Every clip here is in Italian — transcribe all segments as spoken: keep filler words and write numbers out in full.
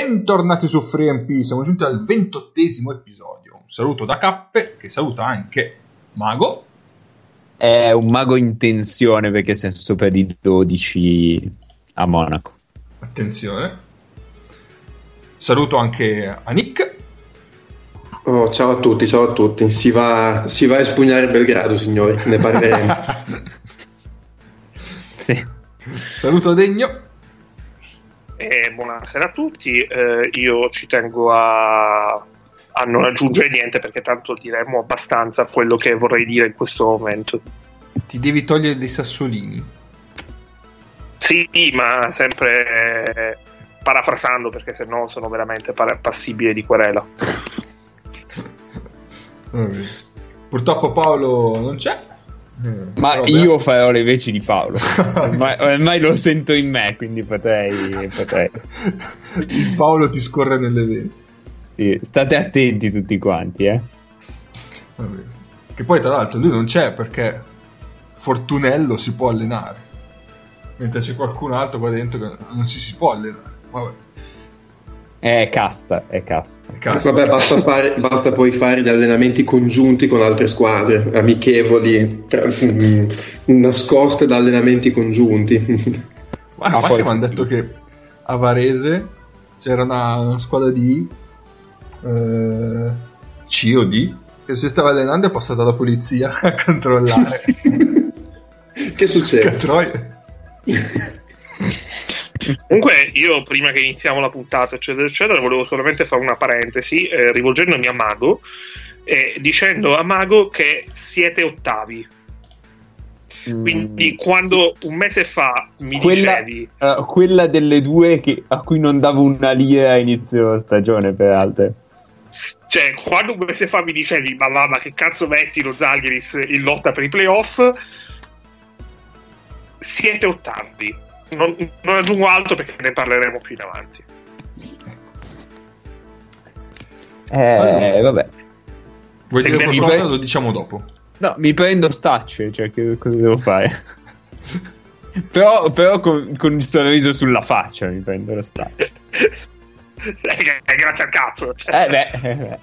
Bentornati su Free M P, siamo giunti al ventottesimo episodio. Un saluto da Cappe, che saluta anche Mago. È un mago in tensione perché si è sopra di dodici a Monaco. Attenzione. Saluto anche a Nick. Oh, ciao a tutti, ciao a tutti. Si va, si va a espugnare Belgrado, signori, ne parleremo. Sì. Saluto a Degno. Eh, buonasera a tutti, eh, io ci tengo a, a non aggiungere niente perché tanto diremo abbastanza quello che vorrei dire in questo momento. Ti devi togliere dei sassolini. Sì, ma sempre eh, parafrasando perché sennò sono veramente para- passibile di querela. Purtroppo Paolo non c'è. Ma Vabbè. io farò le veci di Paolo. ormai, ormai lo sento in me, quindi potrei, potrei. Il Paolo ti scorre nelle vene. Sì, state attenti tutti quanti, eh. Vabbè. Che poi tra l'altro lui non c'è perché Fortunello si può allenare, mentre c'è qualcun altro qua dentro che non si, si può allenare. Vabbè. È casta, è casta. È casta. Vabbè, basta, fare, basta poi fare gli allenamenti congiunti con altre squadre, amichevoli, tra, mh, nascoste da allenamenti congiunti. Ma ah, poi mi hanno detto che a Varese c'era una, una squadra di eh, C o D che si stava allenando e è passata la polizia a controllare. Che succede? Che Comunque io prima che iniziamo la puntata eccetera eccetera volevo solamente fare una parentesi eh, rivolgendomi a Mago e eh, dicendo a Mago che siete ottavi. Quindi quando sì. un mese fa mi quella, dicevi uh, quella delle due che, a cui non davo una lira a inizio stagione peraltro, cioè quando un mese fa mi dicevi ma va ma che cazzo metti lo Zalgiris in lotta per i playoff, siete ottavi. Non, non aggiungo altro perché ne parleremo più in avanti. Eh allora, vabbè. Vuoi dire qualcosa? Pre- lo diciamo dopo. No, mi prendo stacce, cioè che cosa devo fare? però però con, con il sorriso sulla faccia mi prendo la staccia. eh, grazie al cazzo. Eh beh, eh beh.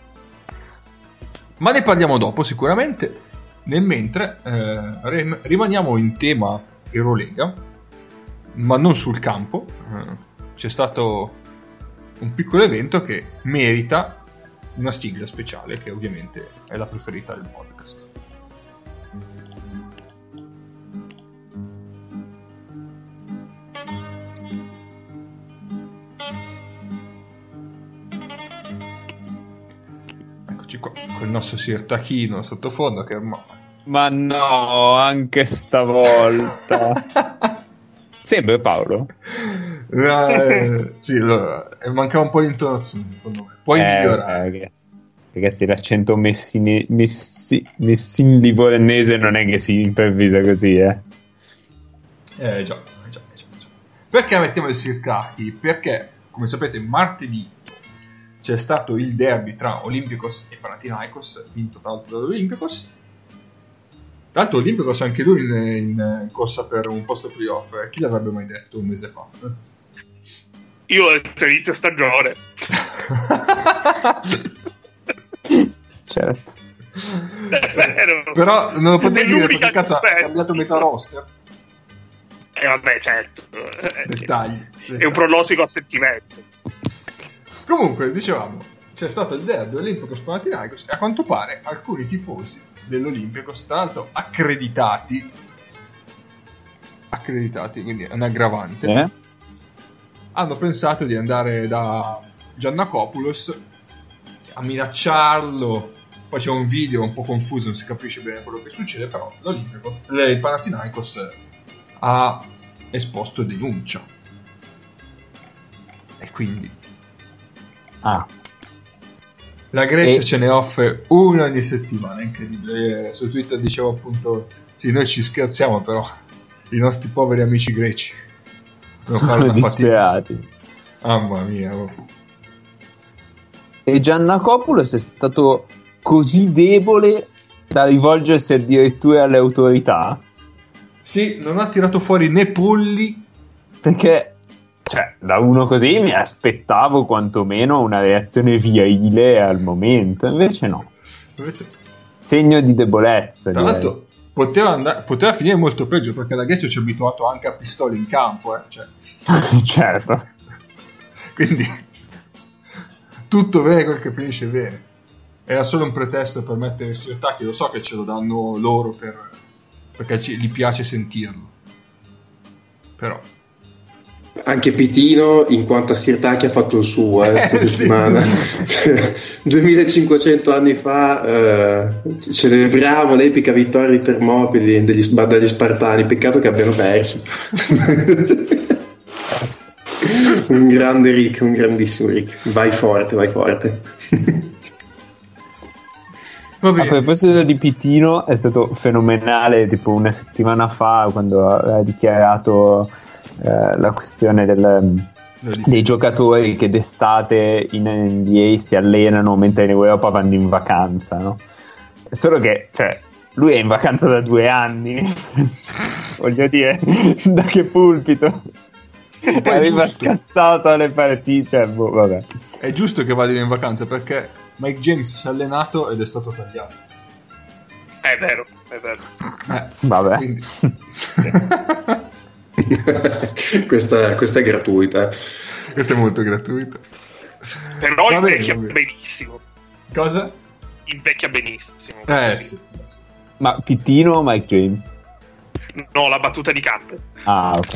Ma ne parliamo dopo sicuramente. Nel mentre eh, rimaniamo in tema Eurolega, ma non sul campo. Eh, c'è stato un piccolo evento che merita una sigla speciale, che ovviamente è la preferita del podcast. Eccoci qua col nostro sirtachino sottofondo che ormai... Ma no, anche stavolta. Sembra Paolo? Eh, sì, allora, mancava un po' di intonazione, secondo me. Puoi eh, migliorare. Eh, ragazzi. ragazzi, l'accento messine, messi, messin livornese non è che si improvvisa così, eh. Eh già, già, già, già. Perché mettiamo il Sirtaki? Perché, come sapete, martedì c'è stato il derby tra Olympiacos e Panathinaikos, vinto tra l'altro dall'Olympiacos. Tra l'altro Olympiacos anche lui in, in corsa per un posto playoff, eh. Chi l'avrebbe mai detto un mese fa? Io per inizio stagione. Certo. Però non lo potevi dire perché cazzo ha cambiato metà roster. E eh, vabbè, certo. Dettagli, dettagli. È un pronostico a sentimento. Comunque, dicevamo, c'è stato il derby Olympiacos Panathinaikos e a quanto pare alcuni tifosi dell'Olympiacos, tra l'altro accreditati accreditati, quindi è un aggravante, eh? hanno pensato di andare da Giannakopoulos a minacciarlo. Poi c'è un video un po' confuso, non si capisce bene quello che succede, però l'Olympiacos, il Panathinaikos ha esposto denuncia e quindi ah la Grecia e... ce ne offre una ogni settimana, è incredibile. Su Twitter dicevo appunto, sì, noi ci scherziamo, però i nostri poveri amici greci sono disperati. Mamma mia. Oh. E Giannakopoulos è stato così debole da rivolgersi addirittura alle autorità? Sì, non ha tirato fuori né polli. Perché cioè, da uno così mi aspettavo quantomeno una reazione virile al momento, invece no. Invece... segno di debolezza. Tra l'altro poteva, andare, poteva finire molto peggio, perché la Grecia ci ha abituato anche a pistole in campo, eh? Cioè. Certo. Quindi tutto bene quel che finisce bene. Era solo un pretesto per mettere il Sirtaki, lo so che ce lo danno loro per, perché ci, gli piace sentirlo, però anche Pitino in quanto a Sirtaki ha fatto il suo eh, questa eh, settimana. Sì. duemilacinquecento anni fa eh, celebriamo l'epica vittoria di Termopili degli, dagli Spartani, peccato che abbiano perso. Un grande Rick, un grandissimo Rick, vai forte, vai forte. A proposito di Pitino, è stato fenomenale tipo una settimana fa quando ha dichiarato eh, la questione del, dei giocatori che d'estate in N B A si allenano mentre in Europa vanno in vacanza, no? Solo che cioè, lui è in vacanza da due anni, voglio dire, da che pulpito? Arriva scazzato alle partite, cioè, boh, vabbè. È giusto che vadano in vacanza perché Mike James si è allenato ed è stato tagliato. È vero, è vero. Eh, vabbè. Quindi... questa, questa è gratuita. Questa è molto gratuita. Però va invecchia bene, benissimo. Cosa? Invecchia benissimo. Eh sì. Ma Pitino o Mike James? No, la battuta di Cat. Ah, ok.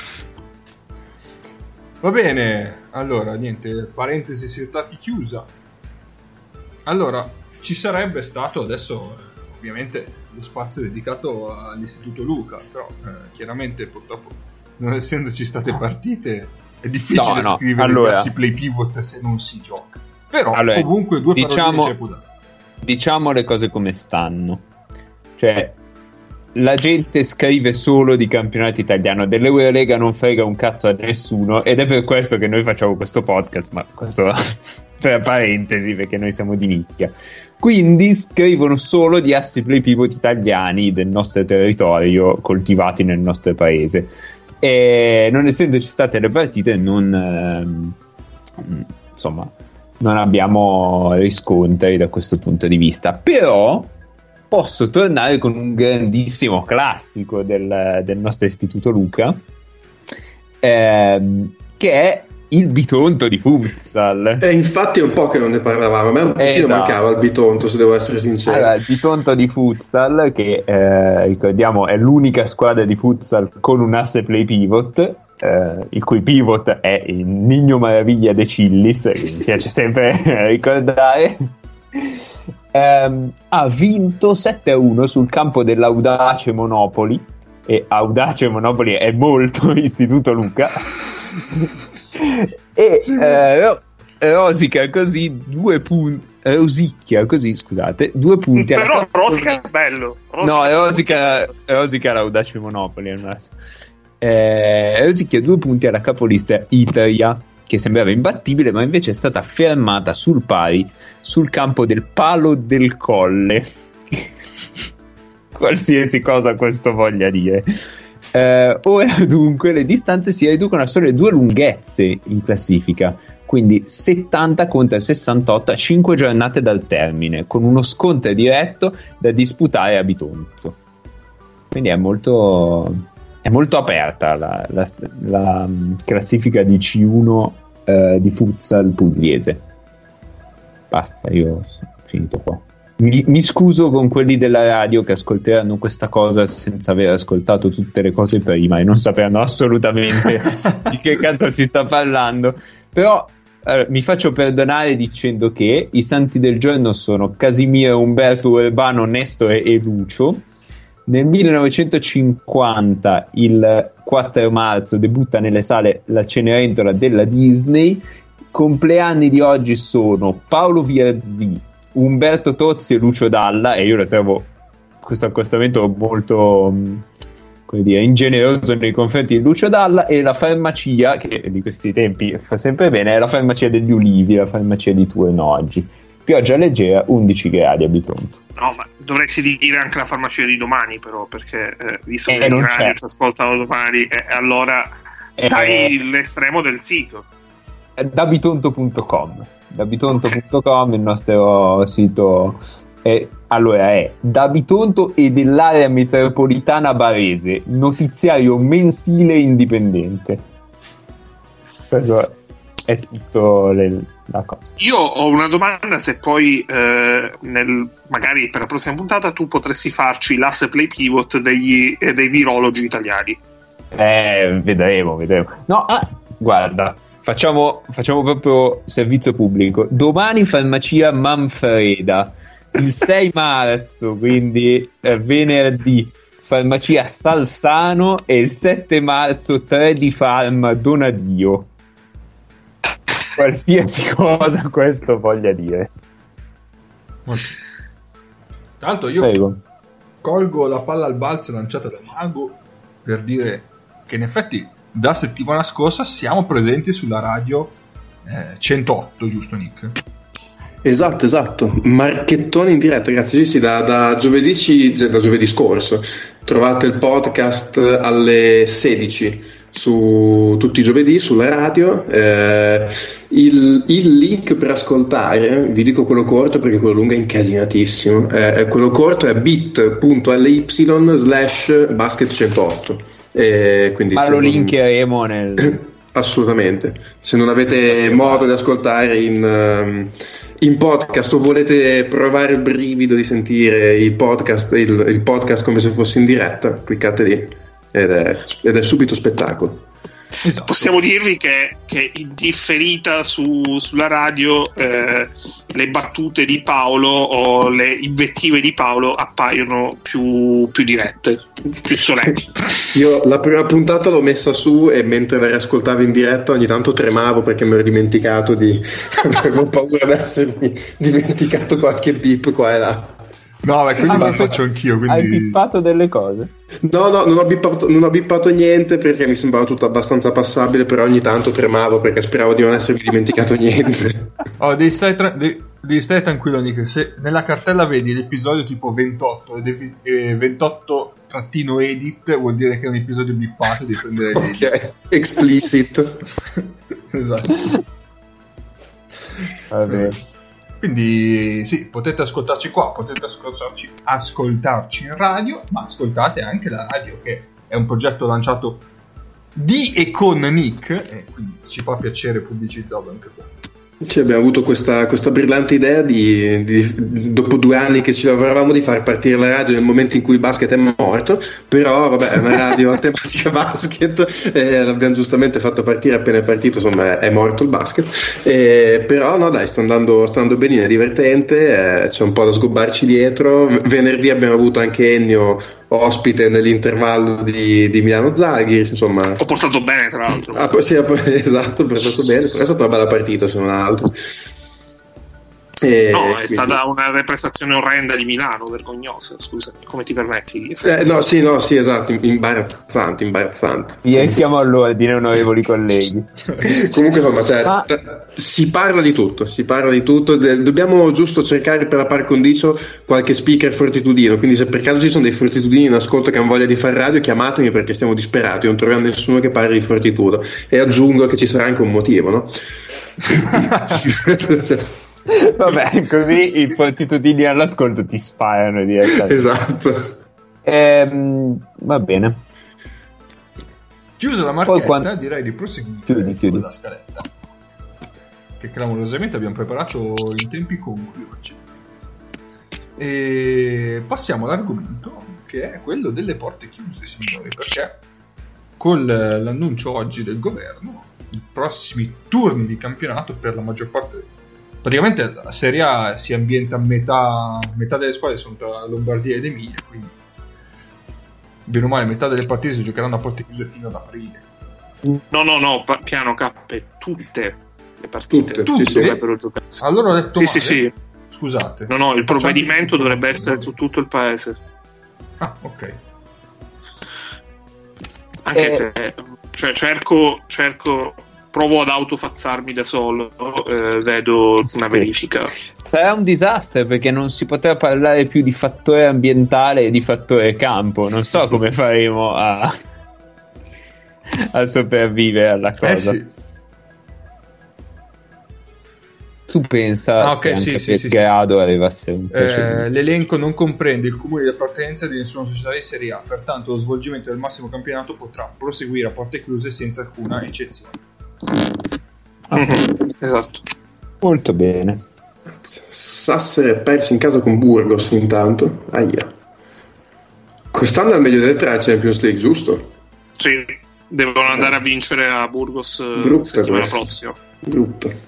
Va bene, allora niente, parentesi Sirtaki chiusa. Allora, ci sarebbe stato adesso ovviamente lo spazio dedicato all'Istituto Luca, però eh, chiaramente purtroppo non essendoci state partite è difficile no, no. scrivere allora, diversi play pivot se non si gioca. Però allora, comunque due diciamo, paroline ce ne diciamo le cose come stanno. Cioè, la gente scrive solo di campionato italiano, dell'Eurolega non frega un cazzo a nessuno, ed è per questo che noi facciamo questo podcast, ma questo per parentesi perché noi siamo di nicchia. Quindi scrivono solo di assi play pivot italiani del nostro territorio, coltivati nel nostro paese, e non essendoci state le partite non ehm, insomma non abbiamo riscontri da questo punto di vista. Però posso tornare con un grandissimo classico del, del nostro Istituto Luca, ehm, che è il bitonto di futsal. E infatti è un po' che non ne parlavamo, a me un pochino esatto. mancava il bitonto, se devo essere sincero. Allora, il bitonto di futsal, che eh, ricordiamo è l'unica squadra di futsal con un asse play pivot, eh, il cui pivot è il Nigno Maraviglia De Cillis, che mi piace sempre ricordare. Um, ha vinto sette a uno sul campo dell'Audace Monopoli, e Audace Monopoli è molto Istituto Luca. E sì, eh, rosica così due punti, rosicchia così scusate due punti. Però rosica è bello. Rosica no, rosica, rosica l'Audace Monopoli è una... eh, rosicchia due punti alla capolista Italia, che sembrava imbattibile, ma invece è stata fermata sul pari sul campo del Palo del Colle. Qualsiasi cosa questo voglia dire. Eh, ora dunque le distanze si riducono a sole due lunghezze in classifica, quindi settanta contro sessantotto a cinque giornate dal termine, con uno scontro diretto da disputare a Bitonto. Quindi è molto, è molto aperta la, la, la classifica di C uno eh, di futsal pugliese. Basta, io ho finito qua. Mi, mi scuso con quelli della radio che ascolteranno questa cosa senza aver ascoltato tutte le cose prima e non sapranno assolutamente di che cazzo si sta parlando. Però eh, mi faccio perdonare dicendo che i santi del giorno sono Casimiro, Umberto, Urbano, Nestore e Lucio. Nel millenovecentocinquanta, il quattro marzo, debutta nelle sale La Cenerentola della Disney. Compleanni di oggi sono Paolo Virzì, Umberto Tozzi e Lucio Dalla, e io lo trovo questo accostamento molto, come dire, ingeneroso nei confronti di Lucio Dalla. E la farmacia, che di questi tempi fa sempre bene, è la farmacia degli Ulivi, la farmacia di Turno oggi. Pioggia leggera, undici gradi a Bitonto. No, ma dovresti dire anche la farmacia di domani, però, perché eh, visto eh, che non i radio c'è. ci ascoltano domani, e eh, allora Dai eh, l'estremo del sito. dabitonto punto com dabitonto punto com okay. Il nostro sito è, allora è da Bitonto e dell'area metropolitana barese, notiziario mensile indipendente. Questo è tutto le, la cosa. Io ho una domanda, se poi eh, nel, magari per la prossima puntata tu potresti farci l'asse play pivot degli, eh, dei virologi italiani. Eh, vedremo, vedremo. No, ah, guarda, facciamo, facciamo proprio servizio pubblico. Domani farmacia Manfreda, il sei marzo, quindi eh, venerdì, farmacia Salsano, e il sette marzo tre di Farm Donadio. Qualsiasi cosa questo voglia dire. Tra l'altro io Prego. colgo la palla al balzo lanciata da Mago per dire che in effetti da settimana scorsa siamo presenti sulla radio eh, centootto, giusto Nick? Esatto, esatto, marchettone in diretta, ragazzi. Sì, sì, da, da giovedì ci, da giovedì scorso trovate il podcast alle sedici su tutti i giovedì sulla radio. Eh, il, il link per ascoltare, vi dico quello corto perché quello lungo è incasinatissimo. Eh, quello corto è bit.ly slash basket centootto. Eh, quindi ma lo linkeremo nel assolutamente. Se non avete modo di ascoltare in in podcast o volete provare il brivido di sentire il podcast, il, il podcast come se fosse in diretta, cliccate lì ed è, ed è subito spettacolo. Esatto. Possiamo dirvi che, che in differita su, sulla radio eh, le battute di Paolo o le invettive di Paolo appaiono più, più dirette, più solenni. Io la prima puntata l'ho messa su e mentre la riascoltavo in diretta ogni tanto tremavo perché mi ero dimenticato di avevo paura di essermi dimenticato qualche beep qua e là. No, ma quindi ah, lo faccio anch'io. Quindi... Hai bippato delle cose? No, no, non ho bippato, non ho bippato niente perché mi sembrava tutto abbastanza passabile, però ogni tanto tremavo perché speravo di non essermi dimenticato niente. Oh, devi stare, tra- devi, devi stare tranquillo, Nick. Se nella cartella vedi l'episodio tipo ventotto e eh, ventotto trattino edit, vuol dire che è un episodio bippato, devi prendere l'edit. Ok, explicit. Esatto. Va bene. Quindi sì, potete ascoltarci qua, potete ascoltarci, ascoltarci in radio, ma ascoltate anche la radio, che è un progetto lanciato di e con Nick, e quindi ci fa piacere pubblicizzarlo anche qua. Ci abbiamo avuto questa, questa brillante idea di, di, dopo due anni che ci lavoravamo, di far partire la radio nel momento in cui il basket è morto, però vabbè, è una radio a tematica basket, eh, l'abbiamo giustamente fatto partire appena è partito, insomma è, è morto il basket, eh, però no dai, sta andando, sta andando benino, è divertente, eh, c'è un po' da sgobbarci dietro. Venerdì abbiamo avuto anche Ennio ospite nell'intervallo di, di Milano Zalgiris, insomma ho portato bene tra l'altro. Ah, sì, esatto, ho portato bene, però è stata una bella partita se non altro. E no, è quindi... stata una prestazione orrenda di Milano, vergognosa, scusa, come ti permetti? Eh, no, sì, no, sì, esatto, imbarazzante, imbarazzante. Rientriamo all'ordine, onorevoli colleghi. Comunque, insomma, cioè, ah. t- si parla di tutto, si parla di tutto, de- dobbiamo giusto cercare per la par condicio qualche speaker fortitudino, quindi se per caso ci sono dei fortitudini in ascolto che hanno voglia di fare radio, chiamatemi perché stiamo disperati, non troviamo nessuno che parli di fortitudo, e aggiungo che ci sarà anche un motivo, no? Vabbè, così i fortitudini all'ascolto ti sparano direttamente. Esatto. Ehm, va bene. Chiusa la marchetta, quando... direi di proseguire chiudi, chiudi. con la scaletta, che clamorosamente abbiamo preparato in tempi congrui oggi. E passiamo all'argomento, che è quello delle porte chiuse, signori, perché con l'annuncio oggi del governo i prossimi turni di campionato per la maggior parte, praticamente la Serie A si ambienta a metà, metà delle squadre sono tra Lombardia ed Emilia, quindi bene o male metà delle partite si giocheranno a porte chiuse fino ad aprile. No, no, no, pa- piano K, tutte le partite tutte, tutte? dovrebbero giocarsi. Allora ho detto sì, male. sì, sì. Scusate. No, no, il provvedimento dovrebbe essere su tutto il paese. Ah, ok. Anche eh. se cioè, cerco, cerco, provo ad autofazzarmi da solo, eh, vedo una sì. verifica. Sarà un disastro perché non si potrà parlare più di fattore ambientale e di fattore campo. Non so come faremo a, a sopravvivere alla cosa. Eh sì. Tu pensa Ah, ok, se anche sì, per sì, sì, grado arrivasse un eh, l'elenco non comprende il comune di appartenenza di nessuna società di Serie A, pertanto lo svolgimento del massimo campionato potrà proseguire a porte chiuse senza alcuna eccezione. Mm-hmm. Esatto. Molto bene. Sassari persi in casa con Burgos intanto. Aia. Quest'anno è al meglio delle tre Champions League, giusto? Sì, devono andare a vincere a Burgos Brutta settimana questa. prossima. Brutto.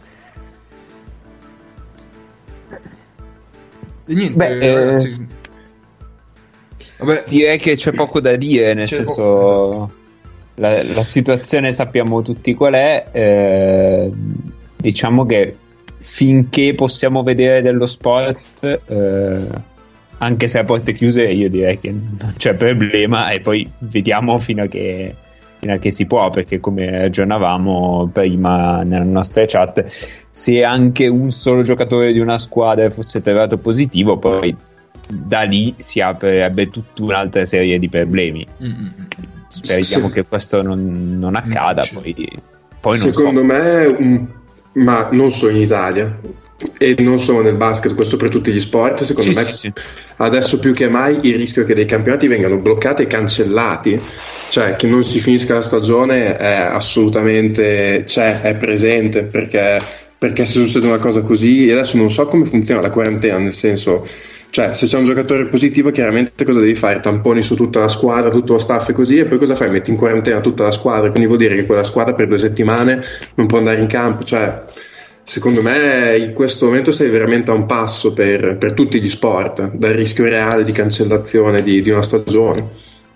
E niente, Beh, eh, ragazzi. Vabbè, direi che c'è poco da dire, nel C'è senso poco, la, la situazione sappiamo tutti qual è, eh, diciamo che finché possiamo vedere dello sport, eh, anche se a porte chiuse, io direi che non c'è problema, e poi vediamo fino a che, fino a che si può, perché come aggiornavamo prima nella nostra chat, se anche un solo giocatore di una squadra fosse trovato positivo, poi da lì si aprirebbe tutta un'altra serie di problemi. Mm-hmm. Speriamo sì. che questo non, non accada. Sì. Poi, poi non Secondo so. me, un- ma non solo in Italia e non solo nel basket, questo per tutti gli sport, secondo Sì, me sì, sì. adesso più che mai il rischio che dei campionati vengano bloccati e cancellati, cioè che non si finisca la stagione, è assolutamente c'è, è presente, perché, perché se succede una cosa così, e adesso non so come funziona la quarantena, nel senso, cioè se c'è un giocatore positivo chiaramente cosa devi fare? Tamponi su tutta la squadra, tutto lo staff e così, e poi cosa fai? Metti in quarantena tutta la squadra, quindi vuol dire che quella squadra per due settimane non può andare in campo, cioè secondo me in questo momento sei veramente a un passo per, per tutti gli sport dal rischio reale di cancellazione di, di una stagione.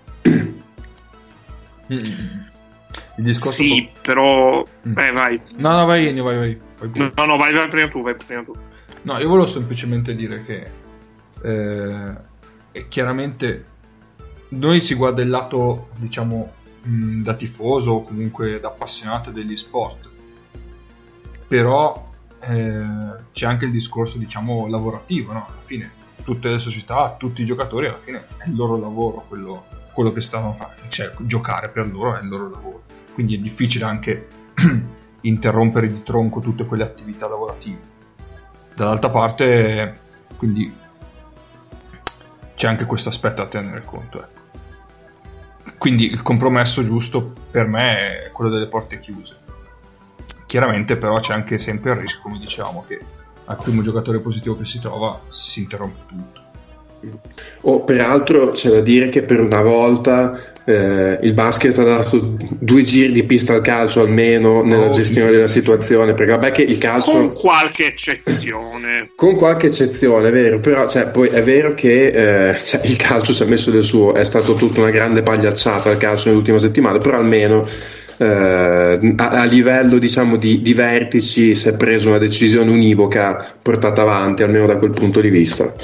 Il discorso Sì, po- però... Mm. Eh, vai. No, no, vai Ennio, vai, vai. vai pure. No, no, vai, vai prima tu, vai prima tu. No, io volevo semplicemente dire che eh, è chiaramente noi si guarda il lato, diciamo, mh, da tifoso o comunque da appassionato degli sport, però eh, c'è anche il discorso, diciamo, lavorativo, no? Alla fine tutte le società, tutti i giocatori, alla fine è il loro lavoro quello, quello che stanno facendo, cioè giocare per loro è il loro lavoro, quindi è difficile anche interrompere di tronco tutte quelle attività lavorative. Dall'altra parte, quindi c'è anche questo aspetto da tenere conto, ecco. Quindi il compromesso giusto per me è quello delle porte chiuse. Chiaramente però c'è anche sempre il rischio, come dicevamo, che al primo giocatore positivo che si trova si interrompe tutto. Oh, peraltro c'è da dire che per una volta eh, il basket ha dato due giri di pista al calcio almeno nella Oh, gestione sì, della sì, situazione, perché vabbè che il calcio Con qualche eccezione. con qualche eccezione, è vero, però cioè, poi è vero che eh, cioè, il calcio ci ha messo del suo, è stato tutta una grande pagliacciata il calcio nell'ultima settimana, però almeno eh, a, a livello diciamo di, di vertici si è preso una decisione univoca portata avanti, almeno da quel punto di vista.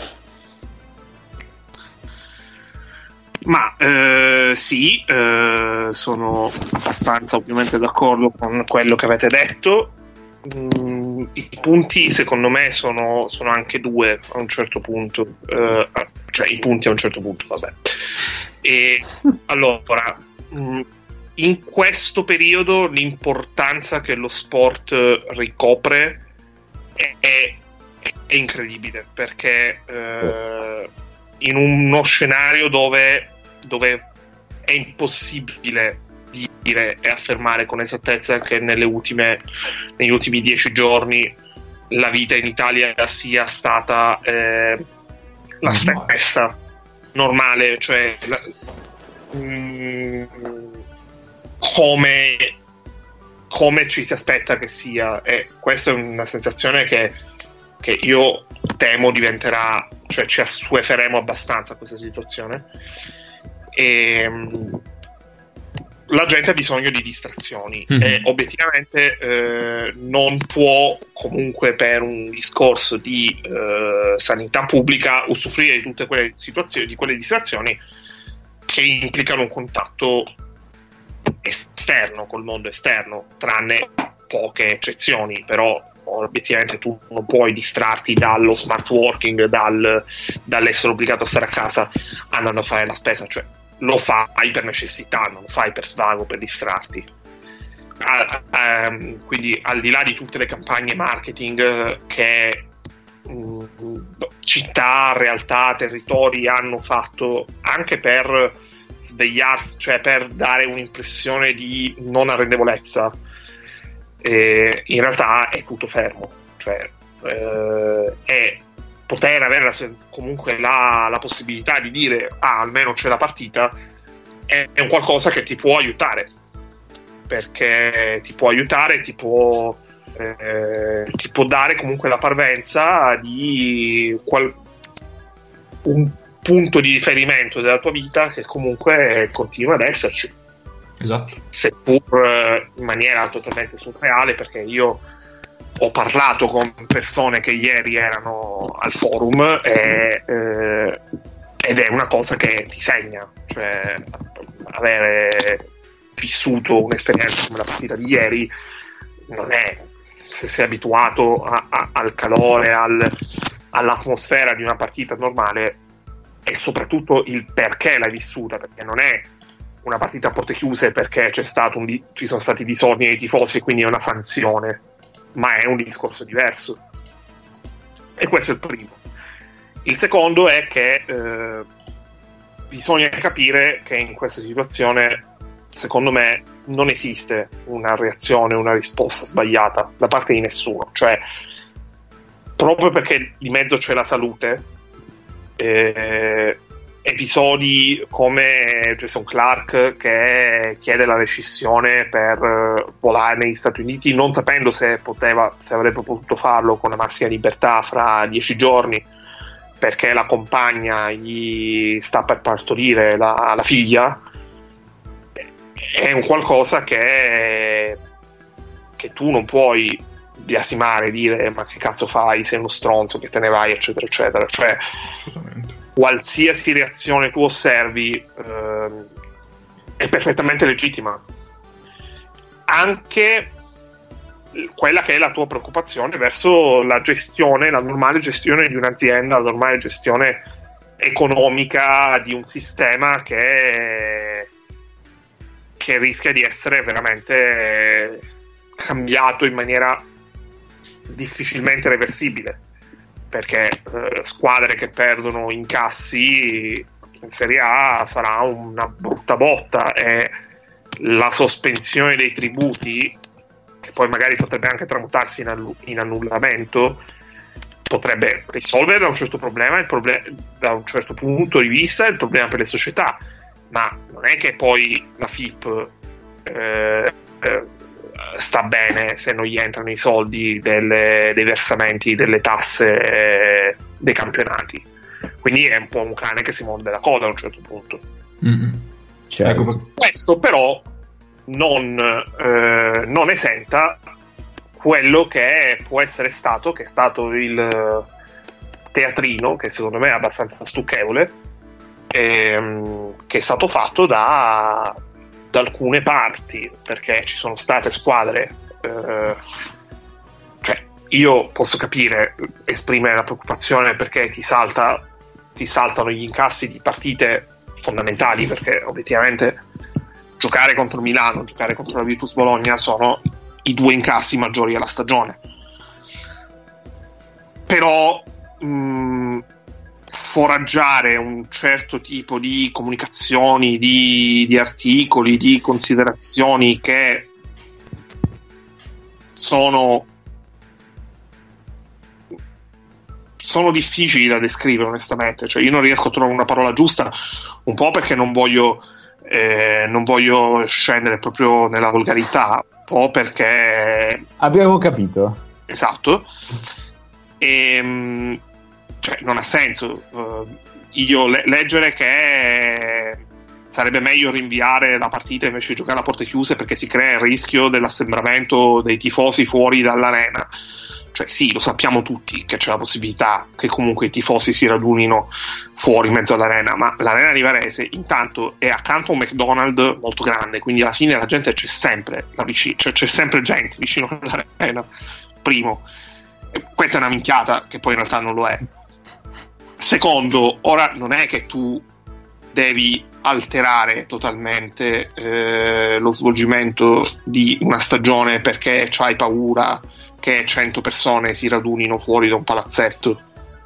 Ma eh, sì, eh, sono abbastanza ovviamente d'accordo con quello che avete detto. Mm, i punti secondo me sono, sono anche due a un certo punto, eh, cioè i punti a un certo punto, vabbè. E allora, mm, in questo periodo l'importanza che lo sport ricopre è, è, è incredibile, perché eh, in uno scenario dove, dove è impossibile dire e affermare con esattezza che nelle ultime, negli ultimi dieci giorni la vita in Italia sia stata eh, la stessa, normale, cioè la, mm, come, come ci si aspetta che sia, e questa è una sensazione che, che io temo diventerà, cioè ci assueferemo abbastanza a questa situazione, e la gente ha bisogno di distrazioni, mm-hmm. e obiettivamente eh, non può comunque per un discorso di eh, sanità pubblica usufruire di tutte quelle situazioni, di quelle distrazioni che implicano un contatto esterno col mondo esterno, tranne poche eccezioni, però obiettivamente tu non puoi distrarti dallo smart working, dal, dall'essere obbligato a stare a casa andando a fare la spesa, cioè lo fai per necessità, non lo fai per svago, per distrarti. Ah, ehm, quindi al di là di tutte le campagne marketing che mh, città, realtà, territori hanno fatto anche per svegliarsi, cioè per dare un'impressione di non arrendevolezza, eh, in realtà è tutto fermo, cioè eh, è poter avere la, comunque la, la possibilità di dire ah, almeno c'è la partita, è, è un qualcosa che ti può aiutare, perché ti può aiutare, ti può, eh, ti può dare comunque la parvenza di qual- un punto di riferimento della tua vita che comunque continua ad esserci. Esatto. Seppur in maniera totalmente surreale, perché io ho parlato con persone che ieri erano al forum e, eh, ed è una cosa che ti segna, cioè avere vissuto un'esperienza come la partita di ieri non è, se sei abituato a, a, al calore, al, all'atmosfera di una partita normale, e soprattutto il perché l'hai vissuta, perché non è una partita a porte chiuse perché c'è stato un di- ci sono stati disordini dei tifosi e quindi è una sanzione, ma è un discorso diverso, e questo è il primo. Il secondo è che eh, bisogna capire che in questa situazione, secondo me, non esiste una reazione, una risposta sbagliata da parte di nessuno, cioè proprio perché di mezzo c'è la salute, eh, episodi come Jason Clark che chiede la rescissione per uh, volare negli Stati Uniti non sapendo se poteva, se avrebbe potuto farlo con la massima libertà fra dieci giorni, perché la compagna gli sta per partorire la, la figlia, è un qualcosa che, che tu non puoi biasimare, dire ma che cazzo fai, sei uno stronzo, che te ne vai, eccetera eccetera, cioè qualsiasi reazione tu osservi eh, è perfettamente legittima, anche quella che è la tua preoccupazione verso la gestione, la normale gestione di un'azienda, la normale gestione economica di un sistema che, che rischia di essere veramente cambiato in maniera difficilmente reversibile, perché eh, squadre che perdono incassi in Serie A sarà una brutta botta, e la sospensione dei tributi, che poi magari potrebbe anche tramutarsi in, allu- in annullamento, potrebbe risolvere da un certo problema, il proble- da un certo punto di vista il problema per le società, ma non è che poi la F I P eh, eh, sta bene se non gli entrano i soldi delle, dei versamenti, delle tasse, eh, dei campionati. Quindi è un po' un cane che si morde la coda a un certo punto. Mm-hmm. Certo. Ecco. Questo però non, eh, non esenta quello che può essere stato, che è stato il teatrino, che secondo me è abbastanza stucchevole, ehm, che è stato fatto da, da alcune parti, perché ci sono state squadre, eh, cioè io posso capire, esprimere la preoccupazione perché ti salta ti saltano gli incassi di partite fondamentali, perché obiettivamente giocare contro Milano, giocare contro la Virtus Bologna sono i due incassi maggiori della stagione. Però mh, foraggiare un certo tipo di comunicazioni, di, di articoli, di considerazioni che sono sono difficili da descrivere onestamente, cioè io non riesco a trovare una parola giusta, un po' perché non voglio eh, non voglio scendere proprio nella volgarità, un po' perché abbiamo capito, esatto, e cioè non ha senso uh, io le- leggere che sarebbe meglio rinviare la partita invece di giocare a porte chiuse perché si crea il rischio dell'assembramento dei tifosi fuori dall'arena. Cioè sì, lo sappiamo tutti che c'è la possibilità che comunque i tifosi si radunino fuori in mezzo all'arena, ma l'arena di Varese intanto è accanto a un McDonald's molto grande, quindi alla fine la gente c'è sempre là vicino, cioè c'è sempre gente vicino all'arena, primo. Questa è una minchiata che poi in realtà non lo è. Secondo, ora non è che tu devi alterare totalmente eh, lo svolgimento di una stagione perché c'hai paura che cento persone si radunino fuori da un palazzetto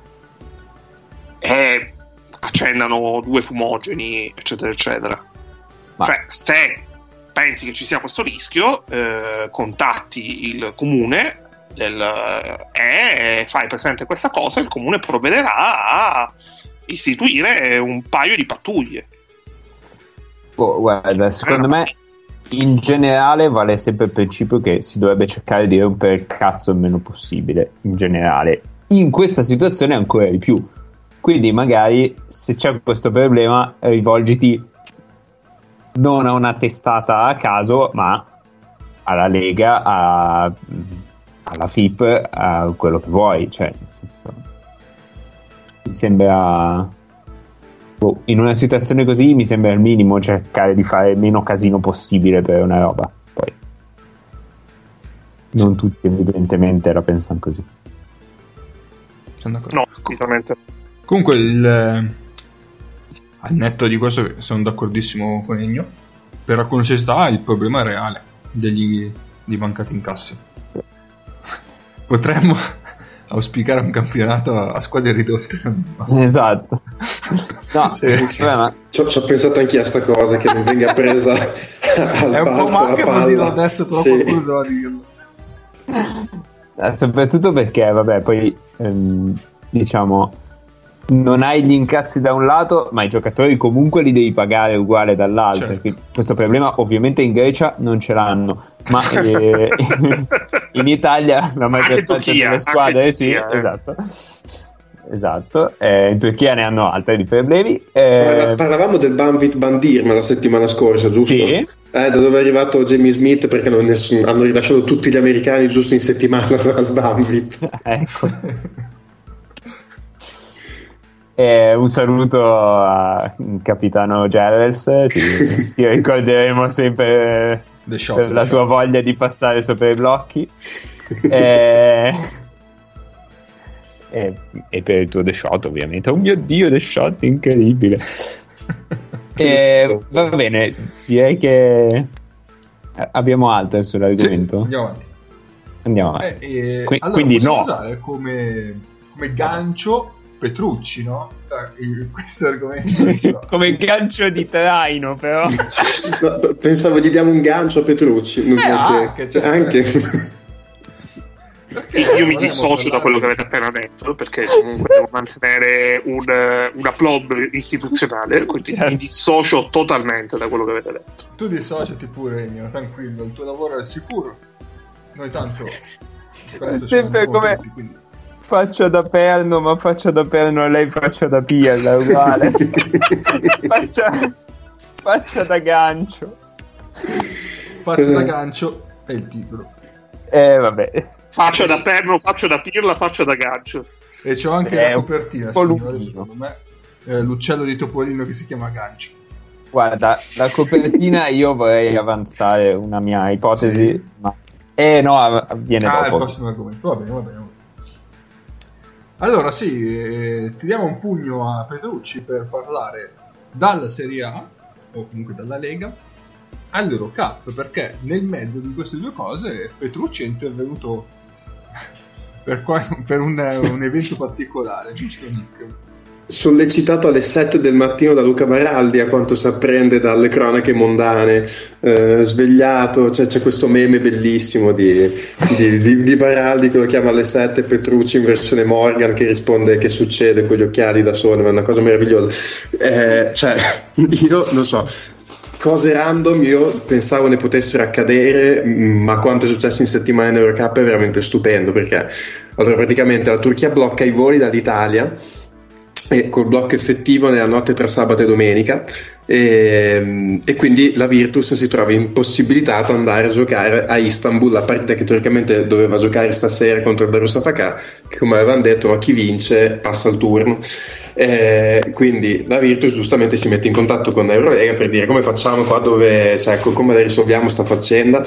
e accendano due fumogeni, eccetera eccetera. Ma... cioè, se pensi che ci sia questo rischio, eh, contatti il comune del, e fai presente questa cosa, il comune provvederà a istituire un paio di pattuglie. Oh, guarda, secondo me in generale vale sempre il principio che si dovrebbe cercare di rompere il cazzo il meno possibile, in generale. In questa situazione ancora di più. Quindi magari se c'è questo problema rivolgiti non a una testata a caso, ma alla Lega, a, alla F I P, a quello che vuoi. Cioè, nel senso, mi sembra, boh, in una situazione così mi sembra il minimo cercare di fare il meno casino possibile per una roba. Poi non tutti evidentemente la pensano così. No, completamente. Comunque il al netto di questo sono d'accordissimo con Ennio. Per alcune società il problema è reale degli di mancati incassi. Potremmo auspicare un campionato a squadre ridotte. Esatto. No, sì. Ci ho pensato anch'io a sta cosa, che non venga presa al è un po' manca a dirlo adesso, però sì. qualcuno doveva dirlo. Eh, soprattutto perché vabbè poi ehm, diciamo non hai gli incassi da un lato, ma i giocatori comunque li devi pagare uguale dall'altro. Certo. Perché questo problema ovviamente in Grecia non ce l'hanno, ma eh, in Italia la maggior parte delle squadre sì, Turchia, eh. esatto, esatto. Eh, in Turchia ne hanno altri di problemi. Eh, Parlavamo del Banvit Bandirma la settimana scorsa, giusto? Sì. Eh, da dove è arrivato Jamie Smith, perché non nessun, hanno rilasciato tutti gli americani giusto in settimana al Banvit. Ecco. Eh, un saluto a capitano Gervels, ti, ti ricorderemo sempre The shot, per the la shot. tua voglia di passare sopra i blocchi eh, e, e per il tuo The Shot ovviamente. Oh mio Dio, The Shot incredibile. Eh, va bene, direi che abbiamo altro sull'argomento. Sì, andiamo avanti. Andiamo avanti. Eh, eh, Qui- allora, quindi possiamo no. usare come, come gancio Petrucci, no? Il- questo argomento Come gancio di traino, però. No, pensavo gli diamo un gancio a Petrucci. Non Eh, so che- anche, cioè, anche. Perché Io mi vorremmo dissocio da parlare- quello che avete appena detto, perché comunque devo mantenere un, una plomb istituzionale, quindi Certo. mi dissocio totalmente da quello che avete detto. Tu dissociati pure, Ennio, tranquillo, il tuo lavoro è sicuro. Noi tanto presto ci Sempre rendiamo come- conti, quindi- Faccia da perno, ma faccia da perno, lei faccia da pirla, uguale. faccia, faccia da gancio. Faccio da gancio è il titolo. Eh, vabbè. Faccio da perno, faccio da pirla, faccio da gancio. E c'ho anche È la un copertina, po' signore, lunghino. secondo me. Eh, l'uccello di Topolino che si chiama Gancio. Guarda, la copertina io vorrei avanzare una mia ipotesi, Sì. ma... Eh, no, av- viene Ah, il dopo. prossimo argomento. Va bene, va bene. va bene. Allora, sì, eh, tiriamo un pugno a Petrucci per parlare dalla Serie A, o comunque dalla Lega, all'Eurocup, perché nel mezzo di queste due cose Petrucci è intervenuto per, qua- per un, un evento particolare, amico Nick. Sollecitato alle sette del mattino da Luca Baraldi, a quanto si apprende dalle cronache mondane, eh, svegliato, cioè, c'è questo meme bellissimo di, di, di, di Baraldi che lo chiama alle sette, Petrucci in versione Morgan che risponde che succede con gli occhiali da sole, ma è una cosa meravigliosa. Eh, cioè, io non so, cose random io pensavo ne potessero accadere, ma quanto è successo in settimana in Eurocup è veramente stupendo, perché allora praticamente la Turchia blocca i voli dall'Italia e col blocco effettivo nella notte tra sabato e domenica, e, e quindi la Virtus si trova impossibilitata ad andare a giocare a Istanbul la partita che teoricamente doveva giocare stasera contro il Darusafaka, che come avevano detto no, chi vince passa il turno. Eh, quindi la Virtus giustamente si mette in contatto con Eurolega per dire come facciamo qua, dove, cioè, come la risolviamo sta faccenda.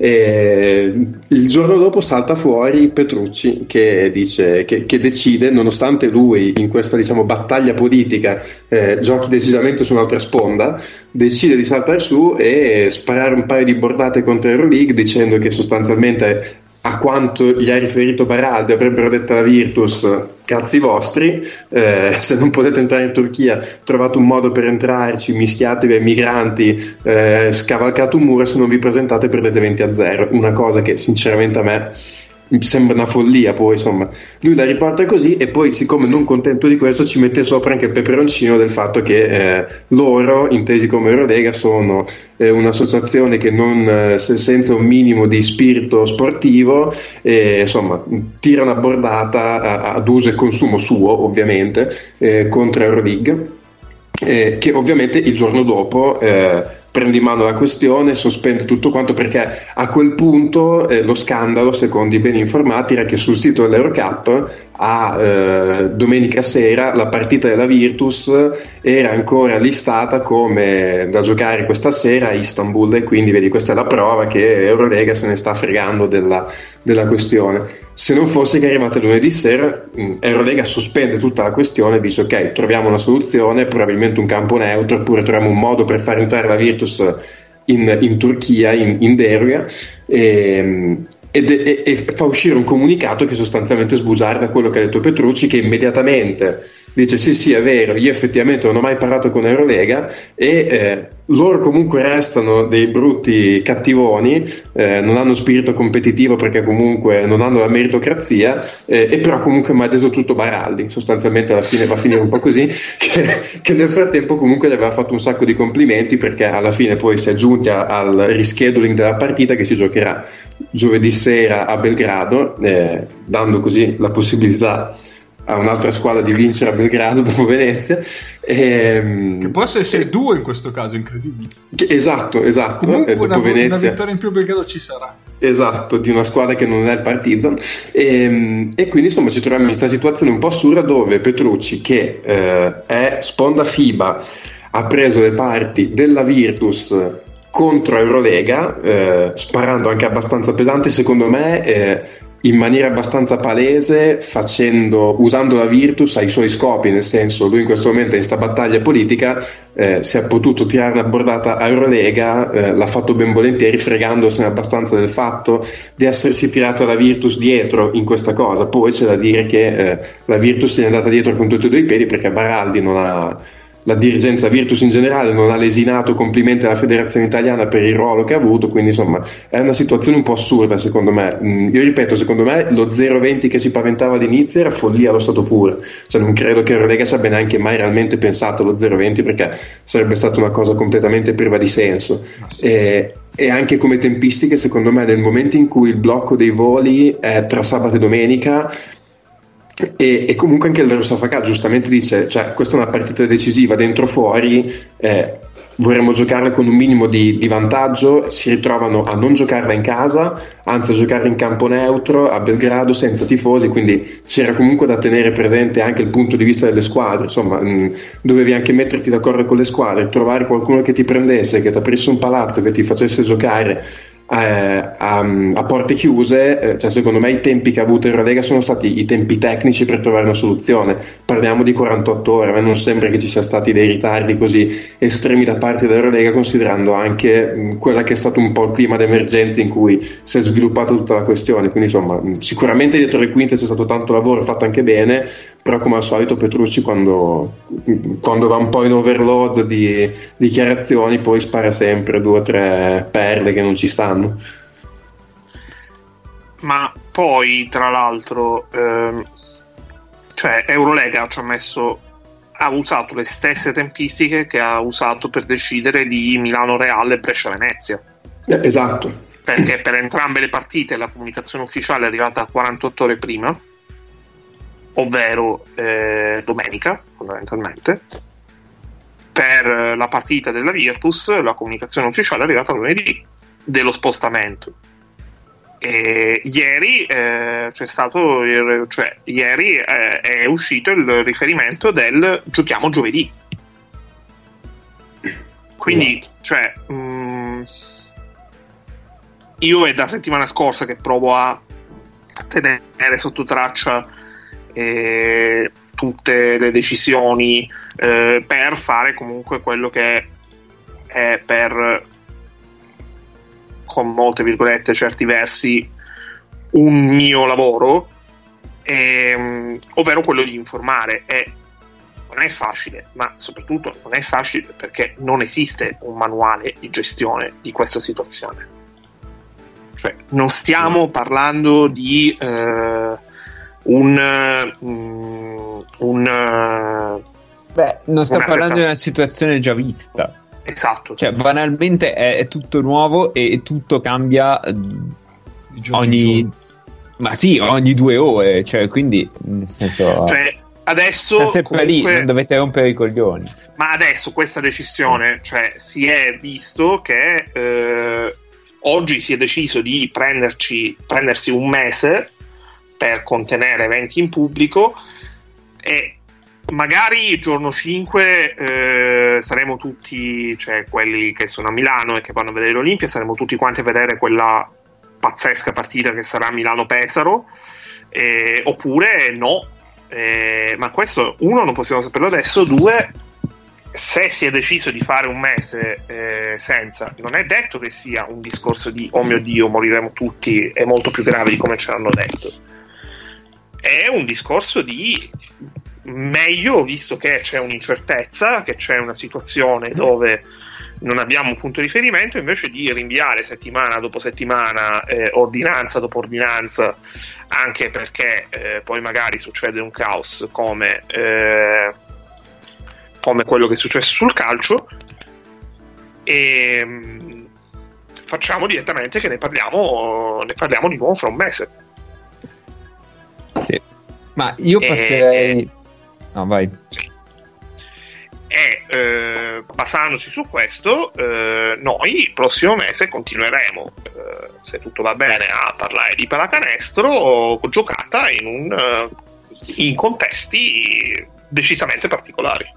E il giorno dopo salta fuori Petrucci che dice che, che decide, nonostante lui in questa diciamo battaglia politica eh, giochi decisamente su un'altra sponda sponda, decide di saltare su e sparare un paio di bordate contro Euroleague, dicendo che sostanzialmente, a quanto gli ha riferito Baraldi, avrebbero detto alla Virtus: cazzi vostri, eh, se non potete entrare in Turchia trovate un modo per entrarci, mischiatevi ai migranti, eh, scavalcate un muro, se non vi presentate perdete venti a zero, una cosa che sinceramente a me mi sembra una follia. Poi insomma lui la riporta così, e poi, siccome non contento di questo, ci mette sopra anche il peperoncino del fatto che eh, loro, intesi come Eurolega, sono eh, un'associazione che non eh, se, senza un minimo di spirito sportivo, e insomma tira una bordata a, ad uso e consumo suo, ovviamente, eh, contro Euroleague, eh, che ovviamente il giorno dopo eh, prende in mano la questione, sospende tutto quanto, perché a quel punto eh, lo scandalo, secondo i ben informati, era che sul sito dell'Eurocup a eh, domenica sera la partita della Virtus era ancora listata come da giocare questa sera a Istanbul, e quindi vedi, questa è la prova che Eurolega se ne sta fregando della, della questione. Se non fosse che è arrivata lunedì sera, Eurolega sospende tutta la questione e dice: ok, troviamo una soluzione, probabilmente un campo neutro, oppure troviamo un modo per far entrare la Virtus in, in Turchia in, in deroga, e, ed, e, e fa uscire un comunicato che sostanzialmente sbugiarda quello che ha detto Petrucci, che immediatamente dice: sì sì, è vero, io effettivamente non ho mai parlato con Eurolega, e eh, loro comunque restano dei brutti cattivoni, eh, non hanno spirito competitivo perché comunque non hanno la meritocrazia, eh, e però comunque mi ha detto tutto Baraldi, sostanzialmente alla fine va a finire un po' così, che, che nel frattempo comunque gli aveva fatto un sacco di complimenti, perché alla fine poi si è giunti a, al rescheduling della partita, che si giocherà giovedì sera a Belgrado, eh, dando così la possibilità a un'altra squadra di vincere a Belgrado dopo Venezia, e, che possono essere due in questo caso, incredibile. Che, esatto, esatto. Comunque dopo una, Venezia, una vittoria in più a Belgrado ci sarà. Esatto, di una squadra che non è il Partizan, e, e quindi insomma ci troviamo in questa situazione un po' assurda, dove Petrucci, che eh, è sponda FIBA, ha preso le parti della Virtus contro Eurolega, eh, sparando anche abbastanza pesante, secondo me, eh, in maniera abbastanza palese, facendo, usando la Virtus ai suoi scopi, nel senso, lui in questo momento in questa battaglia politica eh, si è potuto tirare una bordata a Eurolega, eh, l'ha fatto ben volentieri, fregandosene abbastanza del fatto di essersi tirato la Virtus dietro in questa cosa. Poi c'è da dire che eh, la Virtus se ne è andata dietro con tutti e due i piedi, perché Baraldi non ha, la dirigenza Virtus in generale non ha lesinato complimenti alla federazione italiana per il ruolo che ha avuto, quindi insomma è una situazione un po' assurda, secondo me. Io ripeto, secondo me lo zero virgola venti che si paventava all'inizio era follia allo stato puro, cioè non credo che Eurolega ci abbia neanche mai realmente pensato allo zero virgola venti, perché sarebbe stata una cosa completamente priva di senso. Sì. e, e anche come tempistiche, secondo me, nel momento in cui il blocco dei voli è tra sabato e domenica, E, e comunque anche il Rosafaka giustamente dice, cioè questa è una partita decisiva, dentro fuori, eh, vorremmo giocarla con un minimo di, di vantaggio, si ritrovano a non giocarla in casa, anzi a giocarla in campo neutro a Belgrado senza tifosi, quindi c'era comunque da tenere presente anche il punto di vista delle squadre, insomma mh, dovevi anche metterti d'accordo con le squadre, trovare qualcuno che ti prendesse, che ti aprisse un palazzo, che ti facesse giocare Eh, a, a porte chiuse, eh, cioè secondo me i tempi che ha avuto Eurolega sono stati i tempi tecnici per trovare una soluzione. Parliamo di quarantotto ore, a me non sembra che ci sia stati dei ritardi così estremi da parte dell'Eurolega, considerando anche mh, quella che è stato un po' il clima d'emergenza in cui si è sviluppata tutta la questione. Quindi insomma mh, sicuramente dietro le quinte c'è stato tanto lavoro fatto anche bene, però come al solito Petrucci quando, quando va un po' in overload di dichiarazioni poi spara sempre due o tre perle che non ci stanno. Ma poi tra l'altro ehm, cioè Eurolega ci ha messo ha usato le stesse tempistiche che ha usato per decidere di Milano Real e Brescia Venezia, eh, esatto, perché per entrambe le partite la comunicazione ufficiale è arrivata quarantotto ore prima, ovvero eh, domenica fondamentalmente. Per la partita della Virtus la comunicazione ufficiale è arrivata lunedì dello spostamento. E ieri eh, c'è stato il, cioè ieri eh, è uscito il riferimento del giochiamo giovedì, quindi cioè mh, io è da settimana scorsa che provo a tenere sotto traccia eh, tutte le decisioni eh, per fare comunque quello che è per, con molte virgolette, certi versi un mio lavoro, ehm, ovvero quello di informare. E non è facile, ma soprattutto non è facile perché non esiste un manuale di gestione di questa situazione. Cioè, non stiamo sì. parlando di eh, un, um, un beh, non sto parlando certa... di una situazione già vista. Esatto. Cioè, banalmente è, è tutto nuovo e tutto cambia ogni, ma sì, ogni due ore. Cioè, quindi, nel senso, cioè, adesso sempre comunque... lì, non dovete rompere i coglioni. Ma adesso questa decisione, cioè, si è visto che eh, oggi si è deciso di prenderci, prendersi un mese per contenere eventi in pubblico, e magari il giorno cinque eh, saremo tutti, cioè quelli che sono a Milano e che vanno a vedere l'Olimpia, saremo tutti quanti a vedere quella pazzesca partita che sarà Milano-Pesaro, eh, oppure no, eh, ma questo, uno, non possiamo saperlo adesso, due, se si è deciso di fare un mese eh, senza, non è detto che sia un discorso di oh mio Dio moriremo tutti, è molto più grave di come ce l'hanno detto, è un discorso di meglio, visto che c'è un'incertezza, che c'è una situazione dove non abbiamo un punto di riferimento, invece di rinviare settimana dopo settimana, eh, ordinanza dopo ordinanza, anche perché eh, poi magari succede un caos come eh, come quello che è successo sul calcio, e mh, facciamo direttamente che ne parliamo ne parliamo di nuovo fra un mese. Sì, ma io passerei e, no vai sì. E eh, basandoci su questo, eh, noi il prossimo mese continueremo, eh, se tutto va bene, a parlare di pallacanestro giocata in un in contesti decisamente particolari.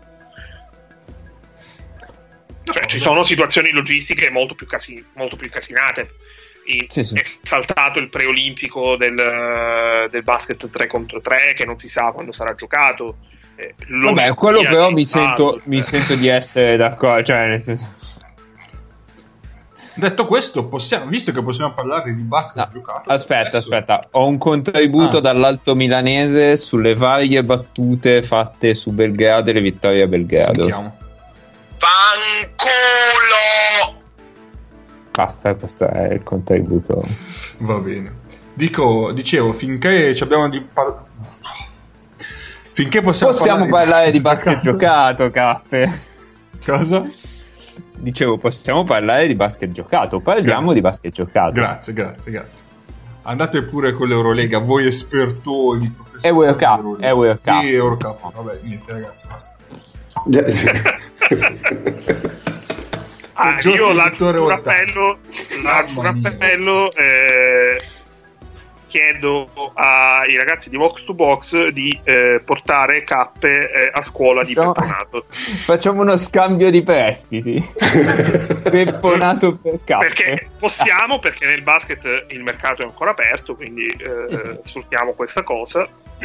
Cioè, ci sono situazioni logistiche molto più, casi- molto più casinate. I- sì, sì. È saltato il preolimpico del, del basket tre contro tre, che non si sa quando sarà giocato. Eh, Vabbè, quello però mi sento, eh. mi sento di essere d'accordo. Cioè, nel senso... Detto questo, possiamo, visto che possiamo parlare di basket no, giocato. Aspetta, adesso... aspetta, ho un contributo ah. dall'Alto Milanese sulle varie battute fatte su Belgrado e le vittorie a Belgrado. Sentiamo. Fanculo! Basta, questo è il contributo. Va bene. Dico, dicevo, finché ci abbiamo di par- finché possiamo, possiamo parlare, parlare di basket, di basket giocato, giocato Cappe. Cosa? Dicevo, possiamo parlare di basket giocato. Parliamo Gra- di basket giocato. Grazie, grazie, grazie. Andate pure con l'Eurolega, voi espertoni, professori. Eurocup, Eurocup. Sì, Eurocup. Vabbè, niente, ragazzi, basta. ah, io lancio un appello, lancio un appello eh, chiedo ai ragazzi di Vox to Box di eh, portare cappe eh, a scuola di facciamo, Pepponato. Facciamo uno scambio di prestiti. Pepponato per cappe. Perché possiamo, perché nel basket il mercato è ancora aperto, quindi eh, sfruttiamo questa cosa.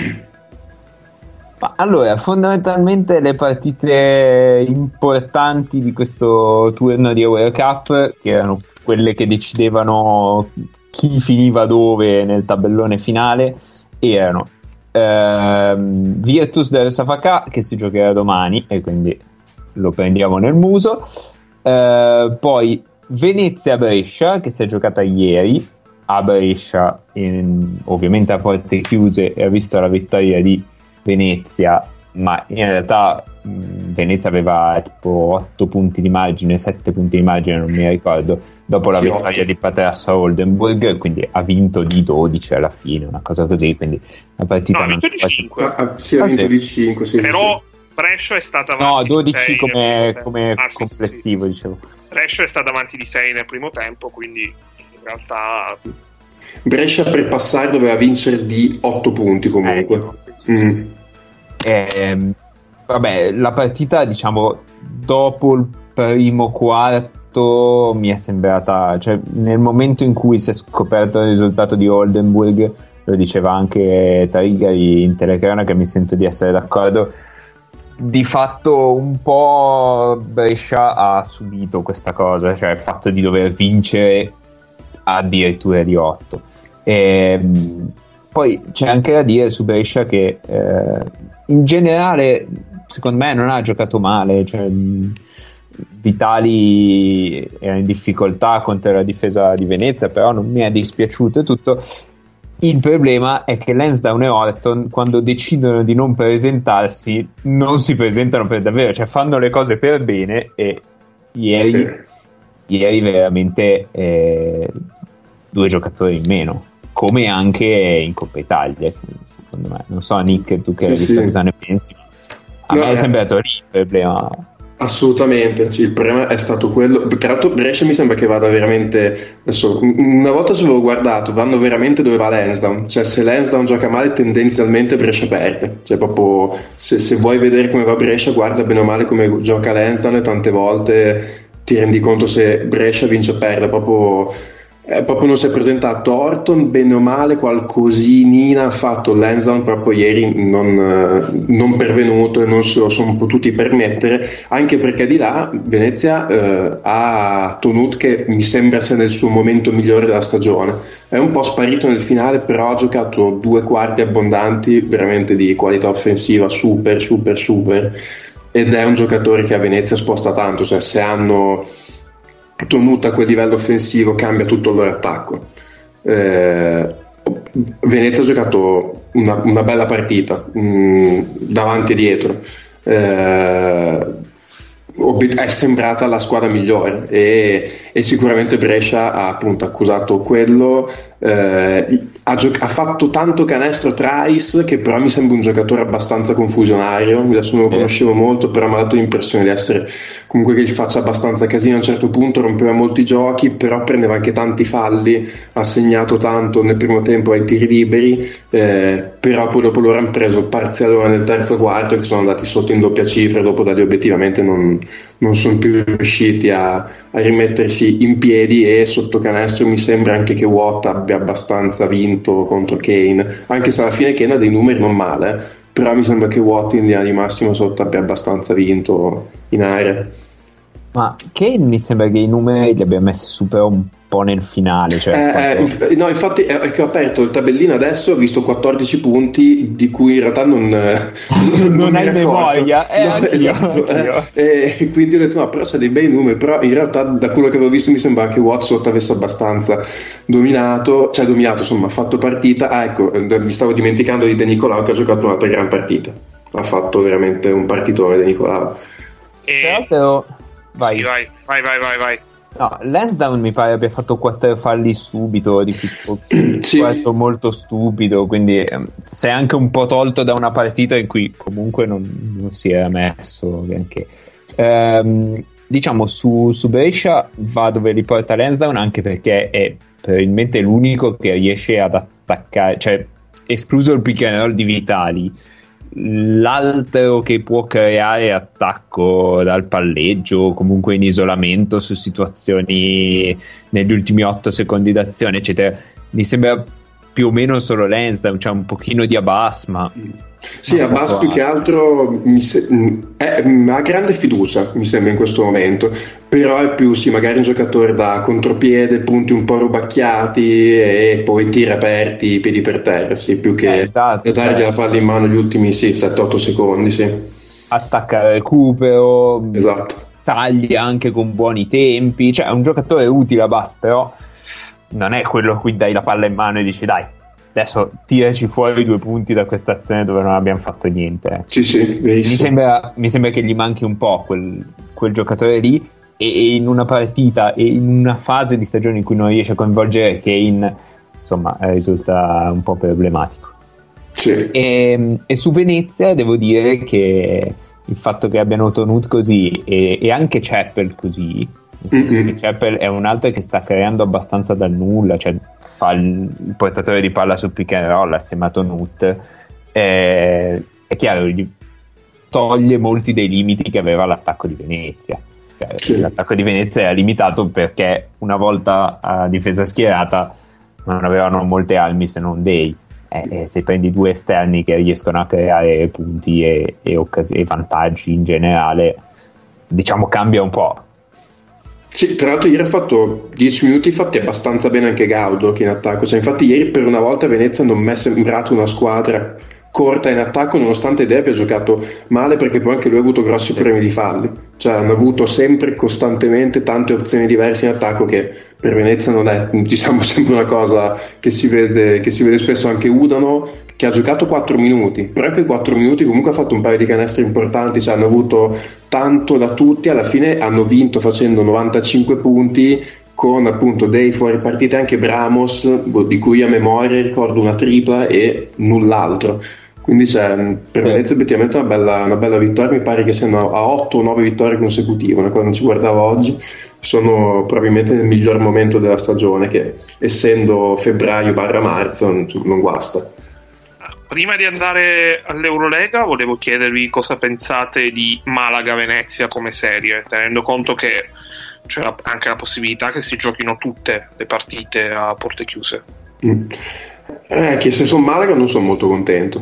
Ma allora, fondamentalmente le partite importanti di questo turno di Eurocup, che erano quelle che decidevano chi finiva dove nel tabellone finale, erano ehm, Virtus del Safaka, che si giocherà domani e quindi lo prendiamo nel muso, eh, poi Venezia-Brescia, che si è giocata ieri a Brescia, in, ovviamente a porte chiuse, e ha visto la vittoria di Venezia, ma in realtà mh, Venezia aveva tipo otto punti di margine, sette punti di margine, non mi ricordo, dopo la vittoria di Patrasso a Oldenburg, quindi ha vinto di dodici alla fine, una cosa così, quindi la partita no, ha vinto non di quasi... cinque. Ah, sì, ha vinto ah, sì. di cinque, sì, però sì. Brescia è stata avanti no, dodici di come, come ah, sì, complessivo, sì. dicevo. Brescia è stata avanti di sei nel primo tempo, quindi in realtà Brescia per passare doveva vincere di otto punti comunque. Eh, mm. eh, vabbè, la partita, diciamo, dopo il primo quarto mi è sembrata, cioè nel momento in cui si è scoperto il risultato di Oldenburg, lo diceva anche Tarigari in telecronaca, che mi sento di essere d'accordo, di fatto un po' Brescia ha subito questa cosa, cioè il fatto di dover vincere addirittura di otto. E, poi c'è anche da dire su Brescia che eh, in generale secondo me non ha giocato male, cioè, Vitali era in difficoltà contro la difesa di Venezia, però non mi è dispiaciuto e tutto. Il problema è che Lansdowne e Orton, quando decidono di non presentarsi, non si presentano per davvero, cioè fanno le cose per bene. E ieri, sì. ieri veramente eh, due giocatori in meno, come anche in Coppa Italia, secondo me. Non so, Nick, tu che sì, hai visto sì. cosa ne pensi? A no, me è eh. sembrato lì il problema. Assolutamente, il problema è stato quello. Tra l'altro Brescia mi sembra che vada veramente, adesso, una volta se avevo guardato, vanno veramente dove va Lansdowne, cioè se Lansdowne gioca male tendenzialmente Brescia perde, cioè proprio se, se vuoi vedere come va Brescia guarda bene o male come gioca Lansdowne e tante volte ti rendi conto se Brescia vince o perde, proprio Eh, proprio non si è presentato. Orton bene o male qualcosinina ha fatto, Lansdowne proprio ieri non, eh, non pervenuto e non se lo sono potuti permettere, anche perché di là Venezia eh, ha Tonut che mi sembra sia nel suo momento migliore della stagione, è un po' sparito nel finale, però ha giocato due quarti abbondanti veramente di qualità offensiva super super super, ed è un giocatore che a Venezia sposta tanto, cioè se hanno Tonut a quel livello offensivo cambia tutto il loro attacco. eh, Venezia ha giocato una, una bella partita mh, davanti e dietro, eh, è sembrata la squadra migliore e, e sicuramente Brescia ha appunto accusato quello, eh, ha, gioc- ha fatto tanto canestro Trice che però mi sembra un giocatore abbastanza confusionario, adesso non lo conoscevo molto, però mi ha dato l'impressione di essere comunque che gli faccia abbastanza casino. A un certo punto rompeva molti giochi, però prendeva anche tanti falli, ha segnato tanto nel primo tempo ai tiri liberi, eh, però poi dopo loro hanno preso il parziale nel terzo quarto e che sono andati sotto in doppia cifra, dopo da lì obiettivamente non, non sono più riusciti a, a rimettersi in piedi, e sotto canestro mi sembra anche che Watt abbia abbastanza vinto contro Kane, anche se alla fine Kane ha dei numeri non male, però mi sembra che Watt in linea di massimo sotto abbia abbastanza vinto in area. Ma Kane mi sembra che i numeri li abbia messi su però un po' nel finale, cioè eh, quanto... eh, inf- no infatti è, è che ho aperto il tabellino adesso, ho visto quattordici punti di cui in realtà non non, non hai memoria, eh, no, anch'io, esatto, anch'io. Eh, e quindi ho detto no, però c'è dei bei numeri, però in realtà da quello che avevo visto mi sembra che Watt sotto avesse abbastanza dominato, cioè dominato, insomma ha fatto partita. Ah ecco, mi stavo dimenticando di De Nicolao che ha giocato un'altra gran partita, ha fatto veramente un partitone De Nicolao. E... Tra l'altro vai. Sì, vai, vai, vai, vai, vai. No, Lansdowne mi pare abbia fatto quattro falli subito, di cui sì. quarto molto stupido, quindi ehm, si è anche un po' tolto da una partita in cui comunque non, non si era messo neanche. Ehm, diciamo su, su Brescia va dove riporta Lansdowne, anche perché è probabilmente l'unico che riesce ad attaccare, cioè escluso il pick and roll di Vitali, l'altro che può creare attacco dal palleggio, comunque in isolamento su situazioni negli ultimi otto secondi d'azione eccetera, mi sembra più o meno solo Lansdowne, c'è cioè un pochino di Abbas, ma sì, Abbas più che altro mi se- è, ha grande fiducia mi sembra in questo momento, però è più sì magari un giocatore da contropiede, punti un po' rubacchiati e poi tiri aperti, piedi per terra, sì, più che eh, esatto, da dargli cioè, la palla in mano gli ultimi sì, sette otto secondi, sì. attacca recupero, Esatto, taglia anche con buoni tempi, cioè è un giocatore utile Abbas, però non è quello a cui dai la palla in mano e dici dai adesso tiraci fuori due punti da questa azione dove non abbiamo fatto niente. sì sì, mi sembra, mi sembra che gli manchi un po' quel, quel giocatore lì, e, e in una partita e in una fase di stagione in cui non riesce a coinvolgere Kane, insomma risulta un po' problematico. Sì. E, e su Venezia devo dire che il fatto che abbiano Tonut così e, e anche Chappell così, nel senso Mm-hmm. che Chappell è un altro che sta creando abbastanza dal nulla, cioè fa il, il portatore di palla sul pick and roll assieme a Tonut, eh, è chiaro, gli toglie molti dei limiti che aveva l'attacco di Venezia. Cioè, sì. L'attacco di Venezia era limitato perché una volta a difesa schierata non avevano molte armi se non dei, eh, se prendi due esterni che riescono a creare punti e, e, occas- e vantaggi in generale, diciamo cambia un po'. Sì, tra l'altro ieri ha fatto dieci minuti fatti abbastanza bene anche Gaudo che in attacco, cioè, infatti ieri per una volta Venezia non mi è sembrato una squadra corta in attacco, nonostante Dea abbia giocato male, perché poi anche lui ha avuto grossi problemi di falli, cioè hanno avuto sempre costantemente tante opzioni diverse in attacco, che per Venezia non è, diciamo, sempre una cosa che si vede, che si vede spesso. Anche Udano, che ha giocato quattro minuti, però quei quattro minuti comunque ha fatto un paio di canestri importanti, cioè hanno avuto tanto da tutti, alla fine hanno vinto facendo novantacinque punti con appunto dei fuori partita, anche Bramos, di cui a memoria ricordo una tripla e null'altro. Quindi c'è, per Venezia effettivamente una bella, una bella vittoria, mi pare che siano a otto o nove vittorie consecutive, una cosa non ci guardavo oggi. Sono probabilmente nel miglior momento della stagione, che essendo febbraio barra marzo non, non guasta. Prima di andare all'Eurolega volevo chiedervi cosa pensate di Malaga-Venezia come serie, tenendo conto che c'è anche la possibilità che si giochino tutte le partite a porte chiuse. Mm. Eh, che se sono Malaga non sono molto contento,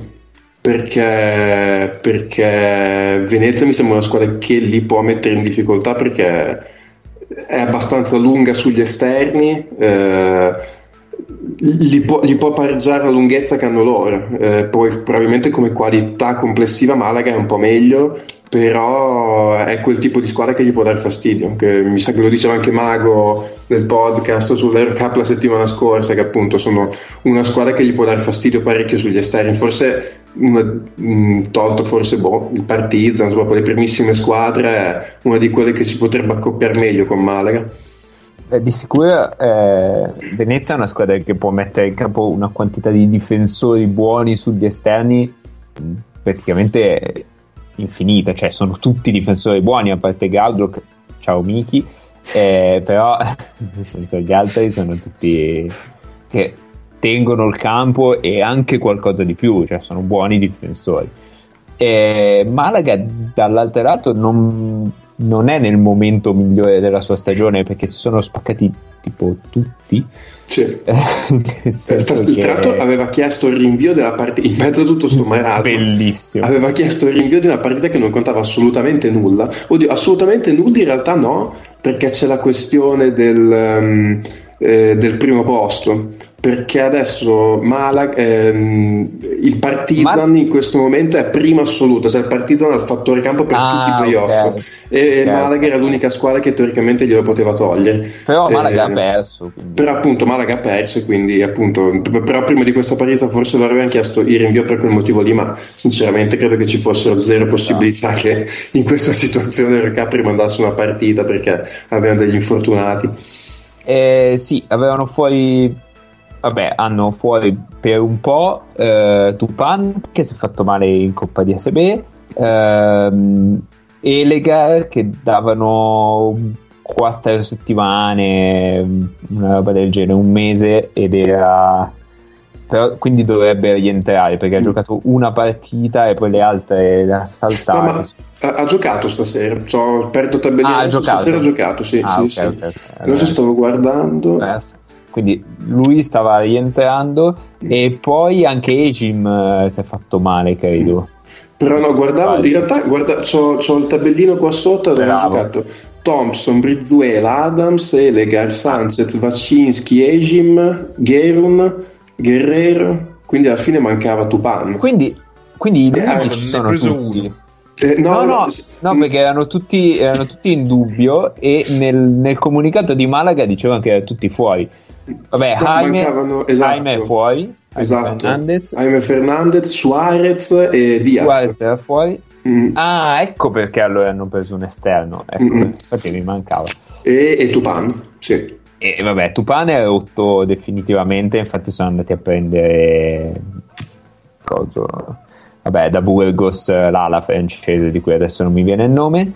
perché, perché Venezia mi sembra una squadra che li può mettere in difficoltà, perché è abbastanza lunga sugli esterni, eh, gli, può, gli può pareggiare la lunghezza che hanno loro, eh, poi probabilmente come qualità complessiva Malaga è un po' meglio, però è quel tipo di squadra che gli può dare fastidio, che mi sa che lo diceva anche Mago nel podcast sull'Eurocup la settimana scorsa, che appunto sono una squadra che gli può dare fastidio parecchio sugli esterni, forse una, mh, tolto forse boh, il Partizan, insomma, le primissime squadre, è una di quelle che si potrebbe accoppiare meglio con Malaga. Eh, di sicuro eh, Venezia è una squadra che può mettere in campo una quantità di difensori buoni sugli esterni mh, praticamente infinita, cioè sono tutti difensori buoni a parte Gaudrock, ciao Miki, eh, però nel senso, gli altri sono tutti che tengono il campo e anche qualcosa di più, cioè sono buoni difensori. E Malaga dall'altro lato non, non è nel momento migliore della sua stagione, perché si sono spaccati tipo tutti. Sì. Il Tratto aveva chiesto il rinvio della partita in mezzo a tutto sto marasma, bellissimo, aveva chiesto il rinvio di una partita che non contava assolutamente nulla. Oddio, assolutamente nulla in realtà no, perché c'è la questione del, um, eh, del primo posto, perché adesso Malaga, ehm, il Partizan Ma... in questo momento è prima assoluta, cioè il Partizan ha il fattore campo per ah, tutti i playoff, okay. e okay, Malaga okay. era l'unica squadra che teoricamente glielo poteva togliere, però Malaga eh, ha perso, quindi... però appunto Malaga ha perso, e quindi appunto però prima di questa partita forse loro avevano chiesto il rinvio per quel motivo lì, ma sinceramente credo che ci fossero zero possibilità no. che in questa situazione il Cap rimandasse una partita, perché avevano degli infortunati. Eh, sì, avevano fuori Vabbè, hanno fuori per un po' eh, Tupan, che si è fatto male in Coppa di A S B, ehm, Elegar, che davano quattro settimane, una roba del genere, un mese, ed era... Però, quindi dovrebbe rientrare, perché ha giocato una partita e poi le altre le ha saltate. No, ma ha, ha giocato stasera, ho aperto tabellino, ah, stasera ha giocato, sì, ah, sì, okay, sì. Okay, okay. Allora, se stavo guardando... Eh, quindi lui stava rientrando, mm. e poi anche Ejim uh, si è fatto male, credo. Però no, guardavo, in realtà guarda, c'ho, c'ho il tabellino qua sotto dove hanno giocato Thompson, Brizuela, Adams, Elegar, Sanchez, Wacinski, Ejim, Gerun, Guerrero, quindi alla fine mancava Tupan. Quindi, quindi i eh, ci sono tutti. Eh, no, no, no, no, no, perché erano tutti, erano tutti in dubbio, e nel, nel comunicato di Malaga dicevano che erano tutti fuori. Vabbè, no, Jaime, mancavano, esatto, Jaime è fuori, esatto. Fernandez. Jaime Fernandez, Suarez e Diaz. Suarez era fuori. Mm. Ah, ecco perché allora hanno preso un esterno. Ecco, mm-hmm. infatti mi mancava. E, e Tupan, sì. E vabbè, Tupan è rotto definitivamente, infatti sono andati a prendere cosa? Vabbè, da Burgos l'ala francese di cui adesso non mi viene il nome,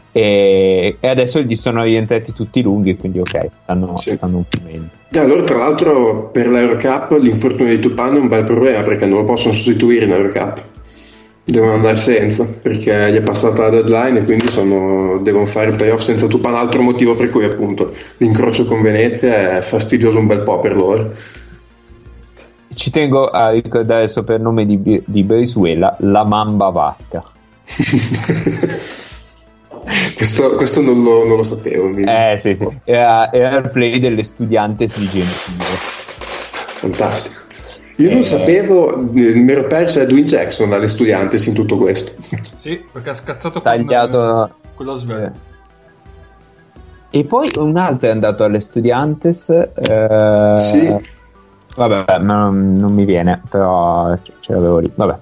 e, e adesso gli sono rientrati tutti lunghi, quindi ok, stanno, sì. stanno un po' meglio. E allora, tra l'altro, per l'Eurocup l'infortunio di Tupan è un bel problema, perché non lo possono sostituire in Eurocup, devono andare senza, perché gli è passata la deadline e quindi sono, devono fare il playoff senza Tupan, altro motivo per cui appunto l'incrocio con Venezia è fastidioso un bel po' per loro. ci tengo a ricordare il soprannome di, di Brizuela, la Mamba Vasca. questo, questo non, lo, non lo sapevo. Mi... Eh sì sì, era, era il play delle Studiantes di Gentile. Fantastico. Io non eh... sapevo, mi ero perso Edwin Jackson alle Studiantes in tutto questo. Sì, perché ha scazzato tagliato con, con la Svel. Eh. E poi un altro è andato alle Studiantes. Eh... Sì. Vabbè, non, non mi viene, però ce l'avevo lì. Vabbè.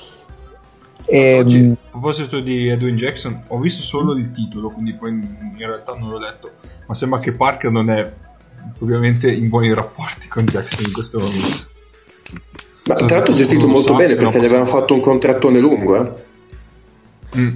E, Oggi, a proposito di Edwin Jackson, ho visto solo il titolo, quindi poi in realtà non l'ho letto, ma sembra che Parker non è ovviamente in buoni rapporti con Jackson in questo momento. Ma tra l'altro gestito molto bene, perché gli avevano fatto un contrattone lungo, eh? Mm.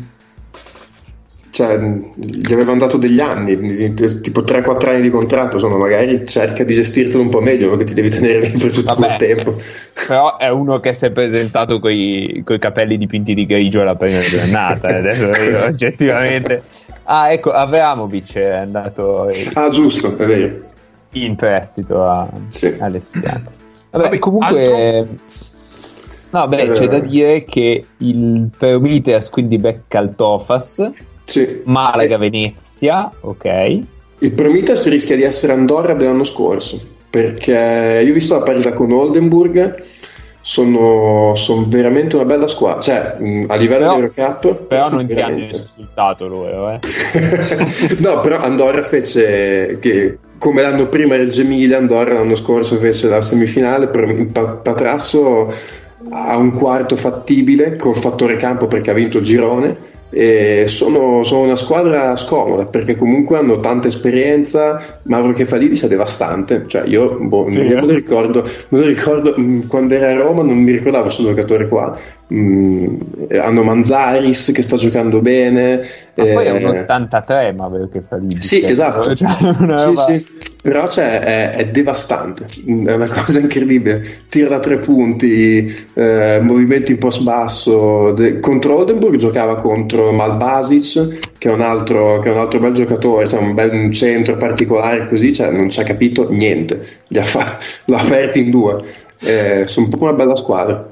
Cioè, gli avevano dato degli anni, tipo tre quattro anni di contratto, insomma, magari cerca di gestirtelo un po' meglio, non che ti devi tenere lì per tutto Vabbè, quel tempo. Però è uno che si è presentato con i capelli dipinti di grigio alla prima giornata, adesso io, oggettivamente... Ah, ecco, Avramovic è andato... Ah, giusto, è vero. In prestito a, sì. alle Studiantes. Vabbè, Vabbè, comunque... Altro... No, beh, eh... c'è da dire che il Prometheus, quindi becca il Tofas... Sì. Malaga, Venezia, ok. Il Prometheus rischia di essere Andorra dell'anno scorso, perché io ho visto la partita con Oldenburg, sono, sono veramente una bella squadra, cioè a livello però, di Eurocup però non ti hanno insultato loro, eh. No, però Andorra fece che, come l'anno prima Reggio Emilia, Andorra l'anno scorso fece la semifinale, Patrasso ha un quarto fattibile col fattore campo perché ha vinto il girone. E sono, sono una squadra scomoda perché comunque hanno tanta esperienza. Mauro Kefalidis è devastante, cioè io, boh, sì, io me lo ricordo, me lo ricordo mh, quando era a Roma non mi ricordavo questo giocatore qua. Mh, hanno Manzaris che sta giocando bene, ma eh, poi è un ottantatré Mauro Kefalidis, sì, esatto, cioè, una roba... sì, sì. Però cioè, è, è devastante, è una cosa incredibile, tira da tre punti, eh, movimenti in post basso. De- contro Oldenburg giocava contro Malbasic, che è un altro, che è un altro bel giocatore, cioè un bel centro particolare così, cioè non ci ha capito niente, Gli ha fa- l'ha aperto in due, eh, sono proprio una bella squadra.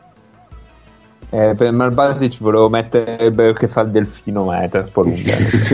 Eh, per Malbasic volevo mettere quello che fa il delfino, ma è troppo lunga.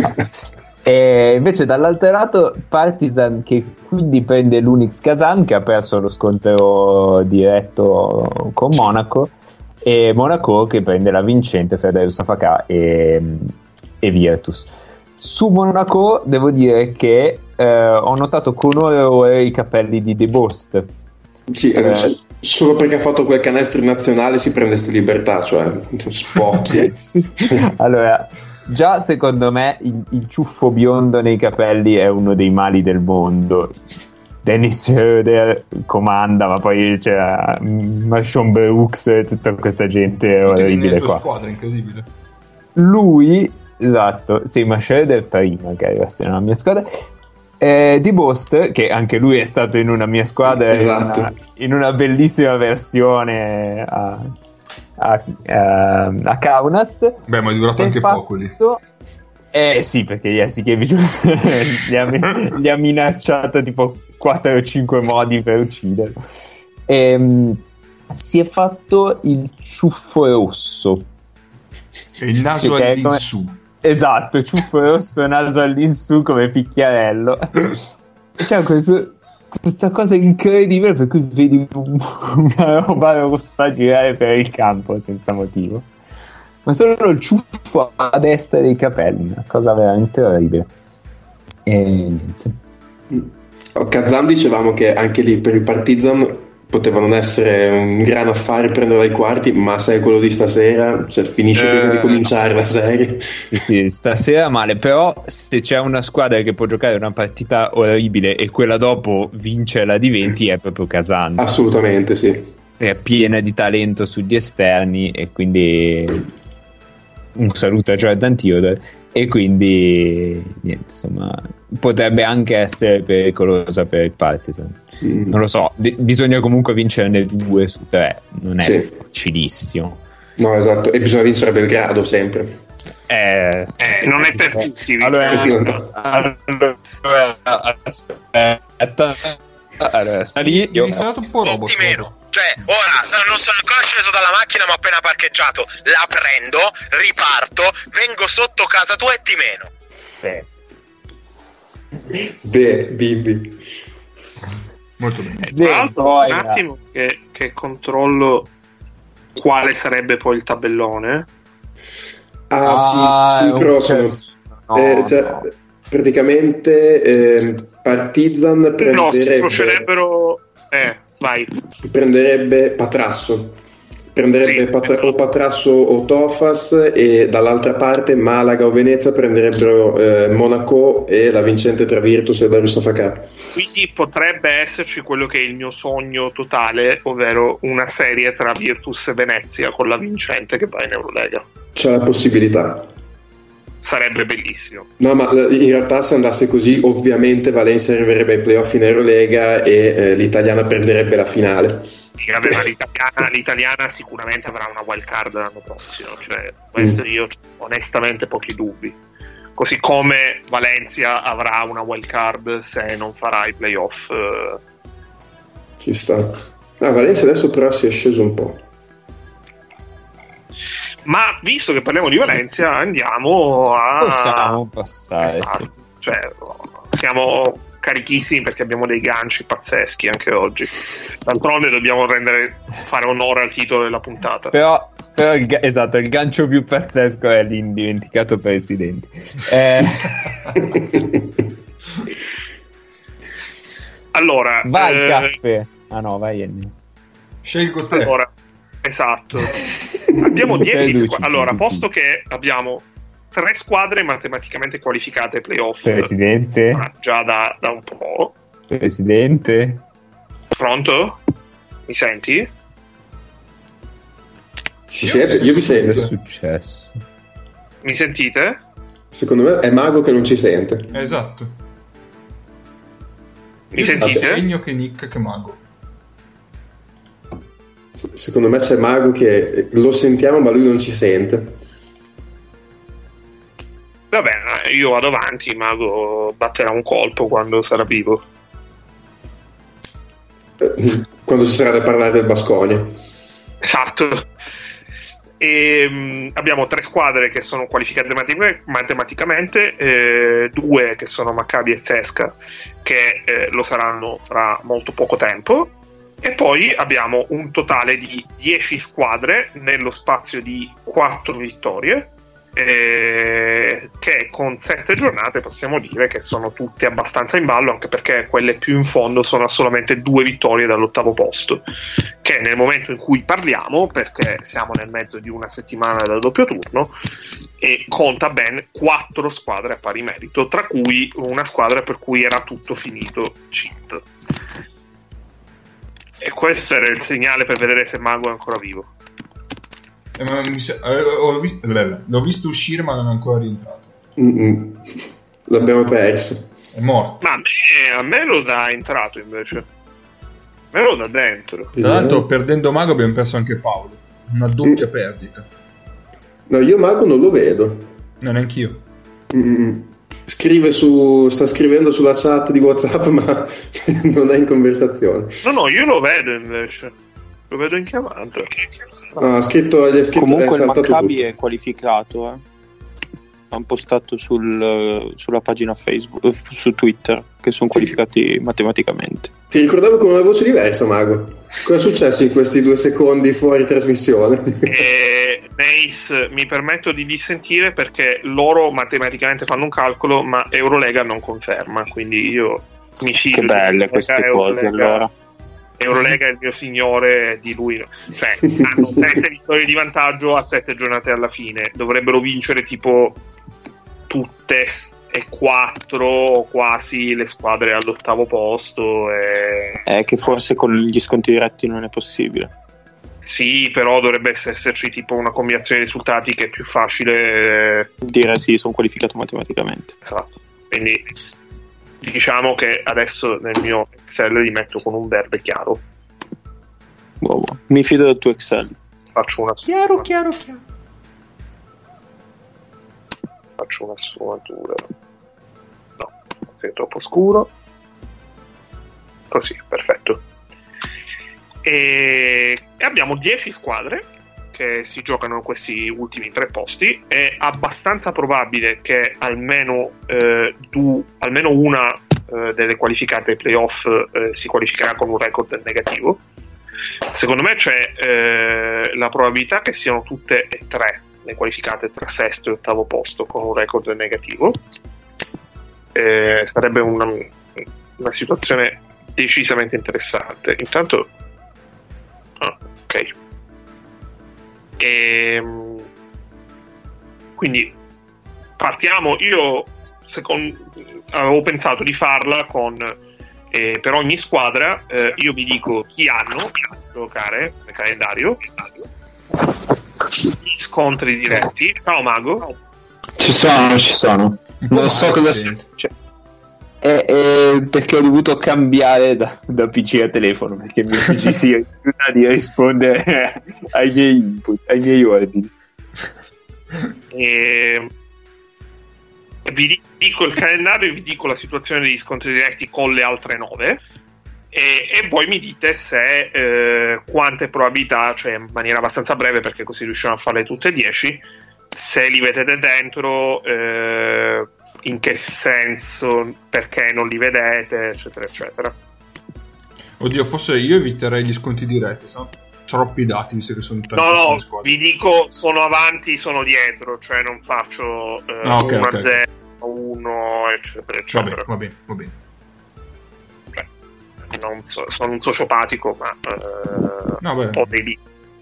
E invece dall'altro lato Partizan, che quindi prende l'Unix Kazan, che ha perso lo scontro diretto con Monaco, e Monaco che prende la vincente fra Darussa Safaka e, e Virtus. Su Monaco devo dire che eh, ho notato con ore i capelli di De Bost. Sì, eh, solo perché ha fatto quel canestro in nazionale si prende queste libertà, cioè spocchi. Allora, già secondo me il, il ciuffo biondo nei capelli è uno dei mali del mondo. Dennis Schroeder comanda, ma poi c'è Marshawn Brooks e tutta questa gente è orribile qua. Squadra, incredibile. Lui, esatto, sì, ma Schroeder prima che arrivasse nella mia squadra. Eh, Di Bost, che anche lui è stato in una mia squadra, esatto. in, una, in una bellissima versione a, a, a, a Kaunas. Beh, ma è durato anche fatto, poco lì. Eh sì, perché Jasikevic gli, ha, gli ha minacciato tipo quattro o cinque modi per ucciderlo. E, si è fatto il ciuffo rosso e il naso all'insù. Esatto, ciuffo rosso, naso all'insù come picchiarello. C'è questo, questa cosa incredibile per cui vedi una roba rossa girare per il campo senza motivo, ma solo il ciuffo a destra dei capelli, una cosa veramente orribile. E niente. Kazan dicevamo che anche lì per il Partizan poteva non essere un gran affare prendere dai quarti, ma se è quello di stasera, cioè finisce prima eh, di cominciare la serie. Sì, sì, stasera male, però se c'è una squadra che può giocare una partita orribile e quella dopo vince la di venti è proprio Kazan. Assolutamente, sì. È piena di talento sugli esterni e quindi un saluto a Jordan Theodore. E quindi niente, insomma, potrebbe anche essere pericolosa per il Partizan. Mm. Non lo so, de- bisogna comunque vincerne due su tre, non è sì. facilissimo. No, esatto, e bisogna vincere a Belgrado sempre. Eh, eh, non è per tutti. Allora, allora, aspetta, allora, sta lì. Io... Mi è stato un po' robot. Cioè, ora non sono ancora sceso dalla macchina, ma ho appena parcheggiato. La prendo, riparto, vengo sotto casa tua e ti meno. Beh, Beh bimbi. Molto bene. Tra l'altro, un attimo che, che controllo quale sarebbe poi il tabellone. Ah, Ah, si, si incrociano. No, eh, cioè, no. Praticamente eh, Partizan No, si prenderebbe, incrocerebbero. Eh, vai. prenderebbe Patrasso. Prenderebbe Sì, Patra- esatto. o Patrasso o Tofas, e dall'altra parte Malaga o Venezia prenderebbero eh, Monaco e la vincente tra Virtus e Darius Fafaka. Quindi potrebbe esserci quello che è il mio sogno totale, ovvero una serie tra Virtus e Venezia con la vincente che va in Eurolega. C'è la possibilità. Sarebbe bellissimo. No, ma in realtà se andasse così, ovviamente Valencia arriverebbe ai playoff in Eurolega e eh, l'italiana prenderebbe la finale. Sì, vabbè, ma l'italiana, l'italiana sicuramente avrà una wild card l'anno prossimo, cioè questo Mm. io ho onestamente pochi dubbi. Così come Valencia avrà una wild card se non farà i playoff. eh. Ci sta. Ah, Valencia adesso però si è sceso un po'. Ma visto che parliamo di Valencia, andiamo a. Possiamo passare. Esatto. Cioè, siamo carichissimi perché abbiamo dei ganci pazzeschi anche oggi. D'altronde dobbiamo rendere, fare onore al titolo della puntata. Però, però il, ga- esatto, il gancio più pazzesco è l'indimenticato presidente. Eh, Allora, vai, eh, Cappe. Ah no, vai Ennio. Scelgo te. allora, esatto. Abbiamo dieci Luci, squadre. Allora, tutti. posto che abbiamo tre squadre matematicamente qualificate ai playoff, Presidente. eh, già da, da un po'. Presidente. Pronto? Mi senti? Ci siete? Io vi Che è sento. successo? Mi sentite? Secondo me è Mago che non ci sente. Esatto. Mi Io sentite? sono Egno che Nick che Mago. Se- Secondo me c'è Mago che lo sentiamo ma lui non ci sente. Va bene, io vado avanti, Mago batterà un colpo quando sarà vivo. Eh, Quando ci sarà da parlare del Baskonia. Esatto. E, mh, abbiamo tre squadre che sono qualificate matematic- matematicamente, eh, due che sono Maccabi e Zesca che eh, lo saranno fra molto poco tempo, e poi abbiamo un totale di dieci squadre nello spazio di quattro vittorie, eh, che con sette giornate possiamo dire che sono tutte abbastanza in ballo, anche perché quelle più in fondo sono a solamente due vittorie dall'ottavo posto, che nel momento in cui parliamo, perché siamo nel mezzo di una settimana dal doppio turno, e conta ben quattro squadre a pari merito, tra cui una squadra per cui era tutto finito, cheat. E questo era il segnale per vedere se Mago è ancora vivo. Eh, ma mi sa- eh, ho vis- l'ho visto uscire ma non è ancora rientrato. Mm-mm. L'abbiamo perso. È morto. Ma a me, a me lo dà entrato invece. Me lo dà dentro. Tra l'altro, perdendo Mago abbiamo perso anche Paolo. Una doppia perdita. No, io Mago non lo vedo. No, neanch'io. Mm. Scrive su, sta scrivendo sulla chat di WhatsApp, ma non è in conversazione. No, no, io lo vedo invece. Lo vedo in chiamata. No, ha scritto, gli ha scritto, Comunque è il saltato Maccabi tutto. è qualificato, eh. Hanno postato sul, sulla pagina Facebook, eh, su Twitter, che sono qualificati matematicamente. Ti ricordavo con una voce diversa, Mago. Cosa è successo in questi due secondi fuori trasmissione? E Nace, mi permetto di dissentire perché loro matematicamente fanno un calcolo, ma Eurolega non conferma, quindi io mi fido. Che di belle Eurolega, queste cose, Eurolega- allora. Eurolega è il mio signore, di lui no. Cioè, hanno sette vittorie di vantaggio a sette giornate alla fine. Dovrebbero vincere tipo tutte e quattro quasi le squadre all'ottavo posto. E... È che forse con gli sconti diretti non è possibile. Sì, però dovrebbe esserci tipo una combinazione di risultati che è più facile. Dire sì, sono qualificato matematicamente. Esatto. Quindi diciamo che adesso nel mio Excel li metto con un verde chiaro. Boh, boh. Mi fido del tuo Excel. Faccio una Chiaro, chiaro, chiaro. faccio una sfumatura. No, se è troppo scuro. Così, perfetto. e, e abbiamo dieci squadre che si giocano in questi ultimi tre posti. È abbastanza probabile che almeno, eh, du, almeno una eh, delle qualificate playoff eh, si qualificherà con un record negativo. Secondo me c'è eh, la probabilità che siano tutte e tre le qualificate tra sesto e ottavo posto con un record negativo. Eh, sarebbe una, una situazione decisamente interessante. Intanto ah, ok e, quindi partiamo. Io secondo, avevo pensato di farla con eh, per ogni squadra eh, io vi dico chi hanno da giocare nel calendario, gli scontri diretti. Ciao Mago. Ci sono, ci sono. Non so cosa sia. Cioè, è, è perché ho dovuto cambiare da, da P C a telefono, perché il mio P C si rifiuta di rispondere ai miei input, ai miei ordini. E... vi dico il calendario e vi dico la situazione degli scontri diretti con le altre nove e, e voi mi dite se eh, quante probabilità, cioè in maniera abbastanza breve perché così riusciamo a farle tutte e dieci, se li vedete dentro, eh, in che senso, perché non li vedete, eccetera eccetera. Oddio, forse io eviterei gli sconti diretti, sono troppi dati visto che sono tantissime no no squadre. Vi dico sono avanti, sono dietro, cioè non faccio eh, ah, okay, uno a okay. zero, uno eccetera eccetera. Va bene, va bene, va bene. Beh, non so, sono un sociopatico ma eh, no, beh. ho dei lì.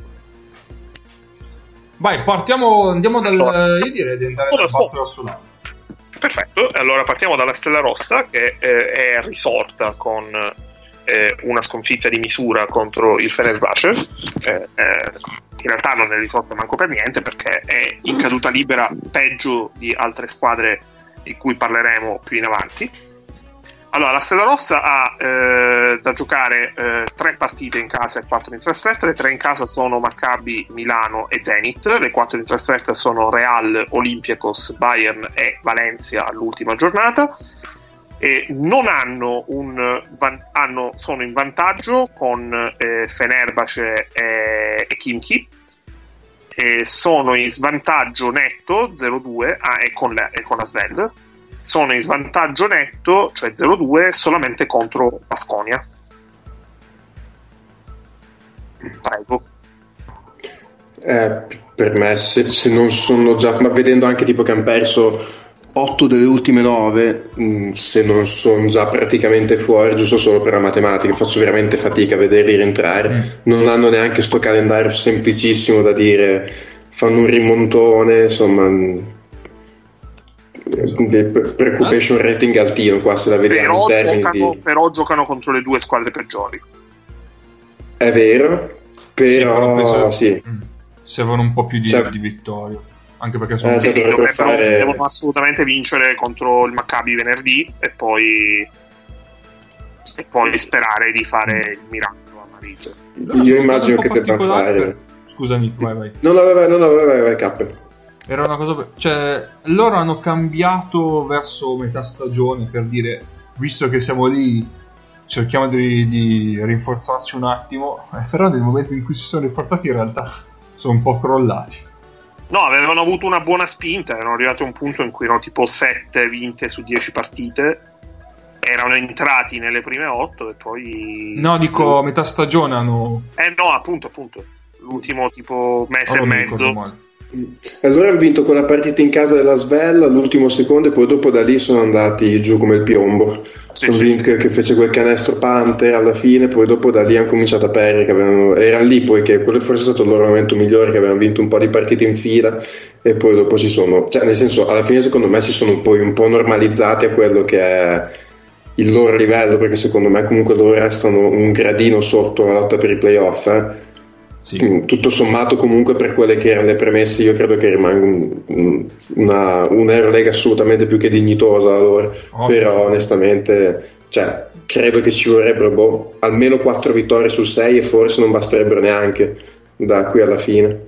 Vai, partiamo, andiamo dal allora, io direi di andare dal basso verso l'alto. Perfetto, allora partiamo dalla Stella Rossa che eh, è risorta con eh, una sconfitta di misura contro il Fenerbahce. Eh, eh, in realtà non è risorta manco per niente perché è in caduta libera peggio di altre squadre di cui parleremo più in avanti. Allora, la Stella Rossa ha eh, da giocare eh, tre partite in casa e quattro in trasferta. Le tre in casa sono Maccabi, Milano e Zenit. Le quattro in trasferta sono Real, Olympiacos, Bayern e Valencia all'ultima giornata. E non hanno un van- hanno, sono in vantaggio con eh, Fenerbahce e, e Khimki. E sono in svantaggio netto zero due ah, e con la, e con la Svel. Sono in svantaggio netto, cioè zero due, solamente contro Baskonia. Prego. Eh, per me, se, se non sono già, ma vedendo anche tipo che hanno perso otto delle ultime nove, mh, se non sono già praticamente fuori, giusto solo per la matematica, faccio veramente fatica a vederli rientrare. Mm. Non hanno neanche sto calendario semplicissimo da dire, fanno un rimontone, insomma. Preoccupation rating altino qua se la vediamo però, in termini giocano, di... però giocano contro le due squadre peggiori, è vero, però sì, sì. servono un po' più di, cioè, di vittorie, anche perché sono eh, sì, dovrebbero, fare... devono assolutamente vincere contro il Maccabi venerdì e poi e poi sperare di fare il miracolo a Marito. Io immagino che debbano fare per... scusami vai vai no no vai, no, no, vai, vai, vai K. Era una cosa, cioè loro hanno cambiato verso metà stagione per dire, visto che siamo lì cerchiamo di, di rinforzarci un attimo, eh, però nel momento in cui si sono rinforzati in realtà sono un po' crollati. No, avevano avuto una buona spinta, erano arrivati a un punto in cui erano tipo sette vinte su dieci partite, erano entrati nelle prime otto e poi... No, dico a metà stagione hanno... Eh no, appunto, appunto, l'ultimo tipo mese oh, e mezzo... Allora hanno vinto quella partita in casa della Svel all'ultimo secondo e poi dopo da lì sono andati giù come il piombo. Sì, sì. Vinto che fece quel canestro Panther alla fine, poi dopo da lì hanno cominciato a perdere, che avevano, erano lì poi che quello forse è stato il loro momento migliore, che avevano vinto un po' di partite in fila e poi dopo si sono, cioè nel senso alla fine secondo me si sono poi un po' normalizzati a quello che è il loro livello, perché secondo me comunque loro restano un gradino sotto la lotta per i playoff, eh. Sì. Tutto sommato comunque per quelle che erano le premesse io credo che rimanga un, una, un'Eurolega assolutamente più che dignitosa allora. Oh, però sì. Onestamente cioè, credo che ci vorrebbero boh, almeno quattro vittorie su sei e forse non basterebbero neanche da qui alla fine.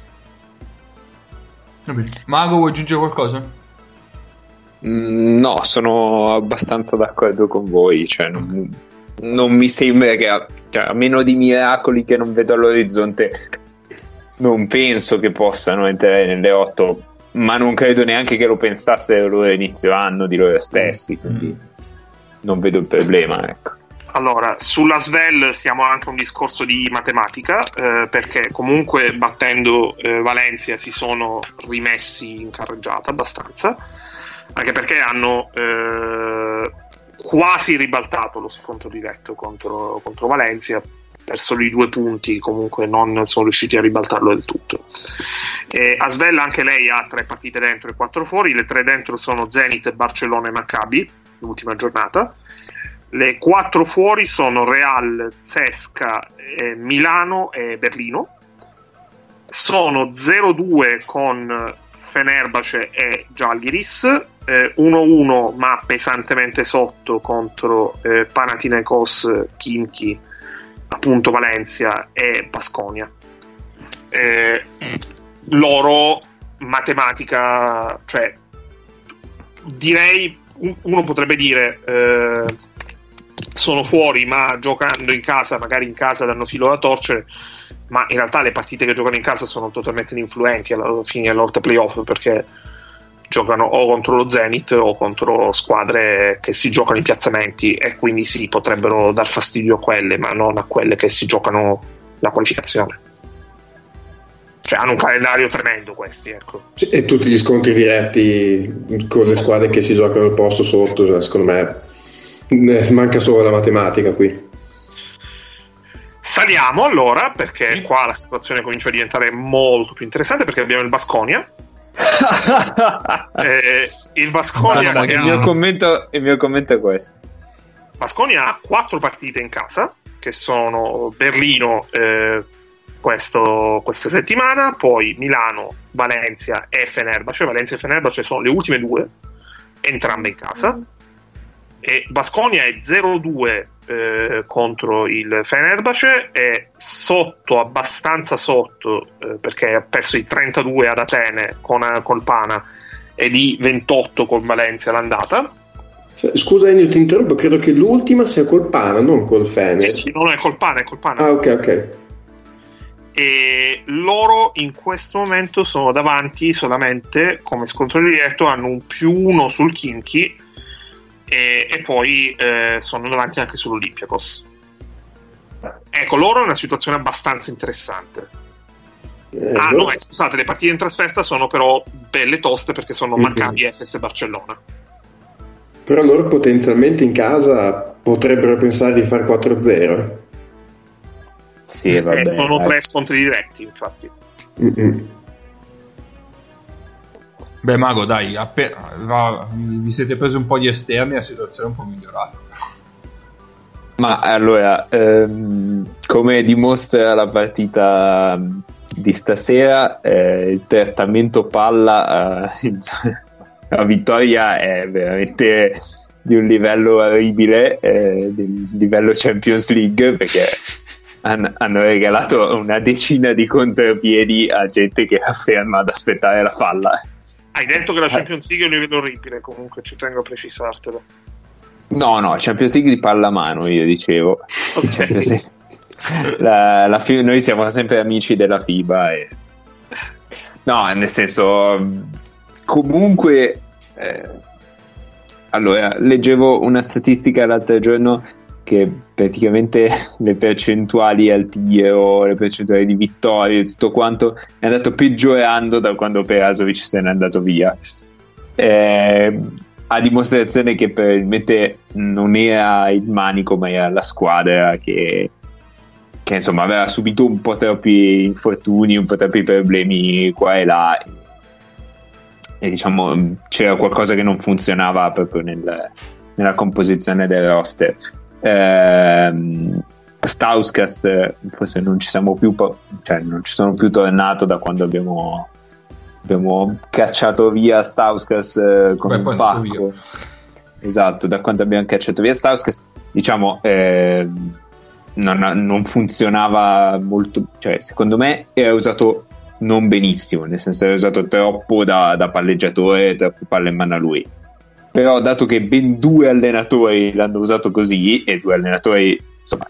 Mago, vuoi aggiungere qualcosa? Mm, no, sono abbastanza d'accordo con voi, cioè non, non mi sembra che cioè, a meno di miracoli che non vedo all'orizzonte, non penso che possano entrare nelle otto, ma non credo neanche che lo pensassero loro a inizio anno di loro stessi, quindi non vedo il problema, ecco. Allora, sulla Svel siamo anche a un discorso di matematica, eh, perché comunque battendo eh, Valencia si sono rimessi in carreggiata abbastanza, anche perché hanno eh, quasi ribaltato lo scontro diretto contro, contro Valencia, per soli due punti comunque non sono riusciti a ribaltarlo del tutto. E Asvel anche lei ha tre partite dentro e quattro fuori, le tre dentro sono Zenit, Barcellona e Maccabi, l'ultima giornata. Le quattro fuori sono Real, Cesca, eh, Milano e Berlino. Sono zero due con Fenerbahce e Žalgiris, eh, uno uno ma pesantemente sotto contro eh, Panathinaikos, Khimki, appunto Valencia e Baskonia. Eh, loro matematica, cioè direi uno potrebbe dire eh, sono fuori ma giocando in casa, magari in casa danno filo da torcere, ma in realtà le partite che giocano in casa sono totalmente ininfluenti alla fine della lotta playoff, perché giocano o contro lo Zenit o contro squadre che si giocano in piazzamenti, e quindi sì, potrebbero dar fastidio a quelle, ma non a quelle che si giocano la qualificazione. Cioè hanno un calendario tremendo questi, ecco. Sì, e tutti gli scontri diretti con le squadre che si giocano il posto sotto, secondo me ne manca solo la matematica qui. Saliamo allora, perché qua la situazione comincia a diventare molto più interessante, perché abbiamo il Baskonia. eh, il Baskonia no, no, il, mio commento, il mio commento è questo. Baskonia ha quattro partite in casa, che sono Berlino eh, questo, questa settimana, poi Milano, Valencia e Fenerbahce. Valencia e Fenerbahce sono le ultime due, entrambe in casa. E Baskonia è zero due eh, contro il Fenerbahce, è sotto, abbastanza sotto, eh, perché ha perso i trentadue ad Atene con col Pana e di ventotto con Valencia l'andata. Scusa, io ti interrompo, credo che l'ultima sia col Pana, non col Fener. Sì, sì, non è col Pana, è col Pana. Ah, ok, ok. E loro in questo momento sono davanti solamente come scontro diretto, hanno un più uno sul Khimki e, e poi eh, sono davanti anche sull'Olympiakos. Ecco, loro è una situazione abbastanza interessante. Eh, ah no. no, eh, scusate, le partite in trasferta sono però belle toste, perché sono Mm-hmm. Maccabi, Efes e Barcellona. Però loro potenzialmente in casa potrebbero pensare di fare quattro zero. Sì, vabbè, Eh, sono dai. tre scontri diretti, infatti. Mm-mm. Beh, Mago, dai, appena va- vi siete presi un po' di esterni, la situazione è un po' migliorata. Ma allora, ehm, come dimostra la partita di stasera, eh, il trattamento palla, eh, la vittoria è veramente di un livello orribile, eh, del livello Champions League, perché han- hanno regalato una decina di contropiedi a gente che era ferma ad aspettare la palla. Hai detto che la Champions League è un livello orribile, comunque ci tengo a precisartelo. No, no, Champions League di pallamano, io dicevo. Ok. Champions League. La, la F I- noi siamo sempre amici della FIBA e... no, nel senso, comunque eh, allora leggevo una statistica l'altro giorno che praticamente le percentuali al tiro, le percentuali di vittorie, tutto quanto è andato peggiorando da quando Perasovic se n'è andato via, eh, a dimostrazione che probabilmente non era il Manico ma era la squadra che che insomma aveva subito un po' troppi infortuni, un po' troppi problemi qua e là, e diciamo c'era qualcosa che non funzionava proprio nel, nella composizione del roster. ehm, Stauskas forse non ci siamo più po- cioè non ci sono più tornato da quando abbiamo abbiamo cacciato via Stauskas eh, come Beh, poi un è andato pacco. Esatto, da quando abbiamo cacciato via Stauskas, diciamo eh, non, non funzionava molto, cioè secondo me era usato non benissimo, nel senso era usato troppo da, da palleggiatore, troppo palle in mano a lui. Però dato che ben due allenatori l'hanno usato così, e due allenatori insomma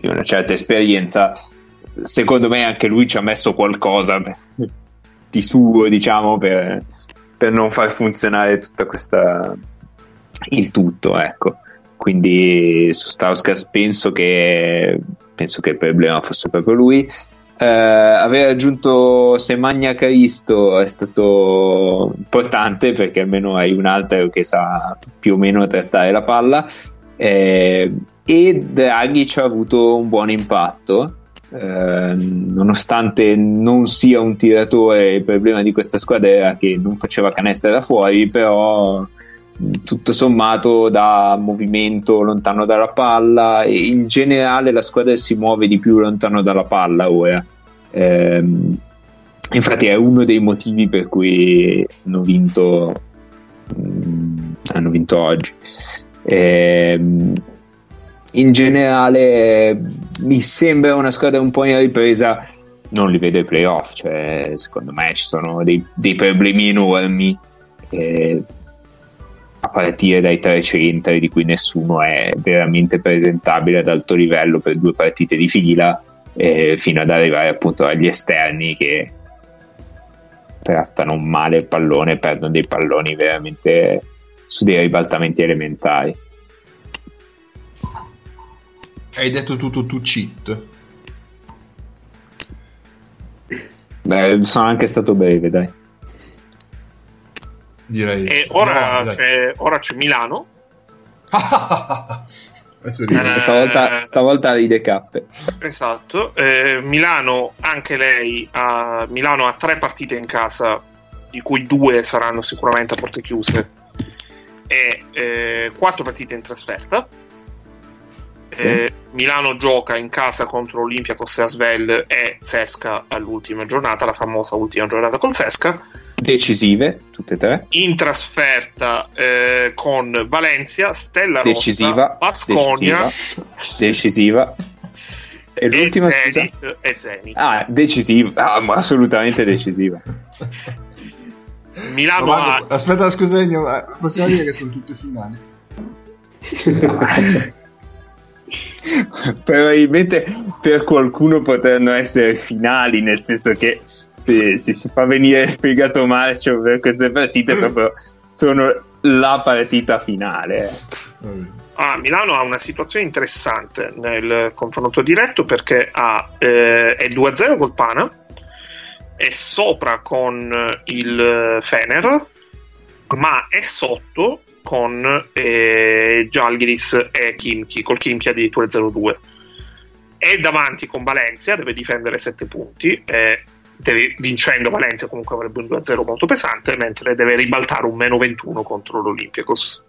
di una certa esperienza, secondo me anche lui ci ha messo qualcosa di suo, diciamo, per, per non far funzionare tutta questa il tutto, ecco. Quindi su Stauskas penso che penso che il problema fosse proprio lui. Eh, aver aggiunto Semagna Caristo è stato importante, perché almeno hai un altro che sa più o meno trattare la palla, eh, e Draghi ci ha avuto un buon impatto, eh, nonostante non sia un tiratore. Il problema di questa squadra era che non faceva canestro da fuori, però tutto sommato da movimento lontano dalla palla, e in generale la squadra si muove di più lontano dalla palla ora. Ehm, infatti è uno dei motivi per cui hanno vinto mh, hanno vinto oggi. Ehm, in generale mi sembra una squadra un po' in ripresa. Non li vedo ai playoff, cioè secondo me ci sono dei, dei problemi enormi, eh, a partire dai tre centri, di cui nessuno è veramente presentabile ad alto livello per due partite di fila, eh, fino ad arrivare appunto agli esterni che trattano male il pallone, perdono dei palloni veramente su dei ribaltamenti elementari. Hai detto tutto tu, cheat. Beh, sono anche stato breve, dai. Direi. E ora, no, c'è, ora c'è Milano. Adesso rido. Eh, stavolta, stavolta ride cappe. Esatto. Eh, Milano, anche lei ha, Milano ha tre partite in casa, di cui due saranno sicuramente a porte chiuse, e eh, quattro partite in trasferta. Eh, Milano gioca in casa contro Olympiacos e Asvel e Sesca all'ultima giornata, la famosa ultima giornata con Sesca. Decisive, tutte e tre. In trasferta eh, con Valencia, Stella Rossa, Decisiva, Baskonia, decisiva, decisiva. E l'ultima, e scusa? Zenit, e Zenit. Ah, decisiva, ah, ma assolutamente decisiva. Milano Ma ha... Marco, aspetta, scusa, possiamo dire che sono tutte finali? Probabilmente per qualcuno potranno essere finali, nel senso che se, se si fa venire il fegato marcio per queste partite, proprio sono la partita finale. Ah, Milano ha una situazione interessante nel confronto diretto, perché ha, eh, è due a zero col Pana, è sopra con il Fener, ma è sotto con eh, Žalgiris e Khimki, col Khimki addirittura zero due. È davanti con Valencia, deve difendere sette punti, e deve, vincendo Valencia comunque avrebbe un due a zero molto pesante, mentre deve ribaltare un meno ventuno contro l'Olympiacos.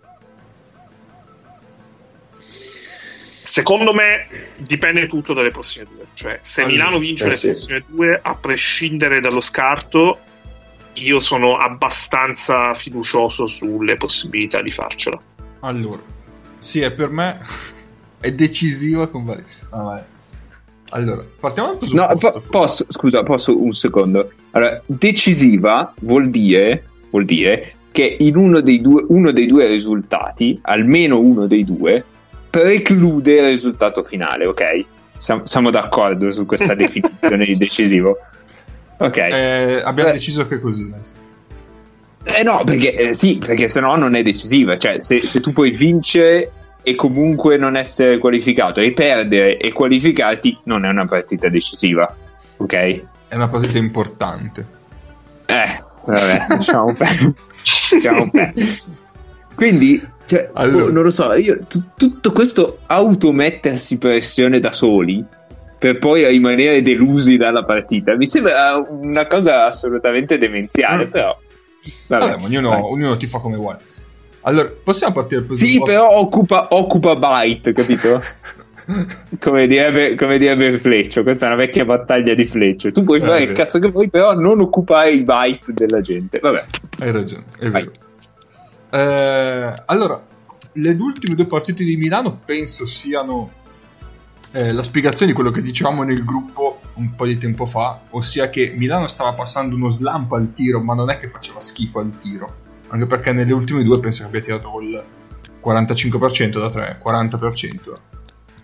Secondo me dipende tutto dalle prossime due, cioè se allora, Milano vince eh, le sì. prossime due, a prescindere dallo scarto, io sono abbastanza fiducioso sulle possibilità di farcela. Allora, sì, è per me è decisiva con Valencia. Ah, allora, partiamo dal presupposto. No, po- posso, scusa, posso un secondo. Allora, decisiva vuol dire, vuol dire che in uno dei due, uno dei due risultati, almeno uno dei due, preclude il risultato finale, ok? Siamo, siamo d'accordo su questa definizione di decisivo? Ok. Eh, abbiamo Beh, deciso che è così. Eh no, perché eh, sì, perché sennò non è decisiva. Cioè, se, se tu puoi vincere e comunque non essere qualificato, e perdere e qualificarti, non è una partita decisiva, ok? È una partita importante. Eh, vabbè, lasciamo perdere. Lasciamo perdere. Quindi, cioè, allora. oh, non lo so, io t- tutto questo automettersi pressione da soli per poi rimanere delusi dalla partita mi sembra una cosa assolutamente demenziale, mm. però vabbè, vabbè, ognuno, ognuno ti fa come vuole. Allora, possiamo partire dal presupposto? Sì, però occupa, occupa byte, capito? come, direbbe, come direbbe Fleccio, questa è una vecchia battaglia di Fleccio. Tu puoi eh, fare il cazzo che vuoi, però non occupare i byte della gente. Vabbè, hai ragione, è vero. Eh, allora, le ultime due partite di Milano penso siano Eh, la spiegazione di quello che dicevamo nel gruppo un po' di tempo fa, ossia che Milano stava passando uno slump al tiro, ma non è che faceva schifo al tiro, anche perché nelle ultime due penso che abbia tirato col quarantacinque per cento da tre, quaranta per cento,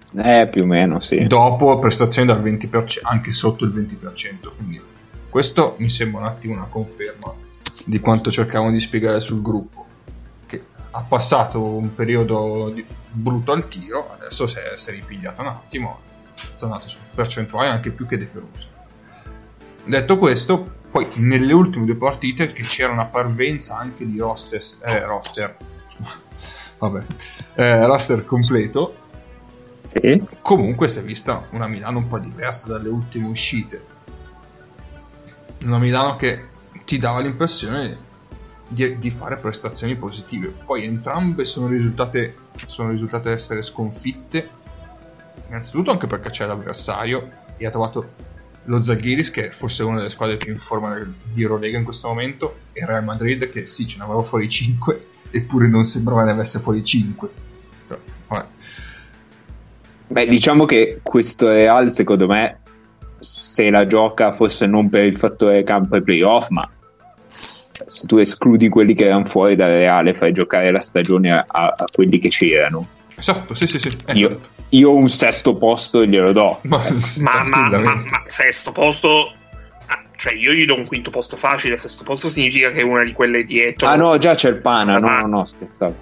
Eh, più o meno, sì. Dopo prestazioni dal venti per cento, anche sotto il venti per cento, quindi questo mi sembra un attimo una conferma di quanto cercavamo di spiegare sul gruppo, che ha passato un periodo di, brutto al tiro, adesso si è, si è ripigliato un attimo, è tornato su percentuali anche più che deferose. Detto questo, poi nelle ultime due partite che c'era una parvenza anche di roster, eh, roster vabbè, eh, roster completo, sì. Comunque si è vista una Milano un po' diversa dalle ultime uscite, una Milano che ti dava l'impressione di, di fare prestazioni positive. Poi entrambe sono risultate sono risultate essere sconfitte, innanzitutto anche perché c'è l'avversario e ha trovato lo Zalgiris, che è forse una delle squadre più in forma di Eurolega in questo momento, e Real Madrid, che sì, ce ne aveva fuori cinque, eppure non sembrava ne avesse fuori cinque. Però, vabbè. Beh, diciamo che questo Real, secondo me, se la gioca forse non per il fattore campo e playoff, ma se tu escludi quelli che erano fuori dal Real, fai giocare la stagione a, a quelli che c'erano. Esatto, sì, sì, sì. Eh, io, certo. io un sesto posto glielo do. Ma, ma, ma, ma, ma sesto posto, cioè io gli do un quinto posto facile. Sesto posto significa che è una di quelle dietro. Ah no, già c'è il Pana. No, no, no, scherzavo.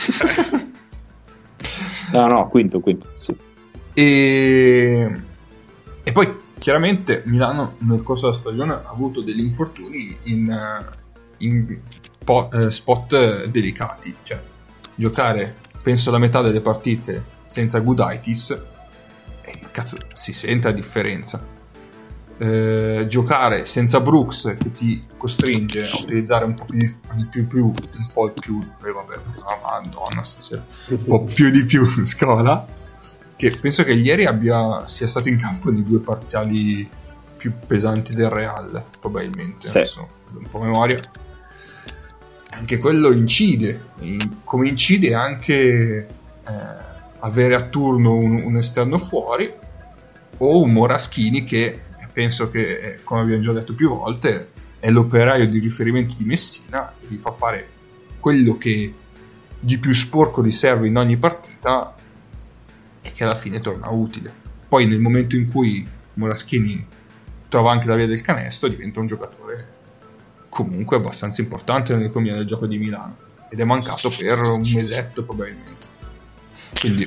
no, no, quinto, quinto, sì. E... e poi chiaramente Milano nel corso della stagione ha avuto degli infortuni in, in po- eh, spot delicati, cioè giocare penso la metà delle partite senza Gudaitis, e cazzo si sente la differenza. Eh, giocare senza Brooks, che ti costringe a utilizzare un po' più di più, più un po' più eh, vabbè, oh, madonna stasera un po' più di più Scola, che penso che ieri abbia sia stato in campo nei due parziali più pesanti del Real, probabilmente, sì. Adesso un po' a memoria. Anche quello incide, come incide anche eh, avere a turno un, un esterno fuori, o un Moraschini che penso che, eh, come abbiamo già detto più volte, è l'operaio di riferimento di Messina, che gli fa fare quello che di più sporco gli serve in ogni partita e che alla fine torna utile. Poi nel momento in cui Moraschini trova anche la via del canestro, diventa un giocatore comunque abbastanza importante nell'economia del gioco di Milano, ed è mancato per un mesetto probabilmente. Quindi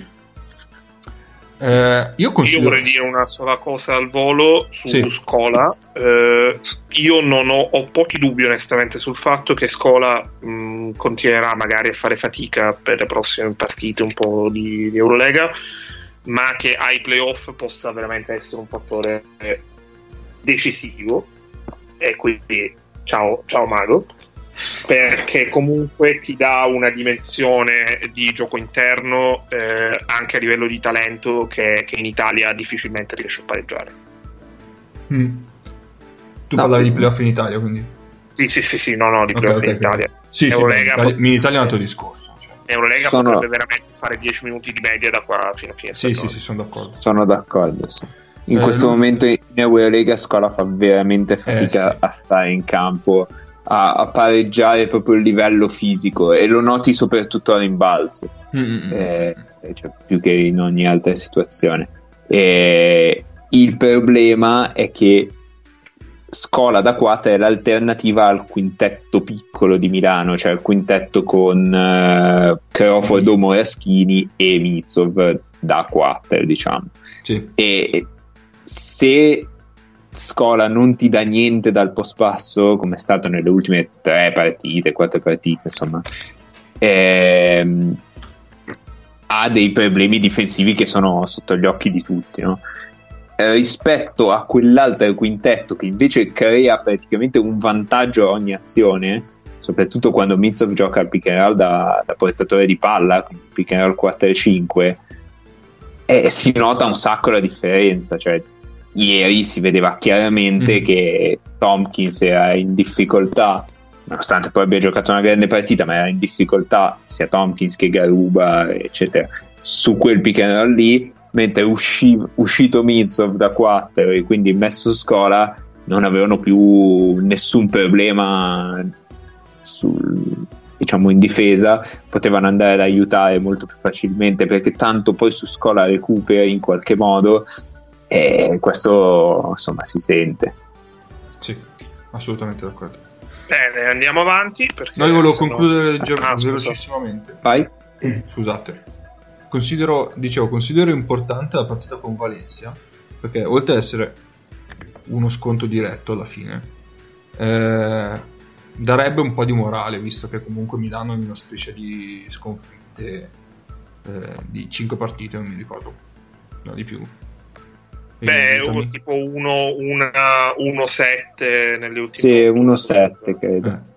eh, io, considero... io vorrei dire una sola cosa al volo su sì. Scola. Eh, io non ho, ho pochi dubbi onestamente sul fatto che Scola mh, continuerà magari a fare fatica per le prossime partite un po' di, di Eurolega, ma che ai playoff possa veramente essere un fattore decisivo, e quindi ciao, ciao Mago, perché comunque ti dà una dimensione di gioco interno eh, anche a livello di talento che, che in Italia difficilmente riesce a pareggiare. Mm. Tu no, parlavi di playoff in Italia, quindi? Sì, sì, sì, sì no, no, di okay, playoff okay, in Italia. Okay. Sì, Eurolega sì, in Italia è un altro discorso. Cioè. Eurolega sono... potrebbe veramente fare dieci minuti di media da qua fino a fine sì, stagione. sì, sì, sono d'accordo. Sono d'accordo, sì. In eh, questo lui... momento in Eurolega Scola fa veramente fatica eh, sì. a stare in campo, a, a pareggiare proprio il livello fisico, e lo noti soprattutto a rimbalzo, mm-hmm. eh, cioè, più che in ogni altra situazione. E il problema è che Scola da quattro è l'alternativa al quintetto piccolo di Milano, cioè il quintetto con uh, Crawford, Moraschini e Mitsov da quattro, diciamo. Sì. E se Scola non ti dà niente dal post basso, come è stato nelle ultime tre partite, quattro partite, insomma, ehm, ha dei problemi difensivi che sono sotto gli occhi di tutti, no? Eh, rispetto a quell'altro quintetto che invece crea praticamente un vantaggio a ogni azione, soprattutto quando Mitsov gioca al pick and roll da, da portatore di palla, quindi pick and roll quattro cinque, e si nota un sacco la differenza. Cioè ieri si vedeva chiaramente mm. che Tompkins era in difficoltà, nonostante poi abbia giocato una grande partita, ma era in difficoltà sia Tompkins che Garuba eccetera su quel pick and roll lì, mentre usci- uscito Mitsov da quattro e quindi messo Scola non avevano più nessun problema sul, diciamo in difesa, potevano andare ad aiutare molto più facilmente, perché tanto poi su Scola recupera in qualche modo, e questo insomma si sente. Sì, assolutamente d'accordo. Bene, andiamo avanti perché Noi volevo sennò- concludere legger- Ah, scusa. velocissimamente. Vai. Scusate. Considero, dicevo, considero importante la partita con Valencia, perché oltre ad essere uno sconto diretto alla fine, eh, darebbe un po' di morale, visto che comunque Milano è una specie di sconfitte eh, di cinque partite, non mi ricordo, no, di più. Beh, Aiutami. un- tipo uno sette nelle ultime. Sì, uno sette credo. Eh.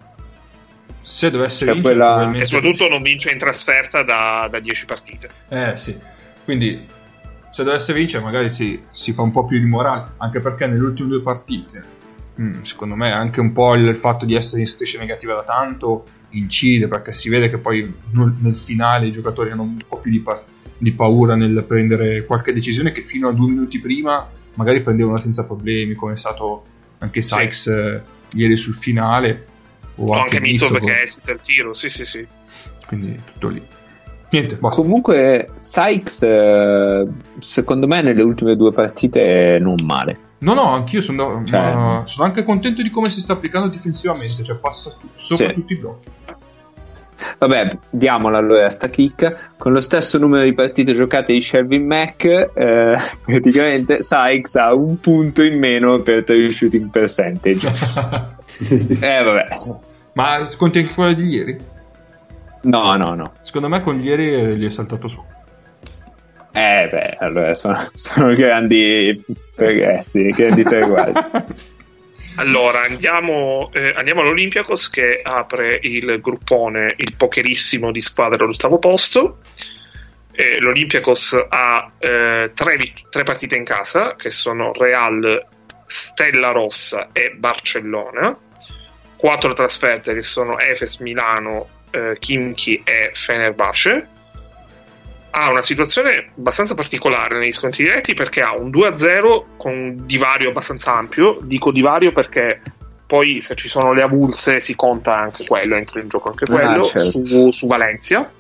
Se dovesse Cioè, vincere, quella- probabilmente- E soprattutto non vince in trasferta da, da dieci partite. Eh sì, quindi se dovesse vincere magari si, si fa un po' più di morale, anche perché nelle ultime due partite, mh, secondo me anche un po' il fatto di essere in striscia negativa da tanto incide, perché si vede che poi nel, nel finale i giocatori hanno un po' più di, par- di paura nel prendere qualche decisione che fino a due minuti prima magari prendevano senza problemi, come è stato anche Sykes eh, ieri sul finale, o O anche Mizzo Mizzo, perché esita il tiro, sì sì sì. quindi tutto lì. Niente, basta. Comunque Sykes eh, secondo me nelle ultime due partite non male. No, no, anch'io sono, Cioè- ma sono anche contento di come si sta applicando difensivamente, cioè passa tu- sopra Sì. tutti i blocchi. Vabbè, diamola allora a sta chicca. Con lo stesso numero di partite giocate di Shelvin Mack, eh, praticamente Sykes ha un punto in meno per tre shooting percentage. Eh vabbè. Ma conti anche quella di ieri? No, no, no. Secondo me con ieri gli è saltato su. Eh beh, allora sono, sono grandi progressi, grandi traguardi. Allora andiamo, eh, andiamo all'Olympiakos che apre il gruppone, il pokerissimo di squadre all'ottavo posto. Eh, L'Olympiakos ha eh, tre, vit- tre partite in casa che sono Real, Stella Rossa e Barcellona. Quattro trasferte che sono Efes, Milano, eh, Khimki e Fenerbahce. Ha una situazione abbastanza particolare negli scontri diretti perché ha un due a zero con un divario abbastanza ampio. Dico divario perché poi se ci sono le avulse si conta anche quello, entra in gioco anche quello, Ah, certo. su, su Valencia,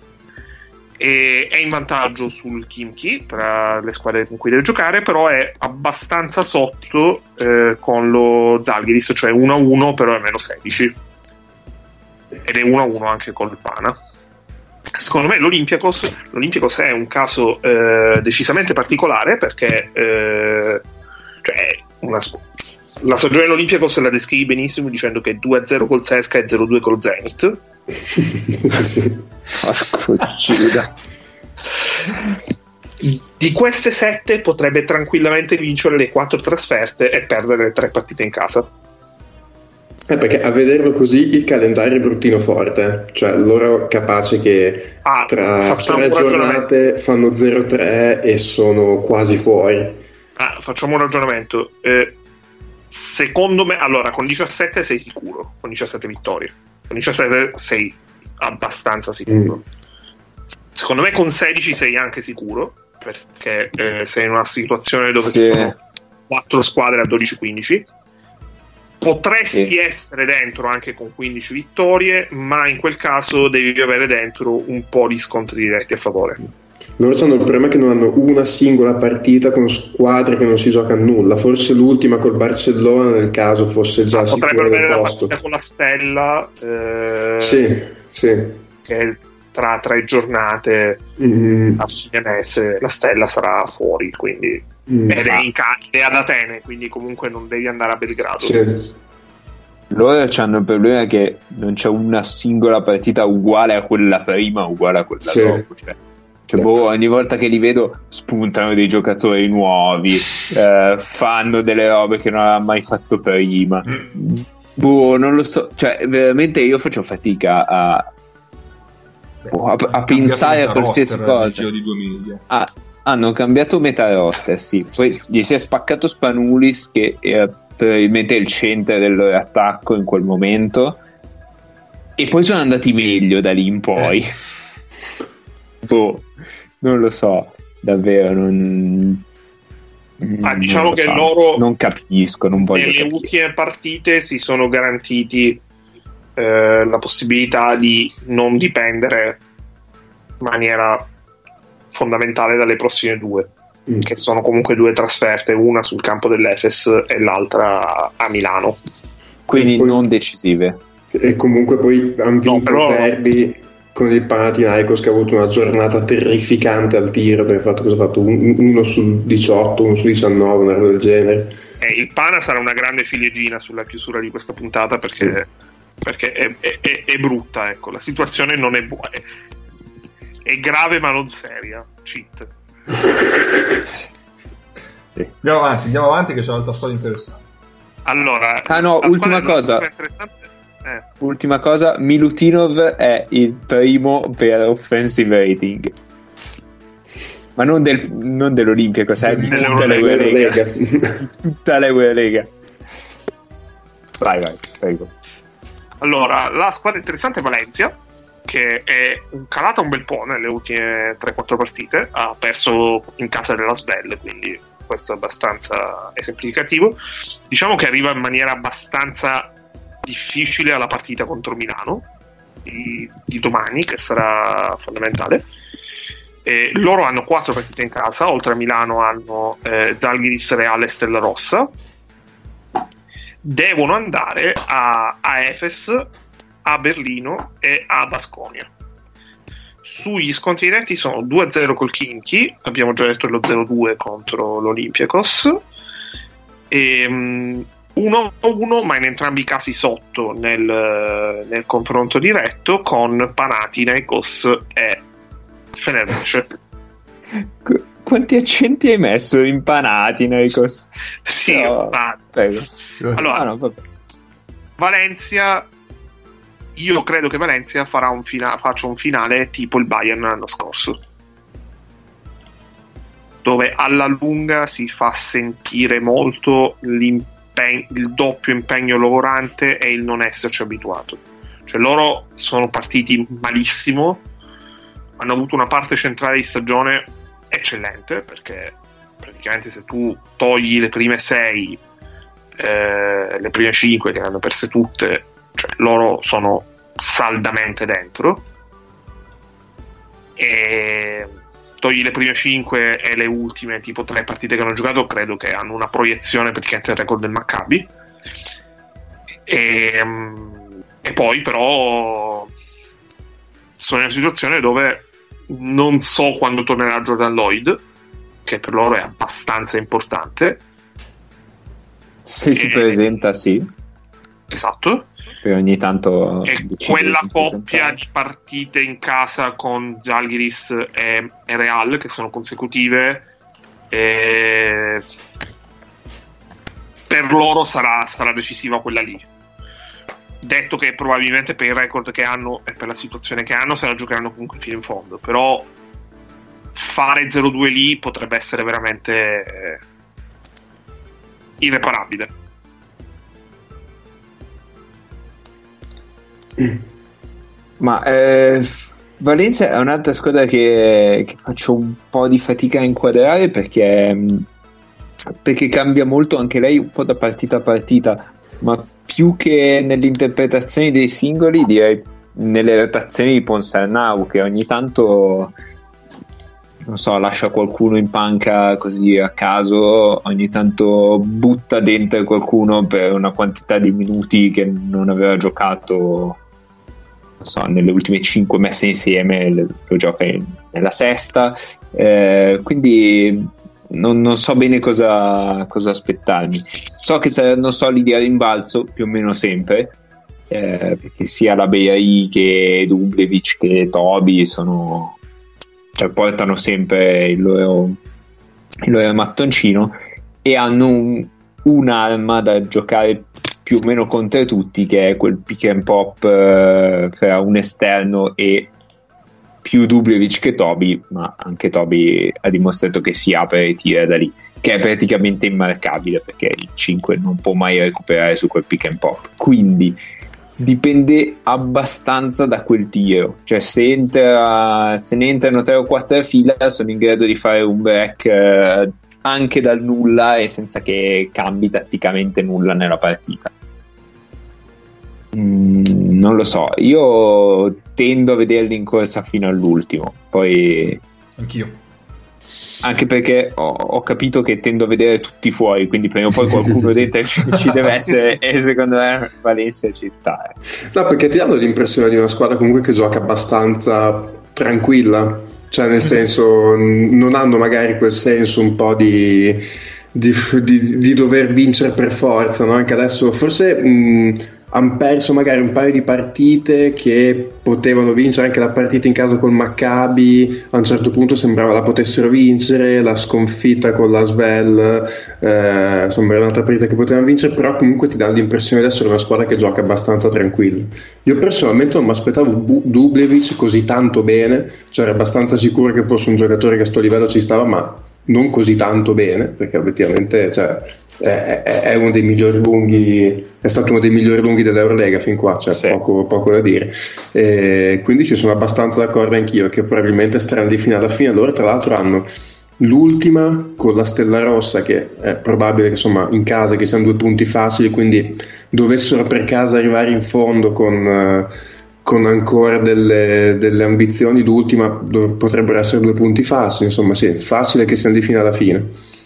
e è in vantaggio sul Khimki tra le squadre con cui deve giocare, però è abbastanza sotto eh, con lo Zalgiris, cioè uno a uno, però è meno sedici, ed è uno a uno anche col Pana. Secondo me l'Olympiakos, l'Olympiakos è un caso eh, decisamente particolare perché eh, cioè una, la stagione dell'Olympiakos la descrivi benissimo dicendo che è due a zero col Sesca e zero a due col Zenit. Sì. Ascolta. Di queste sette potrebbe tranquillamente vincere le quattro trasferte e perdere le tre partite in casa. Eh, perché a vederlo così il calendario è bruttino forte, cioè loro capaci che Ah, tra facciamo tre un ragionamento. giornate fanno zero tre e sono quasi fuori. Ah, facciamo un ragionamento. Eh, secondo me, allora, con diciassette sei sicuro, con diciassette vittorie. Con diciassette sei abbastanza sicuro. Mm. Secondo me con sedici sei anche sicuro, perché eh, sei in una situazione dove Sì. ci sono quattro squadre a dodici quindici. Potresti Sì. essere dentro anche con quindici vittorie, ma in quel caso devi avere dentro un po' di scontri diretti a favore. Loro hanno il problema che non hanno una singola partita con squadre che non si gioca a nulla, forse l'ultima col Barcellona nel caso fosse già Potrebbero sicuro avere del la posto. partita con la Stella, eh, Sì, sì. che tra tre giornate Mm, a fine mese la Stella sarà fuori, quindi mm, ed è in ca- è ad Atene, quindi comunque non devi andare a Belgrado. sì. Loro hanno il problema che non c'è una singola partita uguale a quella prima, uguale a quella Sì. dopo. Cioè, cioè, boh, ogni volta che li vedo spuntano dei giocatori nuovi, eh, fanno delle robe che non avevano mai fatto prima. Boh, non lo so. Cioè, veramente io faccio fatica a, boh, a, a pensare a qualsiasi Nel cosa. giro di due mesi. Ah, hanno cambiato metà roster, sì. Poi gli si è spaccato Spanulis, che era probabilmente il centro del loro attacco in quel momento, e poi sono andati meglio da lì in poi. Eh. Boh, non lo so, davvero. Non, Ah, non diciamo lo che so. loro non capisco, non voglio nelle capire. ultime partite si sono garantiti eh, la possibilità di non dipendere in maniera fondamentale dalle prossime due, mm. che sono comunque due trasferte, una sul campo dell'Efes e l'altra a Milano. Quindi poi, non decisive. E comunque poi hanno vinto no, però... derby con il Panathinaikos, che ha avuto una giornata terrificante al tiro, perché ha fatto, cosa ha fatto? Un, uno su diciotto, uno su diciannove, una roba del genere. Eh, il Pana sarà una grande ciliegina sulla chiusura di questa puntata, perché, mm. perché è, è, è, è brutta, ecco, la situazione non è buona, è, è grave ma non seria. Cheat. Sì. Andiamo avanti, andiamo avanti che c'è un'altra squadra interessante. Allora, ah no, ultima cosa. Eh. Ultima cosa, Milutinov è il primo per offensive rating, ma non, del, non dell'Olimpico, sai, di tutta l'Eurolega. Tutta l'Eurolega. Vai, vai, prego. Allora, la squadra interessante è Valencia, che è calata un bel po' nelle ultime tre quattro partite, ha perso in casa della Svel, quindi questo è abbastanza esemplificativo. Diciamo che arriva in maniera abbastanza difficile alla partita contro Milano di, di domani, che sarà fondamentale. E loro hanno quattro partite in casa, oltre a Milano hanno eh, Zalgiris, Real e Stella Rossa. Devono andare a, a Efes, a Berlino e a Baskonia. Sugli scontri diretti sono due a zero col Khimki, abbiamo già detto lo zero due contro l'Olympiakos, e um, uno a uno, ma in entrambi i casi sotto nel, nel confronto diretto con Panathinaikos e Fenerbahce. Qu- quanti accenti hai messo in Panathinaikos? Sì, no, ma... prego. Allora, ah, no, vabbè. Valencia, io credo che Valencia farà un fina- faccia un finale tipo il Bayern l'anno scorso, dove alla lunga si fa sentire molto l'impegno, il doppio impegno lavorante e il non esserci abituato. Cioè loro sono partiti malissimo, hanno avuto una parte centrale di stagione eccellente, perché praticamente se tu togli le prime sei, eh, le prime cinque che le hanno perse tutte, cioè loro sono saldamente dentro, e togli le prime cinque e le ultime tipo tre partite che hanno giocato, credo che hanno una proiezione praticamente al record del Maccabi. E, e poi però sono in una situazione dove non so quando tornerà Jordan Lloyd, che per loro è abbastanza importante. Se e, si presenta, sì. Esatto. Per ogni tanto e quella coppia di partite in casa con Zalgiris e, e Real, che sono consecutive, e per loro sarà, sarà decisiva quella lì. Detto che probabilmente per il record che hanno e per la situazione che hanno se la giocheranno comunque fino in fondo, però fare zero due lì potrebbe essere veramente eh, irreparabile. Ma eh, Valencia è un'altra squadra che, che faccio un po' di fatica a inquadrare, perché, perché cambia molto anche lei un po' da partita a partita, ma più che nell'interpretazione dei singoli direi nelle rotazioni di Ponsarnau, che ogni tanto non so, lascia qualcuno in panca così a caso, ogni tanto butta dentro qualcuno per una quantità di minuti che non aveva giocato, non so, nelle ultime cinque messe insieme lo gioca in, nella sesta, eh, quindi non, non so bene cosa, cosa aspettarmi. So che saranno solidi a rimbalzo più o meno sempre, eh, perché sia la Beai che Dublevic che Toby sono, cioè, portano sempre il loro, il loro mattoncino e hanno un, un'arma da giocare più o meno contro tutti, che è quel pick and pop eh, fra un esterno e più Dublevic che Toby, ma anche Toby ha dimostrato che si apre e tira da lì, che è praticamente immarcabile, perché il cinque non può mai recuperare su quel pick and pop, quindi dipende abbastanza da quel tiro, cioè se, entra, se ne entrano tre o quattro a fila sono in grado di fare un break eh, anche dal nulla e senza che cambi tatticamente nulla nella partita. mm, non lo so, io tendo a vederli in corsa fino all'ultimo, poi anch'io, anche perché ho, ho capito che tendo a vedere tutti fuori, quindi prima o poi qualcuno dentro ci, ci deve essere, e secondo me Valencia ci sta. eh. No, perché ti danno l'impressione di una squadra comunque che gioca abbastanza tranquilla, cioè nel senso n- non hanno magari quel senso un po' di, di, di, di dover vincere per forza, no? Anche adesso forse mh, hanno perso magari un paio di partite che potevano vincere, anche la partita in casa col Maccabi a un certo punto sembrava la potessero vincere, la sconfitta con la Svel eh, insomma era un'altra partita che potevano vincere, però comunque ti dà l'impressione di essere una squadra che gioca abbastanza tranquilla. Io personalmente non mi aspettavo Bu- Dublevic così tanto bene, cioè ero abbastanza sicuro che fosse un giocatore che a sto livello ci stava, ma non così tanto bene, perché obiettivamente cioè, è, è, è uno dei migliori lunghi, è stato uno dei migliori lunghi dell'Eurolega fin qua, cioè Sì. poco, poco da dire, e quindi ci sono abbastanza d'accordo anch'io che probabilmente staranno di fine alla fine. Loro tra l'altro hanno l'ultima con la Stella Rossa, che è probabile che insomma in casa che siano due punti facili, quindi dovessero per caso arrivare in fondo con uh, con ancora delle, delle ambizioni, l'ultima dove potrebbero essere due punti facili, insomma sì, facile che siano di fine alla fine.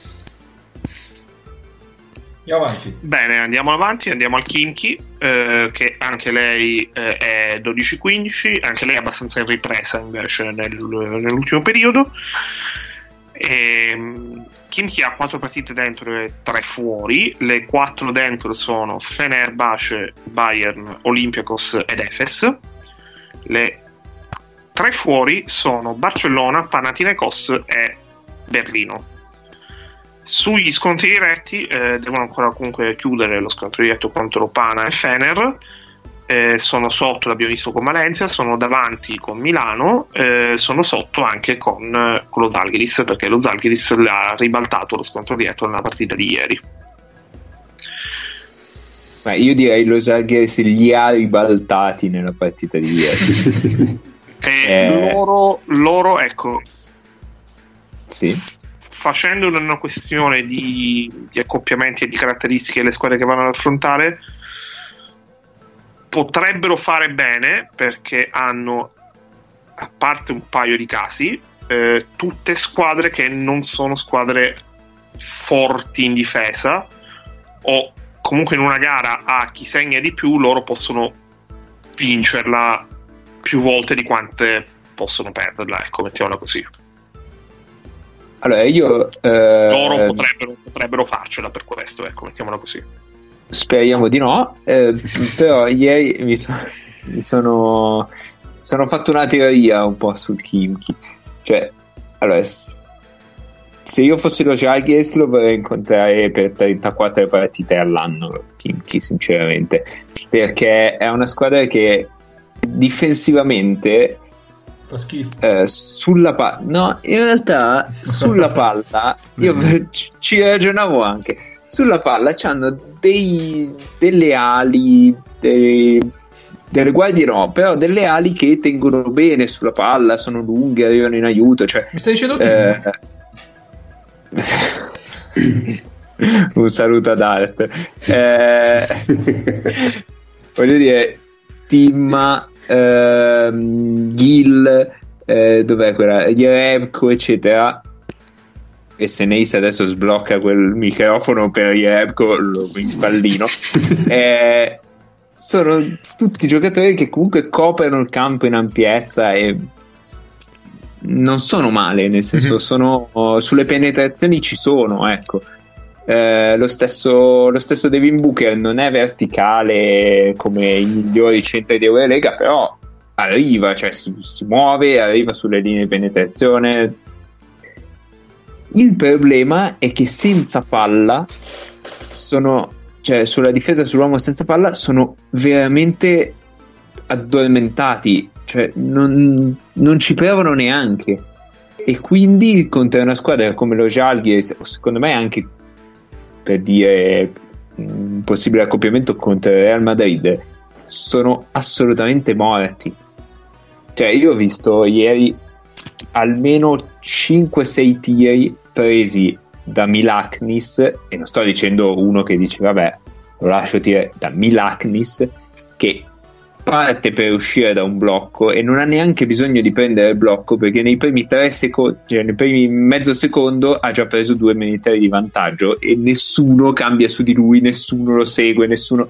andiamo avanti. Bene, andiamo avanti, andiamo al Khimki, eh, che anche lei eh, è dodici quindici, anche lei è abbastanza in ripresa invece nel, nell'ultimo periodo. E, Khimki ha quattro partite dentro e tre fuori. Le quattro dentro sono Fenerbahce, Bayern, Olympiacos ed Efes. Le tre fuori sono Barcellona, Panathinaikos e Berlino. Sugli scontri diretti eh, devono ancora comunque chiudere lo scontro diretto contro Pana e Fener. Eh, sono sotto, l'abbiamo visto con Valencia, sono davanti con Milano, eh, sono sotto anche con, con lo Zalgiris, perché lo Zalgiris l'ha ribaltato lo scontro diretto nella partita di ieri. Ma io direi lo Zalgiris li ha ribaltati nella partita di ieri. E Eh. loro, loro, ecco, Sì. facendo una questione di, di accoppiamenti e di caratteristiche delle squadre che vanno ad affrontare, potrebbero fare bene, perché hanno, a parte un paio di casi, eh, tutte squadre che non sono squadre forti in difesa, o comunque in una gara a chi segna di più loro possono vincerla più volte di quante possono perderla, ecco, mettiamola così. Allora io eh, Loro potrebbero, potrebbero farcela per questo, ecco, mettiamola così. speriamo di no, eh, però ieri mi, so, mi sono sono fatto una teoria un po' sul Khimki, cioè allora s- se io fossi lo Žalgiris lo vorrei incontrare per trentaquattro partite all'anno Khimki, sinceramente, perché è una squadra che difensivamente Fa schifo. eh, sulla palla, no, in realtà sulla palla io ci- ci ragionavo anche sulla palla, c'hanno dei, delle ali, dei, delle guardie no, però delle ali che tengono bene sulla palla, sono lunghe, arrivano in aiuto, cioè Mi stai dicendo eh, un saluto ad Art, eh, voglio dire Timma, ehm, Gil, eh, dov'è quella, Jerebko eccetera, e se Neis adesso sblocca quel microfono per Jerebko lo impallino. eh, sono tutti giocatori che comunque coprono il campo in ampiezza e non sono male, nel senso sono sulle penetrazioni, ci sono, ecco. Eh, lo stesso lo stesso Devin Booker non è verticale come i migliori centri di Eurolega, però arriva, cioè si, si muove, arriva sulle linee di penetrazione. Il problema è che senza palla sono, cioè sulla difesa sull'uomo senza palla sono veramente addormentati, cioè non, non ci provano neanche, e quindi contro una squadra come lo Žalgiris, secondo me anche per dire un possibile accoppiamento contro il Real Madrid, sono assolutamente morti. Cioè io ho visto ieri almeno cinque sei tiri presi da Milaknis, e non sto dicendo uno che dice vabbè lo lascio tirare, da Milaknis, che parte per uscire da un blocco e non ha neanche bisogno di prendere il blocco, perché nei primi tre secondi, cioè nei primi mezzo secondo ha già preso due militari di vantaggio e nessuno cambia su di lui, nessuno lo segue, nessuno,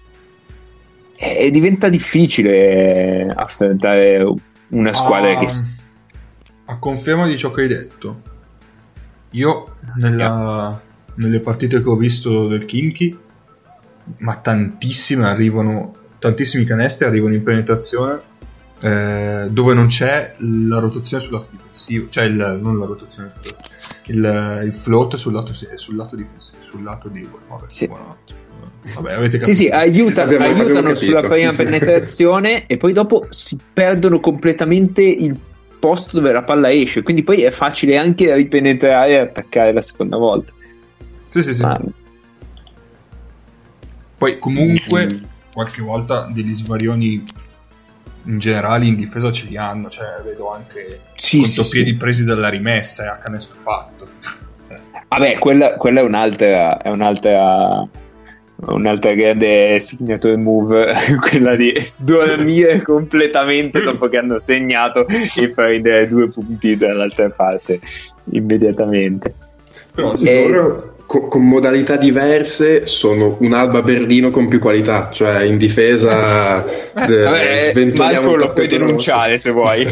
e diventa difficile affrontare una squadra ah, che a conferma di ciò che hai detto, io nella, nelle partite che ho visto del Khimki, ma tantissime arrivano, tantissimi canestri arrivano in penetrazione eh, dove non c'è la rotazione sul lato difensivo, cioè il, non la rotazione, il, il float sul lato, sul lato difensivo, sul lato debole. Vabbè, sì. Vabbè, avete capito. Sì, sì, aiuta, Abbiamo- abbiamo aiutano capito. sulla prima penetrazione e poi dopo si perdono completamente il posto dove la palla esce, quindi poi è facile anche ripenetrare e attaccare la seconda volta. Sì, sì, sì. Ma- Poi comunque Mm. qualche volta degli svarioni in generale in difesa ce li hanno, cioè vedo anche Sì, contropiedi sì, sì. presi dalla rimessa e a canestro fatto. Vabbè, quella, quella è un'altra, è un'altra, un'altra grande signature move, quella di dormire completamente dopo che hanno segnato e prendere due punti dall'altra parte immediatamente. Però sì, E- Loro co- con modalità diverse sono un Alba Berlino con più qualità, cioè in difesa de- Vabbè, sventoliamo Marco il lo tappeto puoi denunciare rosso. se vuoi.